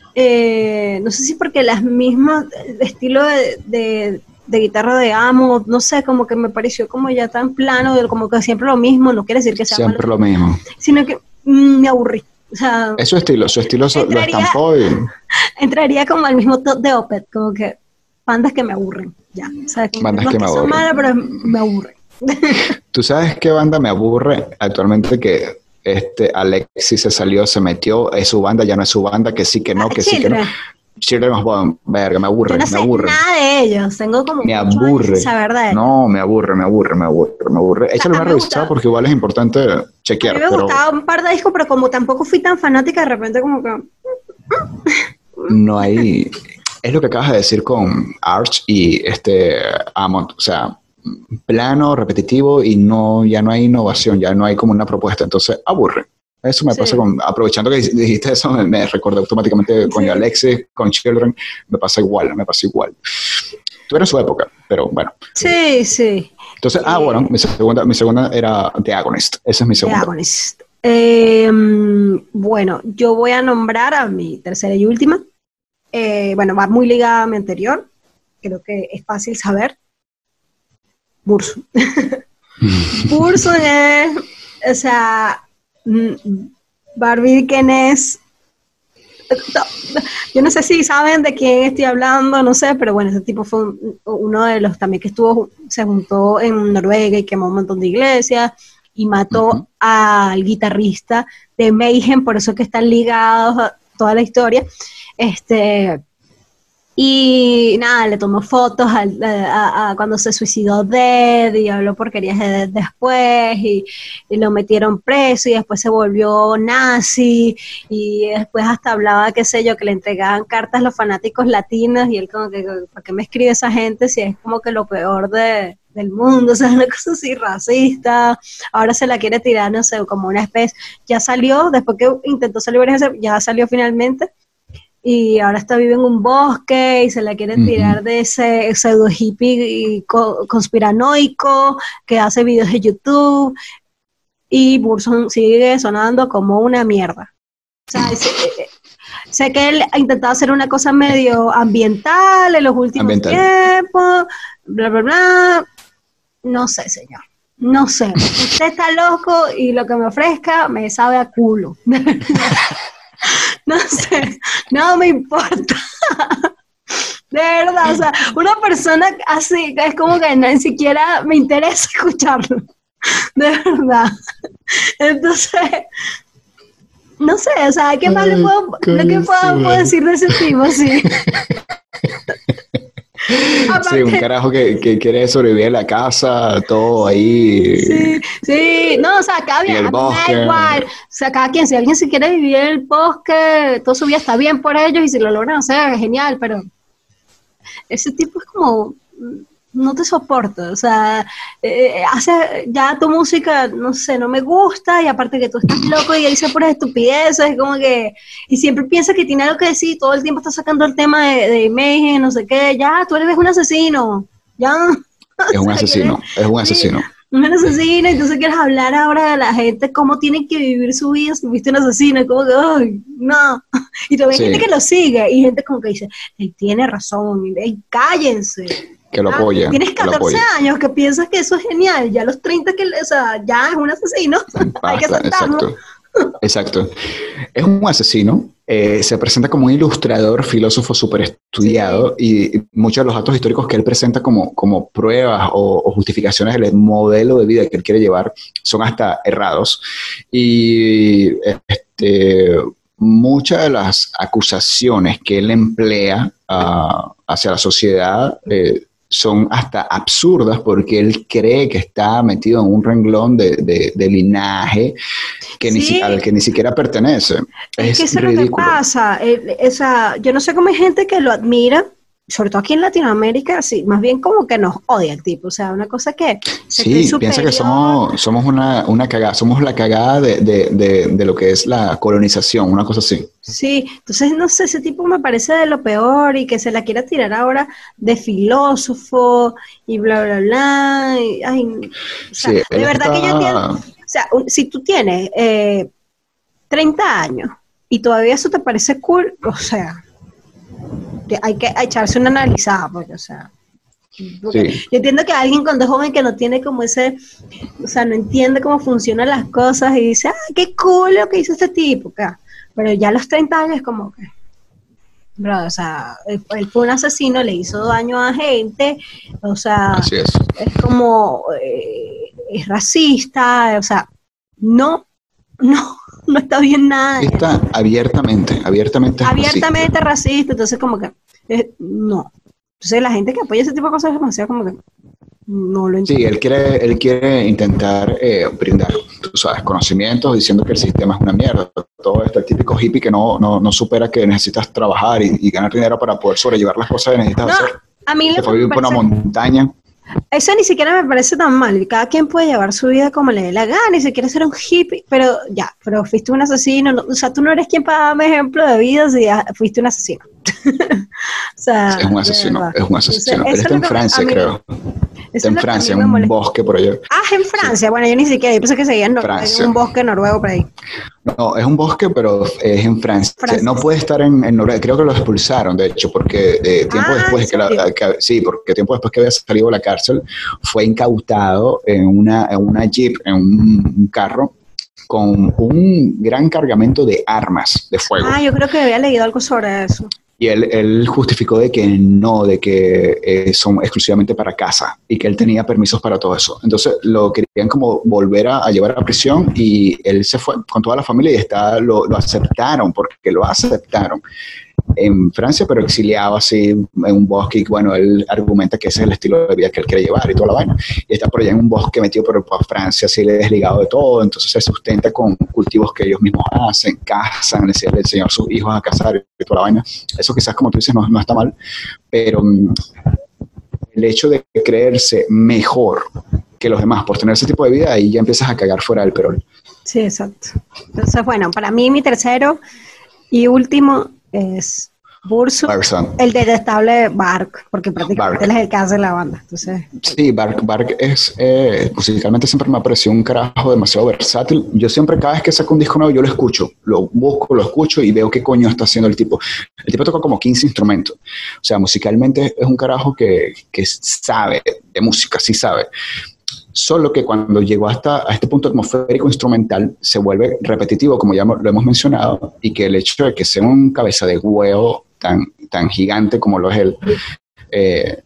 eh, no sé si porque las mismas estilo de, de, de guitarra de Amo, no sé, como que me pareció como ya tan plano, de- como que siempre lo mismo, no quiere decir que sea Siempre malo, lo mismo. sino que mm, me aburrí. O sea, Es su estilo, su estilo so- lo Entraría- estampó y entraría como al mismo top de Opeth, como que bandas que me aburren, ya. O sea, como Bandas no que es me son aburren. malas, pero me aburren. ¿tú sabes qué banda me aburre actualmente que este, Alexis se salió, se metió, es su banda, ya no es su banda, que sí, que no, Ah, que sí, que no. Children. Children of Bodom, verga, me aburre, Yo no me sé aburre. nada de ellos, tengo como Me muchos años aburre. sin saber de ellos. No, me aburre, me aburre, me aburre, me aburre. Échale a una mí me revisada gustaba- porque igual es importante A mí chequear, me pero gustaba un par de discos, pero como tampoco fui tan fanática, de repente como que... no hay... Es lo que acabas de decir con Arch y este Amont, o sea, plano, repetitivo y no, ya no hay innovación, ya no hay como una propuesta, entonces aburre. Eso me Sí. pasa con, aprovechando que dijiste eso, me, me recordé automáticamente con Sí. Alexis, con Children, me pasa igual, me pasa igual. Tú eres su época, pero bueno. Sí, sí. Entonces, ah, bueno, mi segunda, mi segunda era The Agonist, esa es mi The segunda. Agonist. Eh, bueno, yo voy a nombrar a mi tercera y última. Eh, bueno, va muy ligada a mi anterior. Creo que es fácil saber. Burson. Burson es, o sea, mm, Barbie quién es. Yo no sé si saben de quién estoy hablando, no sé, pero bueno, ese tipo fue un- uno de los también que estuvo, se juntó en Noruega y quemó un montón de iglesias y mató Ujú. al guitarrista de Mayhem, por eso es que están ligados a toda la historia. Este, y nada, le tomó fotos al- a, a cuando se suicidó Dead y habló porquerías de Dead después y, y lo metieron preso y después se volvió nazi y después hasta hablaba, qué sé yo, que le entregaban cartas a los fanáticos latinos y él como que, ¿por qué me escribe esa gente si es como que lo peor de, del mundo? O sea, una cosa así racista. Ahora se la quiere tirar, no sé, como una especie. Ya salió, después que intentó salir varias veces, ya salió finalmente. Y ahora está vive en un bosque y se la quiere Ujú. tirar de ese pseudo hippie y co- conspiranoico que hace videos de YouTube. Y Burson sigue sonando como una mierda. O sea, sé, sé que él ha intentado hacer una cosa medio ambiental en los últimos Ambiental. tiempos, bla, bla, bla. No sé, señor. No sé. Usted está loco y lo que me ofrezca me sabe a culo. No sé, no me importa. De verdad, o sea, una persona así es como que ni siquiera me interesa escucharlo. De verdad. Entonces, no sé, o sea, ¿qué más le puedo, lo que puedo, puedo decir de ese tipo? Sí. Sí, un carajo que, que quiere sobrevivir en la casa, todo ahí. Sí, sí, no, o sea, cada En bien, el a mí me bosque. da igual, o sea, cada quien, si alguien se quiere vivir en el bosque, toda su vida está bien por ellos y si lo logran hacer, es genial, pero ese tipo es como, no te soporto, o sea, eh, hace ya tu música, no sé, no me gusta y aparte que tú estás loco y dice puras estupideces, es como que, y siempre piensa que tiene algo que decir, todo el tiempo está sacando el tema de, de Mayhem, no sé qué, ya, tú eres un asesino, ya. Es un O sea, asesino, ¿quieres? es un Sí, asesino. un asesino, entonces quieres hablar ahora de la gente, cómo tienen que vivir su vida si fuiste un asesino, es como que, ay, no. Y también hay Sí. gente que lo sigue y gente como que dice, él tiene razón, ey, cállense. Que lo Ah, apoya. tienes que lo catorce apoya. años que piensas que eso es genial, ya a los treinta que, o sea, ya es un asesino, hay que Basta, aceptarlo. exacto. Exacto. Es un asesino, eh, se presenta como un ilustrador, filósofo súper estudiado y muchos de los datos históricos que él presenta como, como pruebas o, o justificaciones del modelo de vida que él quiere llevar son hasta errados. Y este, muchas de las acusaciones que él emplea uh, hacia la sociedad eh, son hasta absurdas porque él cree que está metido en un renglón de, de, de linaje que Sí. ni, al que ni siquiera pertenece. Es, Es que eso ridículo. es lo que pasa. Eh, o sea, yo no sé cómo hay gente que lo admira, sobre todo aquí en Latinoamérica, sí, más bien como que nos odia el tipo. O sea, una cosa que se cree Sí, piensa que superior. somos, somos una, una cagada, somos la cagada de, de, de, de lo que es la colonización, una cosa así. Sí, entonces no sé, ese tipo me parece de lo peor y que se la quiera tirar ahora de filósofo y bla, bla, bla. Y, ay, o sea, Sí, de él verdad que yo está- entiendo. O sea, un- si tú tienes eh, treinta años y todavía eso te parece cool, o sea, que hay que echarse una analizada, porque, o sea, porque Sí. yo entiendo que alguien cuando es joven que no tiene como ese, o sea, no entiende cómo funcionan las cosas y dice, ah, qué cool lo que hizo este tipo, acá. Pero ya a los treinta años como que, bro, o sea, él, él fue un asesino, le hizo daño a gente, o sea, Así es. es como, eh, es racista, o sea, no No, no está bien nada de eso. Está abiertamente, abiertamente es Abiertamente racista, entonces como que, eh, no. Entonces la gente que apoya ese tipo de cosas es demasiado como que no lo Sí, entiendo. él quiere, él quiere intentar eh, brindar, tú sabes, conocimientos diciendo que el sistema es una mierda. Todo este típico hippie que no, no, no supera que necesitas trabajar y, y ganar dinero para poder sobrellevar las cosas que necesitas No, hacer. a mí Se lo fue a que me vivir por una parece, montaña. eso ni siquiera me parece tan mal. Y cada quien puede llevar su vida como le dé la gana y si quiere ser un hippie, pero ya, pero fuiste un asesino. No, o sea, tú no eres quien para darme ejemplo de vida si ya fuiste un asesino. O sea, Es un de asesino, verdad. es un Entonces, asesino. Él eso es está lo en que a Francia, mí, creo. eso Está es en lo que a Francia, mí en me un molesta. bosque por allá. Ah, en Francia. Bueno, yo ni siquiera, yo pensé que seguía en, Nor- en Francia. un bosque noruego por ahí. No, es un bosque, pero es en Francia. Francia. No puede estar en, en Noruega. Creo que lo expulsaron, de hecho, porque eh, tiempo Ah, después ¿en que, la, serio? que- sí, porque tiempo después que había salido de la cárcel, fue incautado en una, en una jeep, en un, un carro, con un gran cargamento de armas de fuego. Ah, yo creo que había leído algo sobre eso. Y él, él justificó de que no, de que eh, son exclusivamente para caza y que él tenía permisos para todo eso. Entonces lo querían como volver a, a llevar a prisión y él se fue con toda la familia y está, lo, lo aceptaron, porque lo aceptaron en Francia, pero exiliado así en un bosque. Y bueno, él argumenta que ese es el estilo de vida que él quiere llevar y toda la vaina. Y está por allá en un bosque metido por, por Francia, así desligado de todo. Entonces se sustenta con cultivos que ellos mismos hacen, cazan, les le enseñan a sus hijos a cazar y toda la vaina. Eso quizás, como tú dices, no, no está mal, pero mm, el hecho de creerse mejor que los demás por tener ese tipo de vida, ahí ya empiezas a cagar fuera del perol. Sí, exacto. Entonces, bueno, para mí mi tercero y último es Burzum, Burzum. el detestable Bark, porque prácticamente Bark. él es el que hace la banda. Entonces, Sí, Bark, Bark es, eh, musicalmente siempre me ha parecido un carajo demasiado versátil. Yo siempre, cada vez que saco un disco nuevo, yo lo escucho, lo busco, lo escucho y veo qué coño está haciendo el tipo. El tipo toca como quince instrumentos. O sea, musicalmente es un carajo que, que sabe de música, sí sabe. Solo que cuando llegó hasta a este punto atmosférico instrumental se vuelve repetitivo, como ya lo hemos mencionado, y que el hecho de que sea un cabeza de huevo tan, tan gigante como lo es él, eh,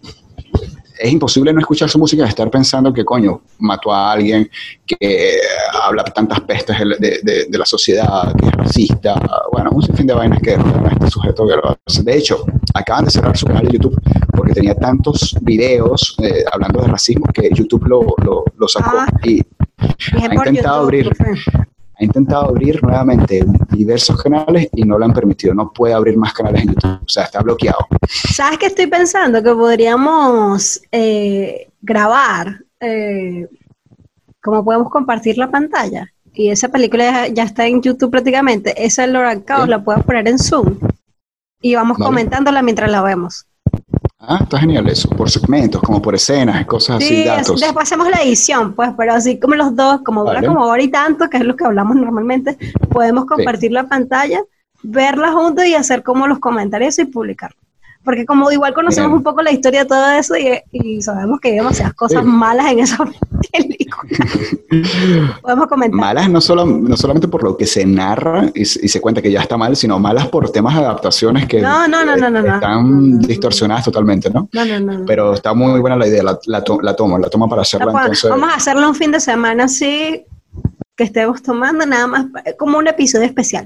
es imposible no escuchar su música y estar pensando que, coño, mató a alguien, que eh, habla tantas pestes de, de, de la sociedad, que es racista, bueno, un sinfín de vainas que rodean a este sujeto que lo hace. De hecho, acaban de cerrar su canal de YouTube porque tenía tantos videos eh, hablando de racismo que YouTube lo, lo, lo sacó Ah. y bien ha por intentado YouTube, abrir, profe. ha intentado abrir nuevamente diversos canales y no lo han permitido. No puede abrir más canales en YouTube. O sea, está bloqueado. ¿Sabes qué estoy pensando? Que podríamos eh, grabar, eh, como podemos compartir la pantalla. Y esa película ya, ya está en YouTube prácticamente. Esa Laura Caos Sí. la puedo poner en Zoom. Y vamos Vale. comentándola mientras la vemos. Ah, está genial eso. Por segmentos, como por escenas, cosas así, Sí, es- datos. después hacemos la edición, pues, pero así como los dos, como dura Vale. como hora y tanto, que es lo que hablamos normalmente, podemos compartir la pantalla, verla juntos y hacer como los comentarios y publicarlo. Porque como igual conocemos Bien. un poco la historia de todo eso y, y sabemos que hay demasiadas cosas Sí. malas en esa película. Podemos comentar. Malas no, solo, no solamente por lo que se narra y, se- y se cuenta que ya está mal, sino malas por temas de adaptaciones que No, no, no, no, no, no. están No, no, no. distorsionadas totalmente, ¿no? No, no, no, no. Pero está muy buena la idea, la, la, to- la tomo, la tomo para La hacerla pon- entonces. Vamos a hacerlo un fin de semana así, que estemos tomando nada más, como un episodio especial.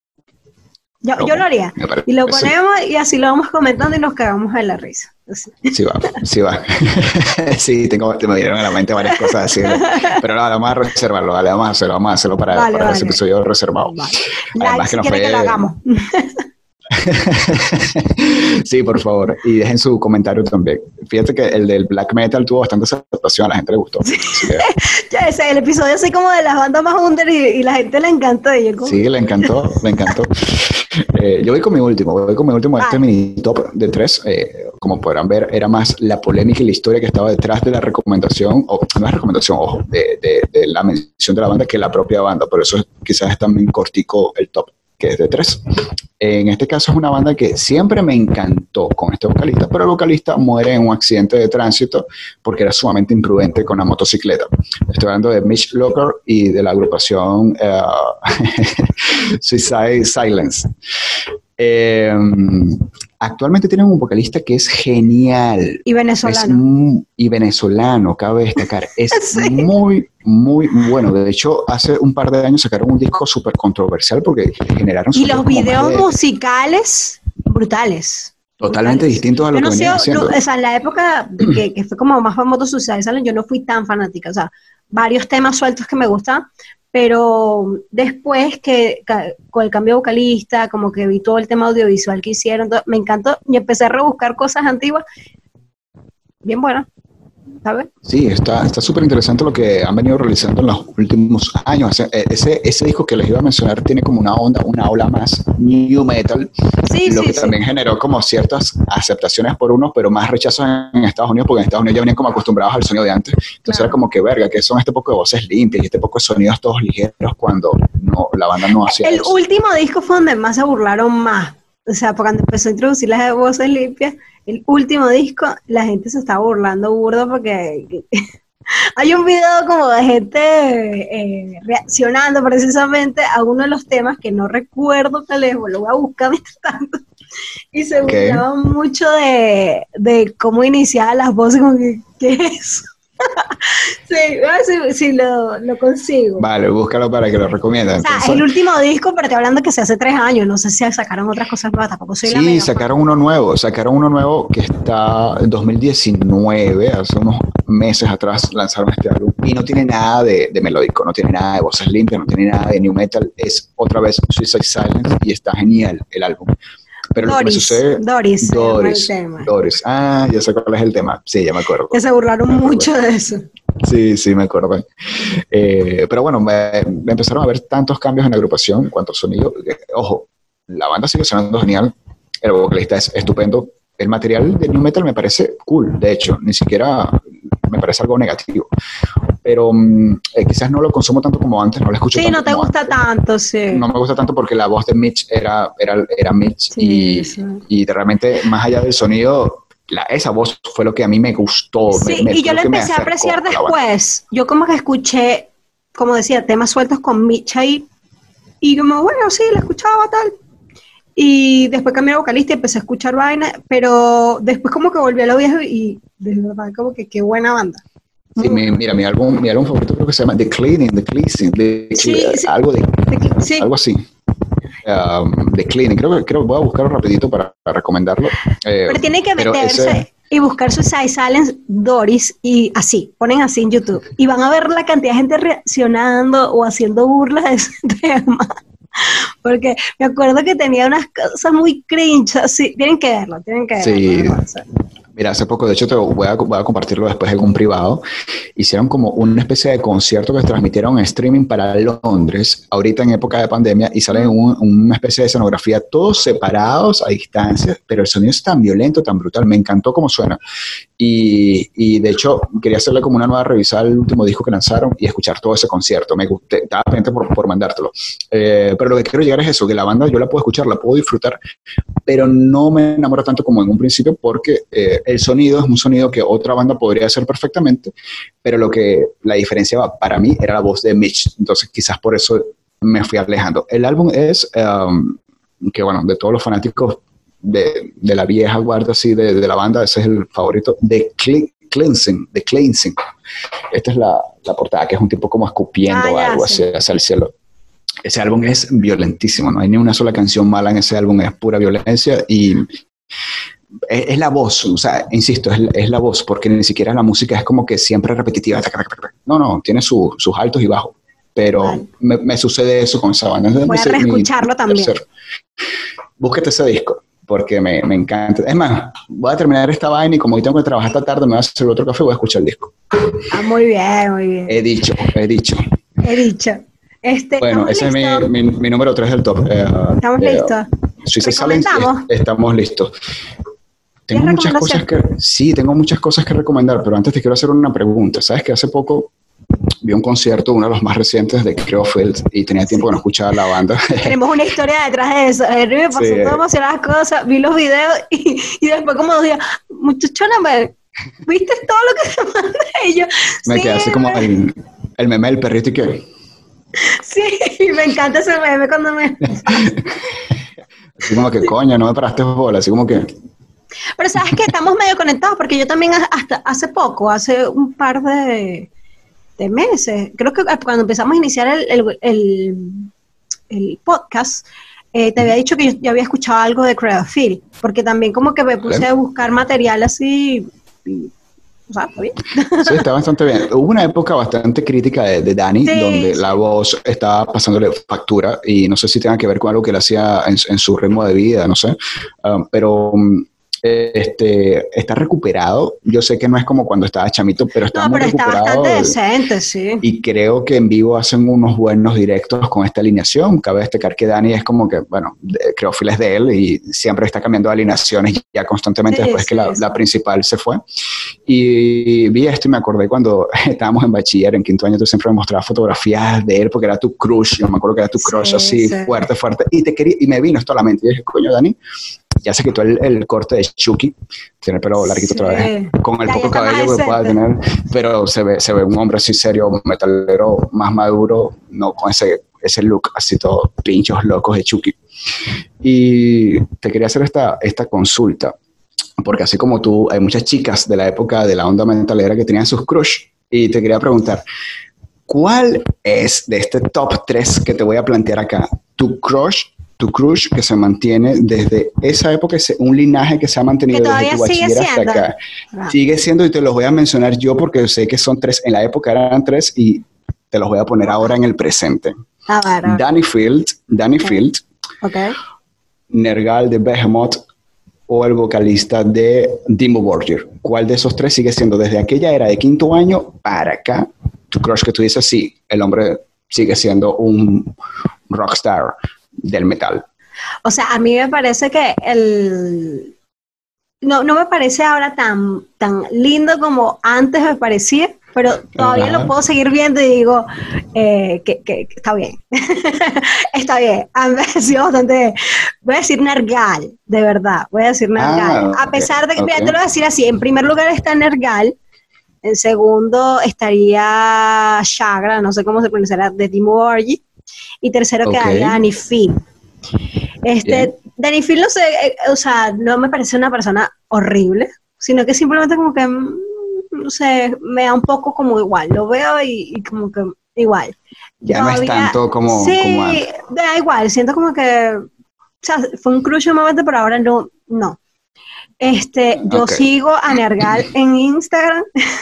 Yo, yo lo haría. Me parece. Y lo ponemos y así lo vamos comentando y nos cagamos de la risa. Así. Sí va, sí va. Sí, tengo, me vinieron a la mente varias cosas así. Pero no, vamos a reservarlo, vale, vamos a hacerlo, vamos a hacerlo para, Vale, para vale. ese episodio reservado. Vale. Además Like que si nos quiere fue- que lo hagamos. Sí, por favor. Y dejen su comentario también. Fíjate que el del black metal tuvo bastante aceptación, a la gente le gustó. Así que, Ya ese, el episodio así como de las bandas más under y, y la gente le encantó. Y yo como, sí, le encantó, le encantó. Eh, yo voy con mi último, voy con mi último de este Vale. mini top de tres. Eh, como podrán ver, era más la polémica y la historia que estaba detrás de la recomendación, o no es recomendación, ojo, de, de, de la mención de la banda que la propia banda. Por eso es- quizás es también cortico el top, que es de tres. En este caso es una banda que siempre me encantó con este vocalista, pero el vocalista muere en un accidente de tránsito porque era sumamente imprudente con la motocicleta. Estoy hablando de Mitch Locker y de la agrupación uh, Suicide Silence. Eh, Actualmente tienen un vocalista que es genial. Y venezolano. Es mu- y venezolano, cabe destacar. Es Sí. muy, muy bueno. De hecho, hace un par de años sacaron un disco súper controversial porque generaron Y los sonidos como más videos de- musicales, brutales. totalmente brutales. distintos a lo Yo que no sé, venían haciendo. yo- o sea, en la época de que, que fue como más famoso Suicide Silence, yo no fui tan fanática, o sea, varios temas sueltos que me gustan, pero después que, que con el cambio de vocalista, como que vi todo el tema audiovisual que hicieron, todo, me encantó y empecé a rebuscar cosas antiguas, bien buenas, ¿sabes? Sí, está está súper interesante lo que han venido realizando en los últimos años. Ese, ese, ese disco que les iba a mencionar tiene como una onda, una ola más new metal, Sí, lo sí, que sí. también generó como ciertas aceptaciones por unos, pero más rechazos en, en Estados Unidos, porque en Estados Unidos ya venían como acostumbrados al sonido de antes. Entonces Claro. era como que, verga, que son este poco de voces limpias y este poco de sonidos todos ligeros cuando no, la banda no hacía El eso. último disco fue donde más se burlaron más. O sea, cuando empezó a introducir las voces limpias, el último disco, la gente se estaba burlando burdo porque hay un video como de gente eh, reaccionando precisamente a uno de los temas que no recuerdo cuál es, lo voy a buscar mientras tanto. Y se Ok. burlaban mucho de, de cómo iniciaban las voces, como que, ¿qué es eso? Sí, a ver si, si lo, lo consigo. Vale, búscalo para que lo recomienden. O sea, Entonces, es el último disco, pero estoy hablando que se hace tres años. No sé si sacaron otras cosas nuevas, tampoco soy la sí, mega sacaron uno nuevo, sacaron uno nuevo que está en dos mil diecinueve, hace unos meses atrás lanzaron este álbum y no tiene nada de, de melódico, no tiene nada de voces limpias, no tiene nada de new metal, es otra vez Suicide Silence y está genial el álbum. Pero lo que me Doris, sucede... Doris, se llama Doris, el tema. Doris. Ah, ya sé cuál es el tema. Sí, ya me acuerdo. Que se burlaron Me acuerdo. mucho de eso. Sí, sí, me acuerdo. Eh, pero bueno, me, me empezaron a ver tantos cambios en la agrupación en cuanto al sonido. Eh, ojo, la banda sigue sonando genial, el vocalista es estupendo. El material de new metal me parece cool, de hecho, ni siquiera me parece algo negativo. Pero mm, eh, quizás no lo consumo tanto como antes, no lo escucho Sí, tanto no te como gusta antes. tanto, sí. No me gusta tanto porque la voz de Mitch era, era, era Mitch Sí, y, sí. y de realmente, más allá del sonido, la, esa voz fue lo que a mí me gustó. Sí, me, me- y yo fue lo que me empecé a acercó apreciar a la banda. después. Yo como que escuché, como decía, temas sueltos con Mitch ahí, y como, bueno, sí, la escuchaba tal. Y después cambié de vocalista y empecé a escuchar vaina, pero después como que volví a lo viejo y de verdad como que qué buena banda. Sí, mi- mira, mi álbum, mi álbum favorito creo que se llama The Cleaning, The Cleansing, The- Sí, sí. algo de, Sí, algo así. Um, The Cleaning, creo que creo, voy a buscarlo rapidito para, para recomendarlo. Eh, pero tiene que pero meterse ese- y buscar Suicide Silence Doris y así, ponen así en YouTube. Y van a ver la cantidad de gente reaccionando o haciendo burlas de ese tema. Porque me acuerdo que tenía unas cosas muy cringe, así, tienen que verlo, tienen que verlo. Sí. ¿no? O sea, Mira, hace poco, de hecho, te voy a, voy a compartirlo después en un privado. Hicieron como una especie de concierto que transmitieron en streaming para Londres, ahorita en época de pandemia, y salen un, una especie de escenografía, todos separados a distancia, pero el sonido es tan violento, tan brutal. Me encantó cómo suena. Y, y de hecho, quería hacerle como una nueva revisada al último disco que lanzaron y escuchar todo ese concierto. Me gusté, estaba pendiente por, por mandártelo. Eh, pero lo que quiero llegar es eso, que la banda yo la puedo escuchar, la puedo disfrutar, pero no me enamora tanto como en un principio porque eh, el sonido es un sonido que otra banda podría hacer perfectamente, pero lo que la diferenciaba para mí era la voz de Mitch, entonces quizás por eso me fui alejando. El álbum es, um, que bueno, de todos los fanáticos de, de la vieja guardia así de, de la banda, ese es el favorito, de Cle Cleansing, de Cleansing. Esta es la, la portada, que es un tipo como escupiendo Ah, ya, algo sí. hacia, hacia el cielo. Ese álbum es violentísimo, no hay ni una sola canción mala en ese álbum, es pura violencia y es, es la voz, o sea, insisto, es, es la voz, porque ni siquiera la música es como que siempre repetitiva. No, no, tiene su, sus altos y bajos, pero Vale. me, me sucede eso con esa banda. Voy a Mi- mi reescucharlo también. tercer- Búsquete ese disco, porque me, me encanta. Es más, voy a terminar esta vaina y como hoy tengo que trabajar esta tarde, me voy a hacer otro café y voy a escuchar el disco. ah, muy bien, muy bien. He dicho, he dicho. He dicho. Este, Bueno, ese es ¿estamos mi, listos? mi, mi número tres del top. Eh, ¿Estamos eh, listos? Suicide Silence, ¿Recomendamos? est- estamos listos. Tengo ¿Tienes muchas cosas que, sí, tengo muchas cosas que recomendar, pero antes te quiero hacer una pregunta. ¿Sabes que hace poco vi un concierto, uno de los más recientes de Creofield, y tenía tiempo que no escuchaba la banda? Tenemos una historia detrás de eso. Henry me pasó Sí. todas emocionadas cosas, vi los videos y, y después como dos días, muchachona, me- ¿viste todo lo que te mandé? Y yo, Me sí, quedé así como el, el meme del perrito y que... sí, me encanta ese meme cuando me... Así como que, coño, no me paraste bola, así como que... Pero sabes que estamos medio conectados, porque yo también hasta hace poco, hace un par de, de meses, creo que cuando empezamos a iniciar el, el, el, el podcast, eh, te había dicho que yo, yo había escuchado algo de Creative, porque también como que me puse a buscar material así, y, o sea, está bien. Sí, está bastante bien. Hubo una época bastante crítica de, de Dani, Sí, donde sí. la voz estaba pasándole factura, y no sé si tenga que ver con algo que él hacía en, en su ritmo de vida, no sé, um, pero... Um, Este, está recuperado. Yo sé que no es como cuando estaba chamito, pero está No, muy pero está recuperado. bastante decente, sí. Y creo que en vivo hacen unos buenos directos con esta alineación. Cabe destacar que Dani es como que, bueno, Creófilo es de él y siempre está cambiando de alineaciones ya constantemente, sí, después sí, que la, sí. la principal se fue. Y vi esto y me acordé cuando estábamos en bachiller, en quinto año, tú siempre me mostrabas fotografías de él porque era tu crush. Yo me acuerdo que era tu crush, sí, así, sí, fuerte, fuerte. Y, te quería, y me vino esto a la mente y dije, coño, Dani, ya se quitó el, el corte de Chucky, tiene el pelo larguito sí. otra vez, con el ya, poco ya cabello que pueda tener, pero se ve, se ve un hombre así serio, metalero, más maduro, no con ese, ese look así todo pinchos locos de Chucky. Y te quería hacer esta, esta consulta, porque así como tú, hay muchas chicas de la época de la onda metalera que tenían sus crush, y te quería preguntar, ¿cuál es de este top tres que te voy a plantear acá, tu crush tu crush que se mantiene desde esa época, un linaje que se ha mantenido desde tu bachiller hasta acá? Ah. Sigue siendo, y te los voy a mencionar yo porque sé que son tres, en la época eran tres y te los voy a poner ahora en el presente. A ver, a ver. Danny Field, Danny okay. Field, okay. Nergal de Behemoth o el vocalista de Dimmu Borgir. ¿Cuál de esos tres sigue siendo desde aquella era de quinto año para acá tu crush que tú dices, sí, el hombre sigue siendo un rockstar del metal? O sea, a mí me parece que el... No, no me parece ahora tan, tan lindo como antes me parecía, pero todavía Ajá. lo puedo seguir viendo y digo eh, que, que, que está bien. Está bien. Han sido bastante... Voy a decir Nergal, de verdad. Voy a decir Nergal. Ah, a pesar de que, okay. mira, te lo voy a decir así. En primer lugar está Nergal. En segundo estaría Chagra, no sé cómo se pronunciará, de Dimmu Borgir. Y tercero okay. quedaría Danny Field. Este, Danny Field, no sé, eh, o sea, no me parece una persona horrible, sino que simplemente como que, no sé, me da un poco como igual. Lo veo y, y como que igual. Ya Todavía, no es tanto como, sí, como antes. Da igual, siento como que, o sea, fue un crush un momento, pero ahora no, no. Este, yo okay. sigo a Nergal en Instagram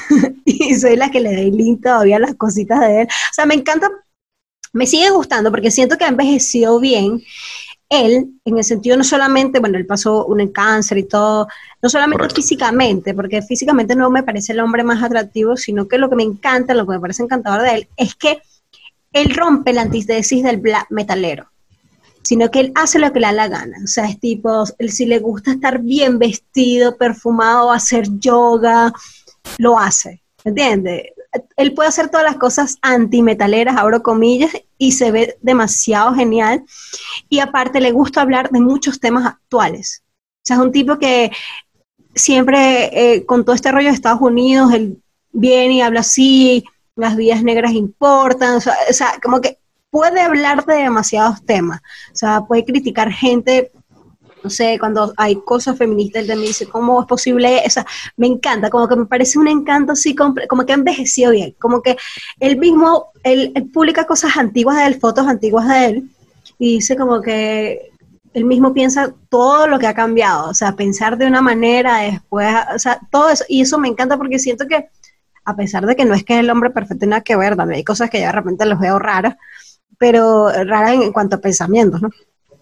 y soy la que le doy link todavía a las cositas de él. O sea, me encanta. Me sigue gustando porque siento que ha envejecido bien él, en el sentido no solamente, bueno, él pasó un cáncer y todo, no solamente Correcto. físicamente, porque físicamente no me parece el hombre más atractivo, sino que lo que me encanta, lo que me parece encantador de él, es que él rompe la antítesis del black metalero, sino que él hace lo que le da la gana. O sea, es tipo, él, si le gusta estar bien vestido, perfumado, hacer yoga, lo hace, ¿entiendes? Él puede hacer todas las cosas antimetaleras, abro comillas, y se ve demasiado genial. Y aparte le gusta hablar de muchos temas actuales. O sea, es un tipo que siempre, eh, con todo este rollo de Estados Unidos, él viene y habla así, las vidas negras importan, o sea, o sea, como que puede hablar de demasiados temas. O sea, puede criticar gente... No sé, cuando hay cosas feministas, él también dice, ¿cómo es posible? O sea, me encanta, como que me parece un encanto así, como que ha envejecido bien, como que él mismo, él, él publica cosas antiguas de él, fotos antiguas de él, y dice como que él mismo piensa todo lo que ha cambiado, o sea, pensar de una manera, después, o sea, todo eso, y eso me encanta porque siento que, a pesar de que no es que es el hombre perfecto y nada que ver, también hay cosas que yo de repente los veo raras, pero raras en, en cuanto a pensamientos, ¿no?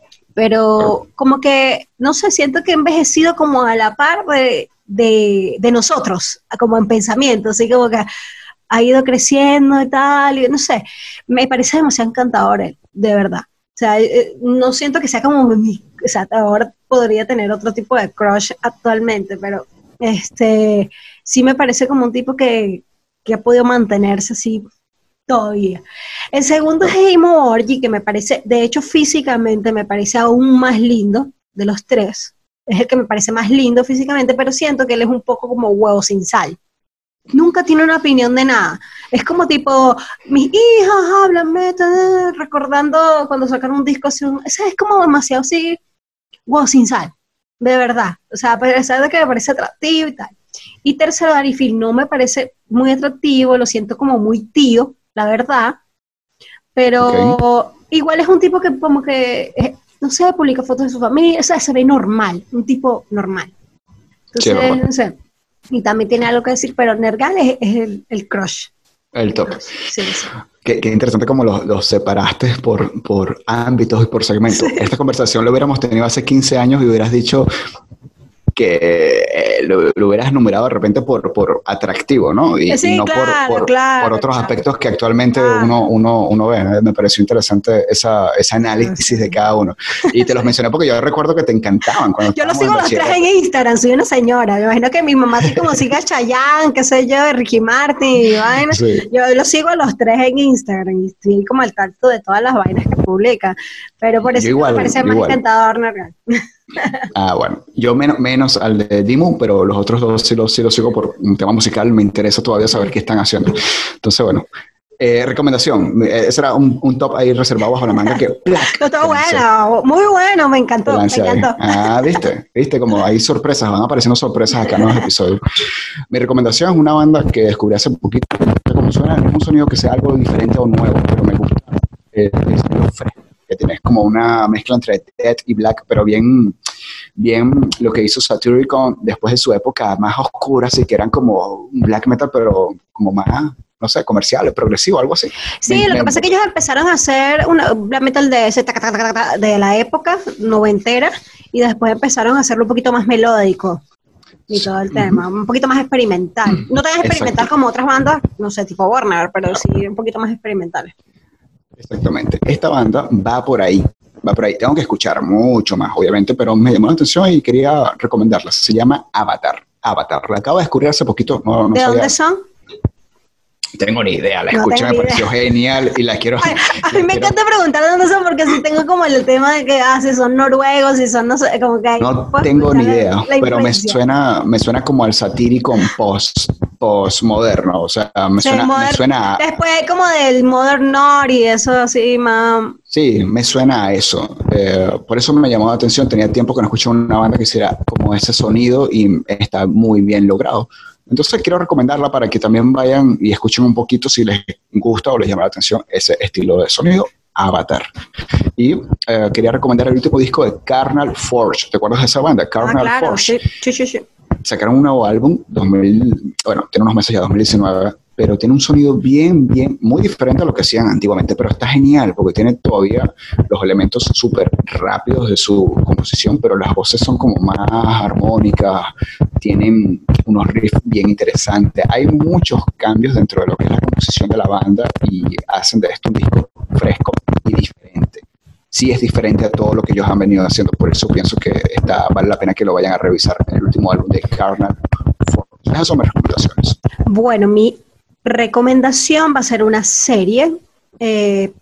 Pero como que, no sé, siento que he envejecido como a la par de, de, de nosotros, como en pensamiento, así como que ha ido creciendo y tal, y no sé, me parece demasiado encantador él, de verdad. O sea, no siento que sea como mi, o sea, ahora podría tener otro tipo de crush actualmente, pero este sí me parece como un tipo que, que ha podido mantenerse así todavía. El segundo es Dimmu Borgir, que me parece, de hecho físicamente me parece aún más lindo de los tres, es el que me parece más lindo físicamente, pero siento que él es un poco como huevo sin sal, nunca tiene una opinión de nada, es como tipo, mis hijas hablan, meta, recordando cuando sacaron un disco así, o sea, es como demasiado así, wow, sin sal, de verdad. O sea, a pesar de que me parece atractivo y tal. Y tercero, Danny Pfeil no me parece muy atractivo, lo siento como muy tío, la verdad. Pero okay. igual es un tipo que como que, eh, no sé, publica fotos de su familia, o sea, se ve normal, un tipo normal. Entonces, sí, no sé, y también tiene algo que decir, pero Nergal es, es el, el crush. El top. Sí, sí. Qué, qué interesante cómo los, los separaste por, por ámbitos y por segmentos. Sí. Esta conversación lo hubiéramos tenido hace quince años y hubieras dicho que eh, lo, lo hubieras numerado de repente por, por atractivo, ¿no? Y, sí, y no claro, por, por, claro, por otros claro. aspectos que actualmente claro. uno, uno, uno ve. Me pareció interesante esa, ese análisis sí. de cada uno. Y te los mencioné porque yo recuerdo que te encantaban. Cuando yo los sigo los tres en Instagram, soy una señora. Me imagino que mi mamá así como siga a Chayanne, qué sé yo, Ricky Martin y vainas. Sí. Yo los sigo a los tres en Instagram y estoy como al tanto de todas las vainas que publican. Pero por eso igual, me parece más encantador, Nergal. Ah, bueno, yo menos, menos al de Dimu, pero los otros dos sí los, sí los sigo por un tema musical, me interesa todavía saber qué están haciendo. Entonces, bueno, eh, recomendación, ese era un, un top ahí reservado bajo la manga que... Está bueno, muy bueno, me encantó, me encantó. Ah, viste, viste, como hay sorpresas, van apareciendo sorpresas acá en los episodios. Mi recomendación es una banda que descubrí hace poquito, como suena, es un sonido que sea algo diferente o nuevo, pero me gusta, eh, el sonido fresco. Que tienes como una mezcla entre death y black, pero bien, bien lo que hizo Satyricon después de su época más oscura, así que eran como un black metal, pero como más, no sé, comercial, progresivo, algo así. Sí, me, lo me, que pasa es que ellos empezaron a hacer una black metal de, ese, de la época noventera y después empezaron a hacerlo un poquito más melódico y todo el uh-huh. tema, un poquito más experimental. No tan experimental Exacto. como otras bandas, no sé, tipo Warner, pero no. sí un poquito más experimentales. Exactamente. Esta banda va por ahí, va por ahí. Tengo que escuchar mucho más, obviamente, pero me llamó la atención y quería recomendarla. Se llama Avatar. Avatar. La acabo de descubrir hace poquito. No, no ¿De sabía. dónde son? Tengo ni idea. La no escuché, me pareció idea. genial y la quiero... Ay, a mí la me quiero... encanta preguntar de dónde son porque sí tengo como el tema de que ah, si son noruegos, si son no sé, como que... Hay, no tengo ni idea, la, la pero me suena, me suena como al satírico post, postmoderno. O sea, me, sí, suena, modern, me suena... Después como del Modern Nord y eso así más... Sí, me suena a eso. Eh, por eso me llamó la atención. Tenía tiempo que no escuchaba una banda que hiciera como ese sonido y está muy bien logrado. Entonces quiero recomendarla para que también vayan y escuchen un poquito si les gusta o les llama la atención ese estilo de sonido, Avatar. Y eh, quería recomendar el último disco de Carnal Forge. ¿Te acuerdas de esa banda? Carnal ah, claro, Forge. Sí, sí, sí, sí. Sacaron un nuevo álbum, dos mil, bueno, tiene unos meses ya, dos mil diecinueve, pero tiene un sonido bien, bien, muy diferente a lo que hacían antiguamente, pero está genial porque tiene todavía los elementos súper rápidos de su composición, pero las voces son como más armónicas, tienen unos riffs bien interesantes. Hay muchos cambios dentro de lo que es la composición de la banda y hacen de esto un disco fresco y diferente. Sí es diferente a todo lo que ellos han venido haciendo, por eso pienso que está, vale la pena que lo vayan a revisar en el último álbum de Carnal Forge. Esas son mis recomendaciones. Bueno, mi recomendación va a ser una serie, eh,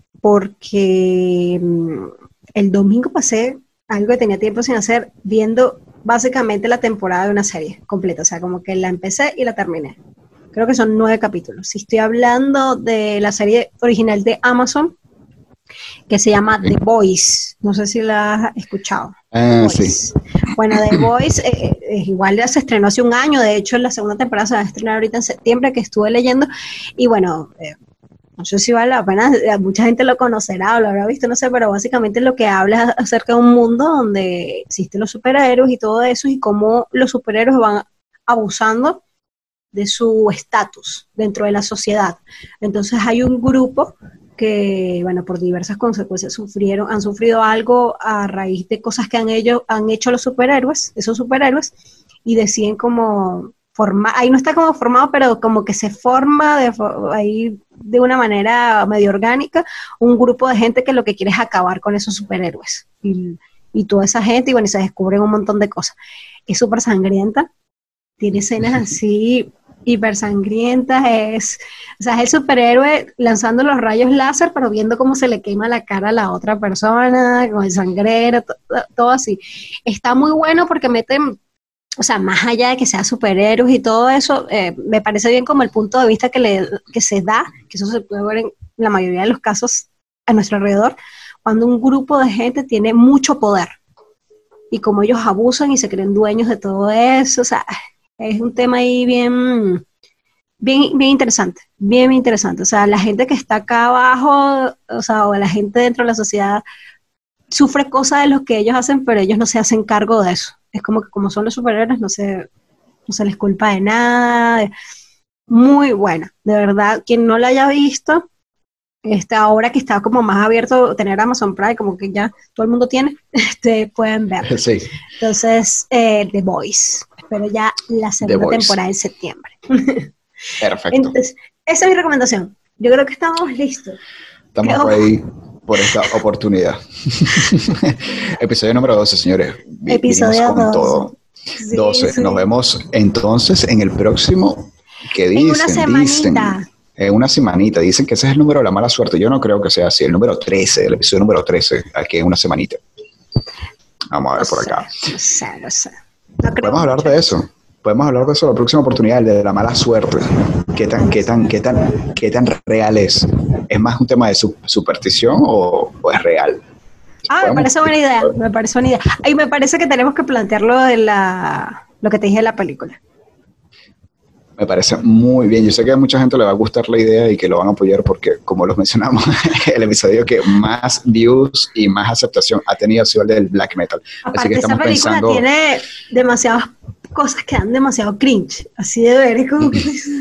porque mm, el domingo pasé algo que tenía tiempo sin hacer, viendo básicamente la temporada de una serie completa, o sea, como que la empecé y la terminé. Creo que son nueve capítulos. Si estoy hablando de la serie original de Amazon, que se llama The Boys. No sé si la has escuchado. Uh, sí. Bueno, The Boys eh, eh, igual ya se estrenó hace un año, de hecho la segunda temporada se va a estrenar ahorita en septiembre, que estuve leyendo, y bueno, eh, no sé si vale la pena, mucha gente lo conocerá o lo habrá visto, no sé, pero básicamente lo que habla es acerca de un mundo donde existen los superhéroes y todo eso, y cómo los superhéroes van abusando de su estatus dentro de la sociedad. Entonces hay un grupo que, bueno, por diversas consecuencias sufrieron, han sufrido algo a raíz de cosas que han, ellos, han hecho los superhéroes, esos superhéroes, y deciden como formar, ahí no está como formado, pero como que se forma de, ahí de una manera medio orgánica, un grupo de gente que lo que quiere es acabar con esos superhéroes, y, y toda esa gente, y bueno, y se descubren un montón de cosas. Es súper sangrienta, tiene escenas así hiper sangrientas, es, o sea, es el superhéroe lanzando los rayos láser, pero viendo cómo se le quema la cara a la otra persona, con el sangrero, todo, todo así. Está muy bueno porque meten, o sea, más allá de que sea superhéroes y todo eso, eh, me parece bien como el punto de vista que, le, que se da, que eso se puede ver en la mayoría de los casos a nuestro alrededor, cuando un grupo de gente tiene mucho poder. y cómo ellos abusan y se creen dueños de todo eso. O sea, es un tema ahí bien, bien, bien interesante, bien, bien interesante. O sea, la gente que está acá abajo, o sea, o la gente dentro de la sociedad sufre cosas de lo que ellos hacen, pero ellos no se hacen cargo de eso. Es como que como son los superhéroes, no se, no se les culpa de nada. Muy buena, de verdad. Quien no la haya visto, este, ahora que está como más abierto tener Amazon Prime, como que ya todo el mundo tiene, este, pueden ver. Sí. Entonces, eh, The Boys. Espero ya la segunda temporada en septiembre. Perfecto. Entonces, esa es mi recomendación. Yo creo que estamos listos. Estamos Creo... ready por esta oportunidad. Episodio número doce, señores. Episodio con doce. Todo. Sí, doce. sí. Nos vemos entonces en el próximo. ¿Qué dicen? En una semanita. Dicen. En una semanita. Dicen que ese es el número de la mala suerte. Yo no creo que sea así. El número trece, el episodio número trece, aquí en una semanita. Vamos a ver No por sé, acá. No sé, no sé. No creo Podemos hablar mucho. de eso. Podemos hablar de eso la próxima oportunidad, el de la mala suerte. ¿Qué tan, qué tan, qué tan, qué tan real es? ¿Es más un tema de su, superstición o, o es real? Ah, me Podemos- parece buena idea, me parece buena idea. Y me parece que tenemos que plantearlo de la, lo que te dije de la película. Me parece muy bien. Yo sé que a mucha gente le va a gustar la idea y que lo van a apoyar porque, como los mencionamos, el episodio que más views y más aceptación ha tenido ha sido el del black metal. Aparte, Así que esa estamos película pensando... tiene demasiadas cosas que dan demasiado cringe. Así de ver, es como que...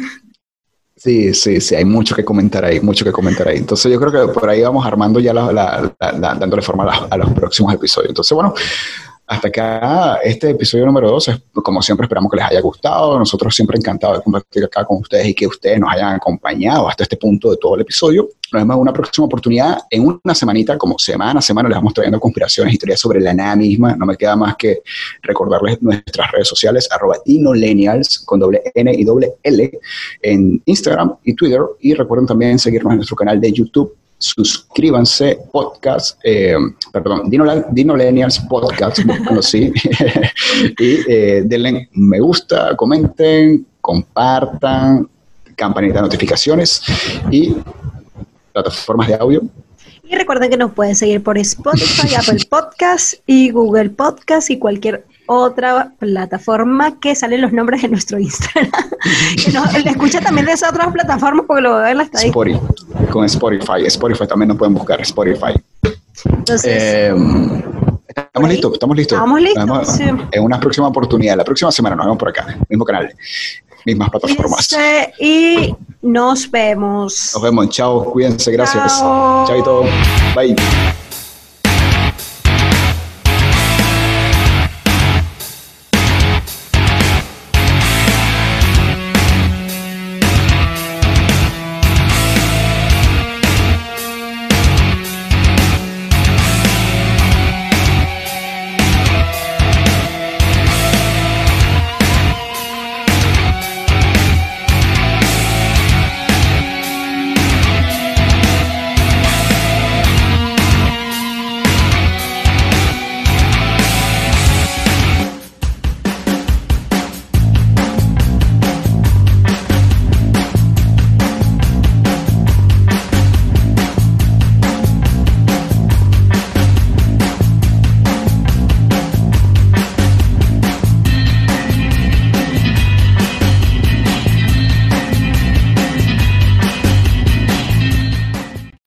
Sí, sí, sí, hay mucho que comentar ahí, mucho que comentar ahí. Entonces yo creo que por ahí vamos armando ya la, la, la, la, dándole forma a, la, a los próximos episodios. Entonces, bueno, hasta acá este episodio número doce. Como siempre esperamos que les haya gustado. Nosotros siempre encantados de compartir acá con ustedes y que ustedes nos hayan acompañado hasta este punto de todo el episodio. Nos vemos en una próxima oportunidad. En una semanita, como semana a semana, les vamos trayendo conspiraciones, historias sobre la nada misma. No me queda más que recordarles nuestras redes sociales, arroba dinolenials, con doble N y doble L, en Instagram y Twitter. Y recuerden también seguirnos en nuestro canal de YouTube. Suscríbanse, podcast, eh, perdón, Dinolenials Podcast, búsquenlo así, y eh, denle me gusta, comenten, compartan, campanita de notificaciones y plataformas de audio. Y recuerden que nos pueden seguir por Spotify, Apple Podcast y Google Podcast y cualquier otra plataforma que salen los nombres de nuestro Instagram. Que nos, le escucha también de esas otras plataformas porque lo veo en la estadística. Spotify, con Spotify. Spotify también nos pueden buscar, Spotify. Entonces, Eh, estamos ahí. listos, estamos listos. Estamos listos, Nos vemos sí. en una próxima oportunidad. La próxima semana nos vemos por acá, mismo canal, mismas plataformas. cuídense y nos vemos. Nos vemos, chao, cuídense, gracias. Chao. Chaito, bye.